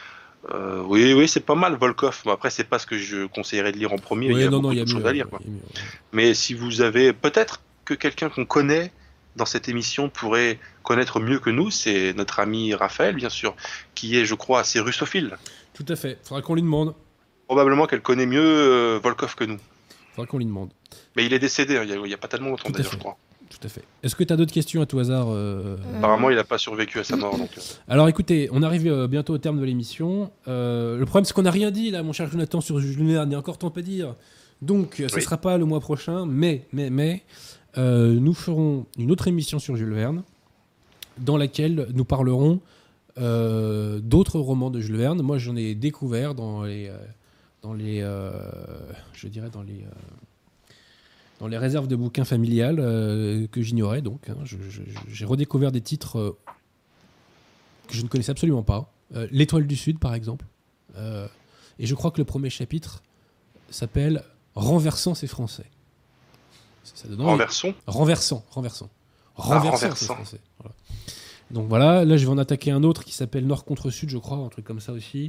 Euh, oui, oui, c'est pas mal, Volkov. Bon, après, c'est pas ce que je conseillerais de lire en premier. Ouais, il y a non, beaucoup non, il y a de mieux. choses à lire, quoi. il y a mieux, ouais. Mais si vous avez peut-être que quelqu'un qu'on connaît dans cette émission pourrait connaître mieux que nous, c'est notre ami Raphaël, bien sûr, qui est, je crois, assez russophile. Tout à fait. Faudra qu'on lui demande. Probablement qu'elle connaît mieux euh, Volkov que nous. Faudra qu'on lui demande. Mais il est décédé, hein, il n'y a, a pas tellement longtemps Tout à d'ailleurs, fait. je crois. Tout à fait. Est-ce que tu as d'autres questions à tout hasard euh... Euh, Apparemment, il n'a pas survécu à sa mort. Donc... Alors écoutez, on arrive euh, bientôt au terme de l'émission. Euh, le problème, c'est qu'on n'a rien dit là, mon cher Jonathan, sur Jules Verne. Il y a encore tant à dire. Donc, ce ne Oui. sera pas le mois prochain, mais, mais, mais, euh, nous ferons une autre émission sur Jules Verne, dans laquelle nous parlerons euh, d'autres romans de Jules Verne. Moi, j'en ai découvert dans les, euh, dans les, euh, je dirais dans les, euh, dans les réserves de bouquins familiales euh, que j'ignorais. Donc, hein, je- je- j'ai redécouvert des titres euh, que je ne connaissais absolument pas. Euh, L'Étoile du Sud, par exemple. Euh, et je crois que le premier chapitre s'appelle Renversant ces Français. Ça, ça donne envie. Renversons. Renversant, renversant. Renversant, renversant. c'est français. Voilà. Donc voilà, là je vais en attaquer un autre qui s'appelle Nord contre Sud, je crois, un truc comme ça aussi.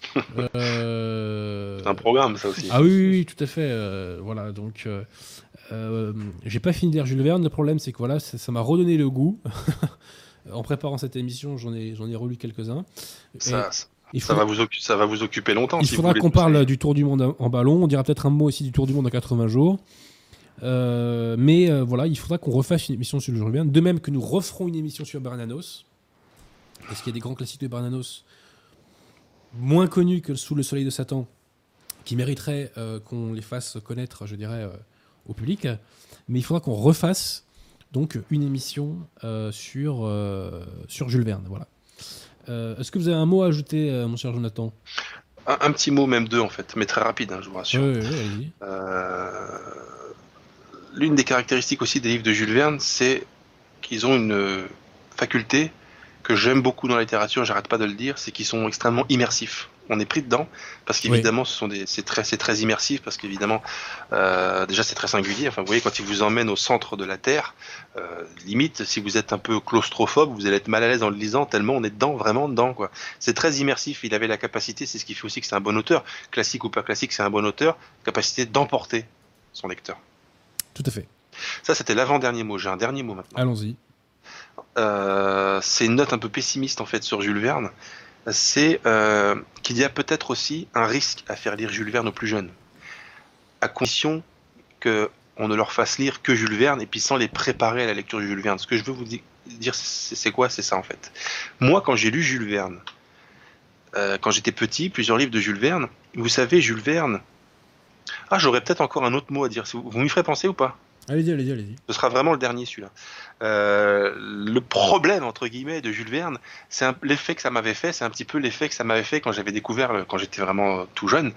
Euh, C'est un programme, ça aussi. Ah oui, oui, oui, tout à fait. euh, voilà, donc euh, euh, j'ai pas fini de lire Jules Verne. Le problème, c'est que voilà, ça ça m'a redonné le goût. En préparant cette émission, j'en ai, j'en ai relu quelques-uns. Ça, Et ça, il ça faudra, va vous occu- ça va vous occuper longtemps. il si faudra vous voulez qu'on tout ça. parle du Tour du Monde en- en ballon. On dira peut-être un mot aussi du Tour du Monde en quatre-vingts jours. Euh, mais euh, voilà, il faudra qu'on refasse une émission sur Jules Verne. De même que nous referons une émission sur Bernanos. Parce qu'il y a des grands classiques de Bernanos moins connus que Sous le soleil de Satan, qui mériteraient euh, qu'on les fasse connaître, je dirais, euh, au public. Mais il faudra qu'on refasse donc une émission euh, sur, euh, sur Jules Verne. Voilà. Euh, Est-ce que vous avez un mot à ajouter, euh, mon cher Jonathan? Un, un petit mot, même deux en fait, mais très rapide, hein, je vous rassure. Oui, oui, oui, allez-y. Euh, L'une des caractéristiques aussi des livres de Jules Verne, c'est qu'ils ont une euh, faculté que j'aime beaucoup dans la littérature, j'arrête pas de le dire, c'est qu'ils sont extrêmement immersifs. On est pris dedans parce qu'évidemment, ce sont des, c'est très, c'est très immersif parce qu'évidemment, euh, déjà c'est très singulier. Enfin, vous voyez, quand ils vous emmènent au centre de la Terre, euh, limite, si vous êtes un peu claustrophobe, vous allez être mal à l'aise en le lisant tellement on est dedans, vraiment dedans, quoi. C'est très immersif. Il avait la capacité, c'est ce qui fait aussi que c'est un bon auteur, classique ou pas classique, c'est un bon auteur, capacité d'emporter son lecteur. Tout à fait. Ça, c'était l'avant-dernier mot. J'ai un dernier mot maintenant. Allons-y. Euh, c'est une note un peu pessimiste en fait sur Jules Verne. C'est euh, qu'il y a peut-être aussi un risque à faire lire Jules Verne aux plus jeunes, à condition que on ne leur fasse lire que Jules Verne et puis sans les préparer à la lecture de Jules Verne. Ce que je veux vous di- dire, c'est c'est quoi? C'est ça en fait. Moi, quand j'ai lu Jules Verne, euh, quand j'étais petit, plusieurs livres de Jules Verne, vous savez, Jules Verne. Ah, j'aurais peut-être encore un autre mot à dire. Vous, vous m'y ferez penser ou pas? Allez-y, allez-y, allez-y. Ce sera vraiment le dernier, celui-là. Euh, le problème, entre guillemets, de Jules Verne, c'est un- l'effet que ça m'avait fait, c'est un petit peu l'effet que ça m'avait fait quand j'avais découvert, le- quand j'étais vraiment tout jeune,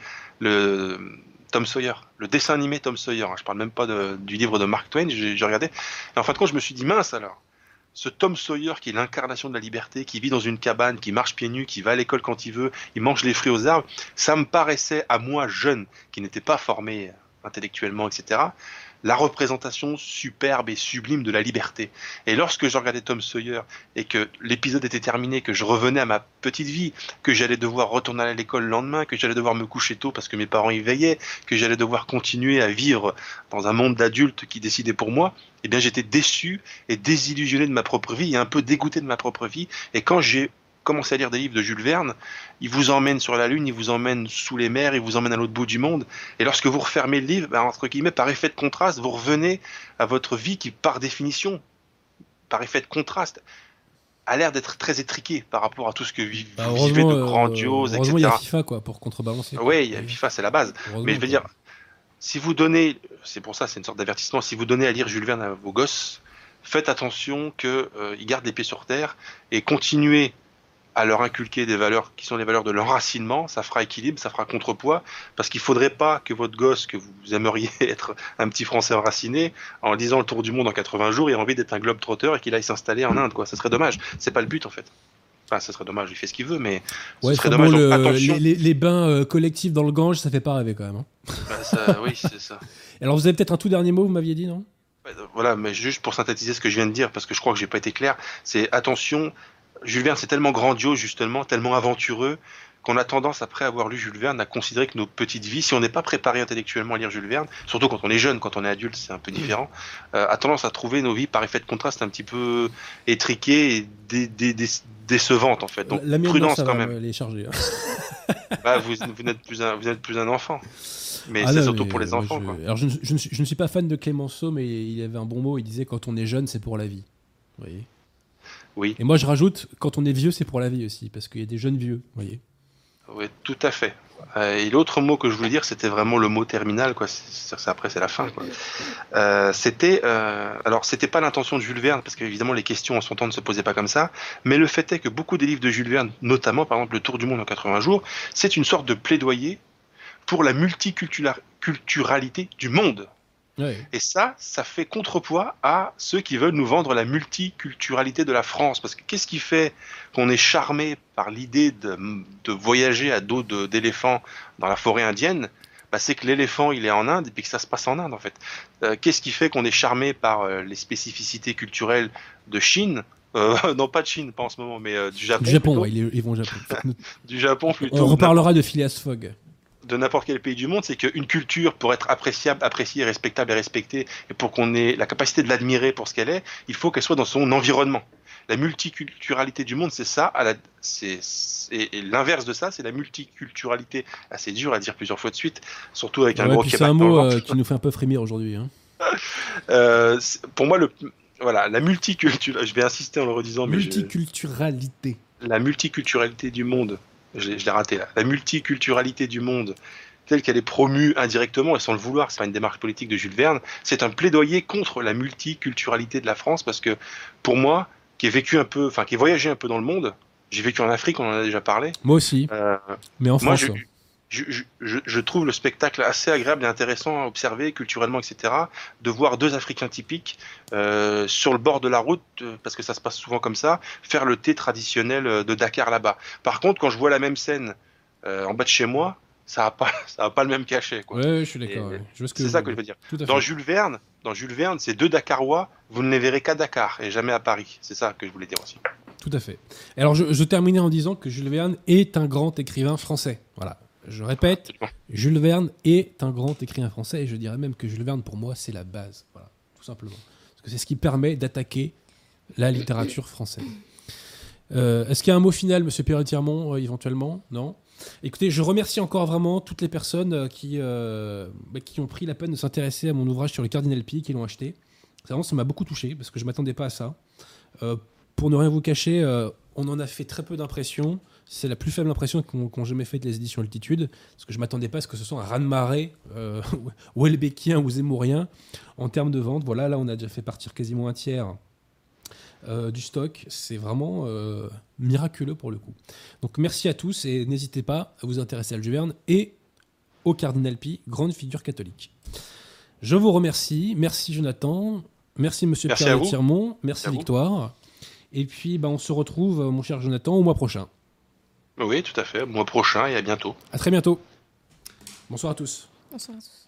le Tom Sawyer, le dessin animé Tom Sawyer. hein. Je parle même pas de- du livre de Mark Twain, j'ai j'ai regardé. Et en fin de compte, je me suis dit, mince alors, ce Tom Sawyer qui est l'incarnation de la liberté, qui vit dans une cabane, qui marche pieds nus, qui va à l'école quand il veut, il mange les fruits aux arbres, ça me paraissait, à moi, jeune, qui n'était pas formé intellectuellement, et cetera, la représentation superbe et sublime de la liberté. Et lorsque je regardais Tom Sawyer et que l'épisode était terminé, que je revenais à ma petite vie, que j'allais devoir retourner à l'école le lendemain, que j'allais devoir me coucher tôt parce que mes parents y veillaient, que j'allais devoir continuer à vivre dans un monde d'adultes qui décidaient pour moi, eh bien j'étais déçu et désillusionné de ma propre vie et un peu dégoûté de ma propre vie. Et quand j'ai commencé à lire des livres de Jules Verne, il vous emmène sur la Lune, il vous emmène sous les mers, il vous emmène à l'autre bout du monde. Et lorsque vous refermez le livre, ben, entre guillemets, par effet de contraste, vous revenez à votre vie qui, par définition, par effet de contraste, a l'air d'être très étriquée par rapport à tout ce que vi- Bah, vous vivez de heureusement, euh, grandiose, heureusement, il y a et cetera. FIFA quoi, pour contrebalancer. quoi. Oui, il y a FIFA, c'est la base. Heureusement, Mais je veux quoi. dire, si vous donnez, c'est pour ça, c'est une sorte d'avertissement, si vous donnez à lire Jules Verne à vos gosses, faites attention qu'ils euh, gardent les pieds sur terre et continuez à leur inculquer des valeurs qui sont les valeurs de l'enracinement, ça fera équilibre, ça fera contrepoids, parce qu'il faudrait pas que votre gosse, que vous aimeriez être un petit Français enraciné, en lisant le tour du monde en quatre-vingts jours, il a envie d'être un globe-trotteur et qu'il aille s'installer en Inde, quoi. Ça serait dommage. C'est pas le but, en fait. Enfin, ça serait dommage, il fait ce qu'il veut, mais ce Ouais, serait enfin dommage. bon, Donc, le- attention. les, les- les bains euh, collectifs dans le Gange, ça fait pas rêver quand même. hein. Bah, ça- oui, c'est ça. Alors vous avez peut-être un tout dernier mot, vous m'aviez dit, non? Ouais, Voilà, mais juste pour synthétiser ce que je viens de dire, parce que je crois que j'ai pas été clair, c'est attention, Jules Verne c'est tellement grandiose justement, tellement aventureux, qu'on a tendance, après avoir lu Jules Verne, à considérer que nos petites vies, si on n'est pas préparé intellectuellement à lire Jules Verne, surtout quand on est jeune, quand on est adulte, c'est un peu différent, euh, a tendance à trouver nos vies par effet de contraste un petit peu étriquées et dé- dé- dé- décevantes en fait. Donc La mienne, prudence non, ça quand va, même. elle est chargée. Hein. Bah, vous, vous n'êtes plus un, vous n'êtes plus un enfant. Mais Ah c'est non, surtout mais pour les moi, enfants. je... Quoi. Alors je ne, je, ne suis, je ne suis pas fan de Clémenceau, mais il avait un bon mot. Il disait quand on est jeune, c'est pour la vie. Vous voyez. Oui. Et moi, je rajoute quand on est vieux, c'est pour la vie aussi, parce qu'il y a des jeunes vieux. Vous voyez. Oui, tout à fait. Euh, et l'autre mot que je voulais dire, c'était vraiment le mot terminal, quoi. C'est, c'est, après, c'est la fin, quoi. Euh, c'était, euh, alors, c'était pas l'intention de Jules Verne, parce qu'évidemment, les questions en son temps ne se posaient pas comme ça. Mais le fait est que beaucoup des livres de Jules Verne, notamment, par exemple, Le Tour du monde en quatre-vingts jours, c'est une sorte de plaidoyer pour la multiculturalité du monde. Ouais. Et ça, ça fait contrepoids à ceux qui veulent nous vendre la multiculturalité de la France. Parce que qu'est-ce qui fait qu'on est charmé par l'idée de, de voyager à dos de, d'éléphants dans la forêt indienne? Bah, c'est que l'éléphant, il est en Inde et puis que ça se passe en Inde, en fait. Euh, qu'est-ce qui fait qu'on est charmé par euh, les spécificités culturelles de Chine? Euh, non, pas de Chine, pas en ce moment, mais euh, du Japon. Du Japon, plutôt. ouais, ils, ils vont au Japon. Du Japon plutôt. On reparlera de Phileas Fogg. De n'importe quel pays du monde, c'est qu'une culture, pour être appréciable, appréciée, respectable et respectée, et pour qu'on ait la capacité de l'admirer pour ce qu'elle est, il faut qu'elle soit dans son environnement. La multiculturalité du monde, c'est ça. À la, c'est, c'est, et l'inverse de ça, c'est la multiculturalité. Ah, c'est dur à dire plusieurs fois de suite, surtout avec un Ouais, gros puis Québec c'est un dans le mot ventre. euh, qui nous fait un peu frémir aujourd'hui. Hein. Euh, c'est- pour moi, le, voilà, la multiculture, je vais insister en le redisant, mais je- Multiculturalité. la multiculturalité du monde, je l'ai, je l'ai raté là, la multiculturalité du monde telle qu'elle est promue indirectement et sans le vouloir, c'est pas une démarche politique de Jules Verne, c'est un plaidoyer contre la multiculturalité de la France parce que pour moi, qui ai vécu un peu, enfin qui ai voyagé un peu dans le monde, j'ai vécu en Afrique, on en a déjà parlé. Moi aussi, Euh, mais en moi, France. je, je, je, je, je trouve le spectacle assez agréable et intéressant à observer culturellement, et cetera. De voir deux Africains typiques euh, sur le bord de la route, euh, parce que ça se passe souvent comme ça, faire le thé traditionnel euh, de Dakar là-bas. Par contre, quand je vois la même scène euh, en bas de chez moi, ça n'a pas, ça a pas le même cachet. Quoi. Ouais, je suis d'accord. Et Ouais. Je vois ce que c'est vous ça que voulez. je veux dire. Tout à Dans fait. Jules Verne, dans Jules Verne, ces deux Dakarois, vous ne les verrez qu'à Dakar et jamais à Paris. C'est ça que je voulais dire aussi. Tout à fait. Et alors, je, je terminais en disant que Jules Verne est un grand écrivain français. Voilà. Je répète, Absolument. Jules Verne est un grand écrivain français et je dirais même que Jules Verne, pour moi, c'est la base. Voilà, tout simplement. Parce que c'est ce qui permet d'attaquer la littérature française. Euh, est-ce qu'il y a un mot final, monsieur Perret-Tirmont, euh, éventuellement? Non? Écoutez, je remercie encore vraiment toutes les personnes euh, qui, euh, bah, qui ont pris la peine de s'intéresser à mon ouvrage sur le Cardinal Pi, qui l'ont acheté. Vraiment, ça m'a beaucoup touché parce que je ne m'attendais pas à ça. Euh, pour ne rien vous cacher, euh, on en a fait très peu d'impressions. C'est la plus faible impression qu'ont, qu'ont jamais fait les éditions Altitude, parce que je ne m'attendais pas à ce que ce soit un raz-de-marée euh, Houellebecquien ou Zemmourien en termes de vente. Voilà, là, on a déjà fait partir quasiment un tiers euh, du stock. C'est vraiment euh, miraculeux pour le coup. Donc, merci à tous et n'hésitez pas à vous intéresser à Jules Verne et au Cardinal Pi, grande figure catholique. Je vous remercie. Merci Jonathan. Merci monsieur Merci à vous. Perret-Tirmont. Merci, Merci à vous. Victoire. Et puis, bah, on se retrouve, mon cher Jonathan, au mois prochain. Oui, tout à fait. Mois prochain et à bientôt. À très bientôt. Bonsoir à tous. Bonsoir à tous.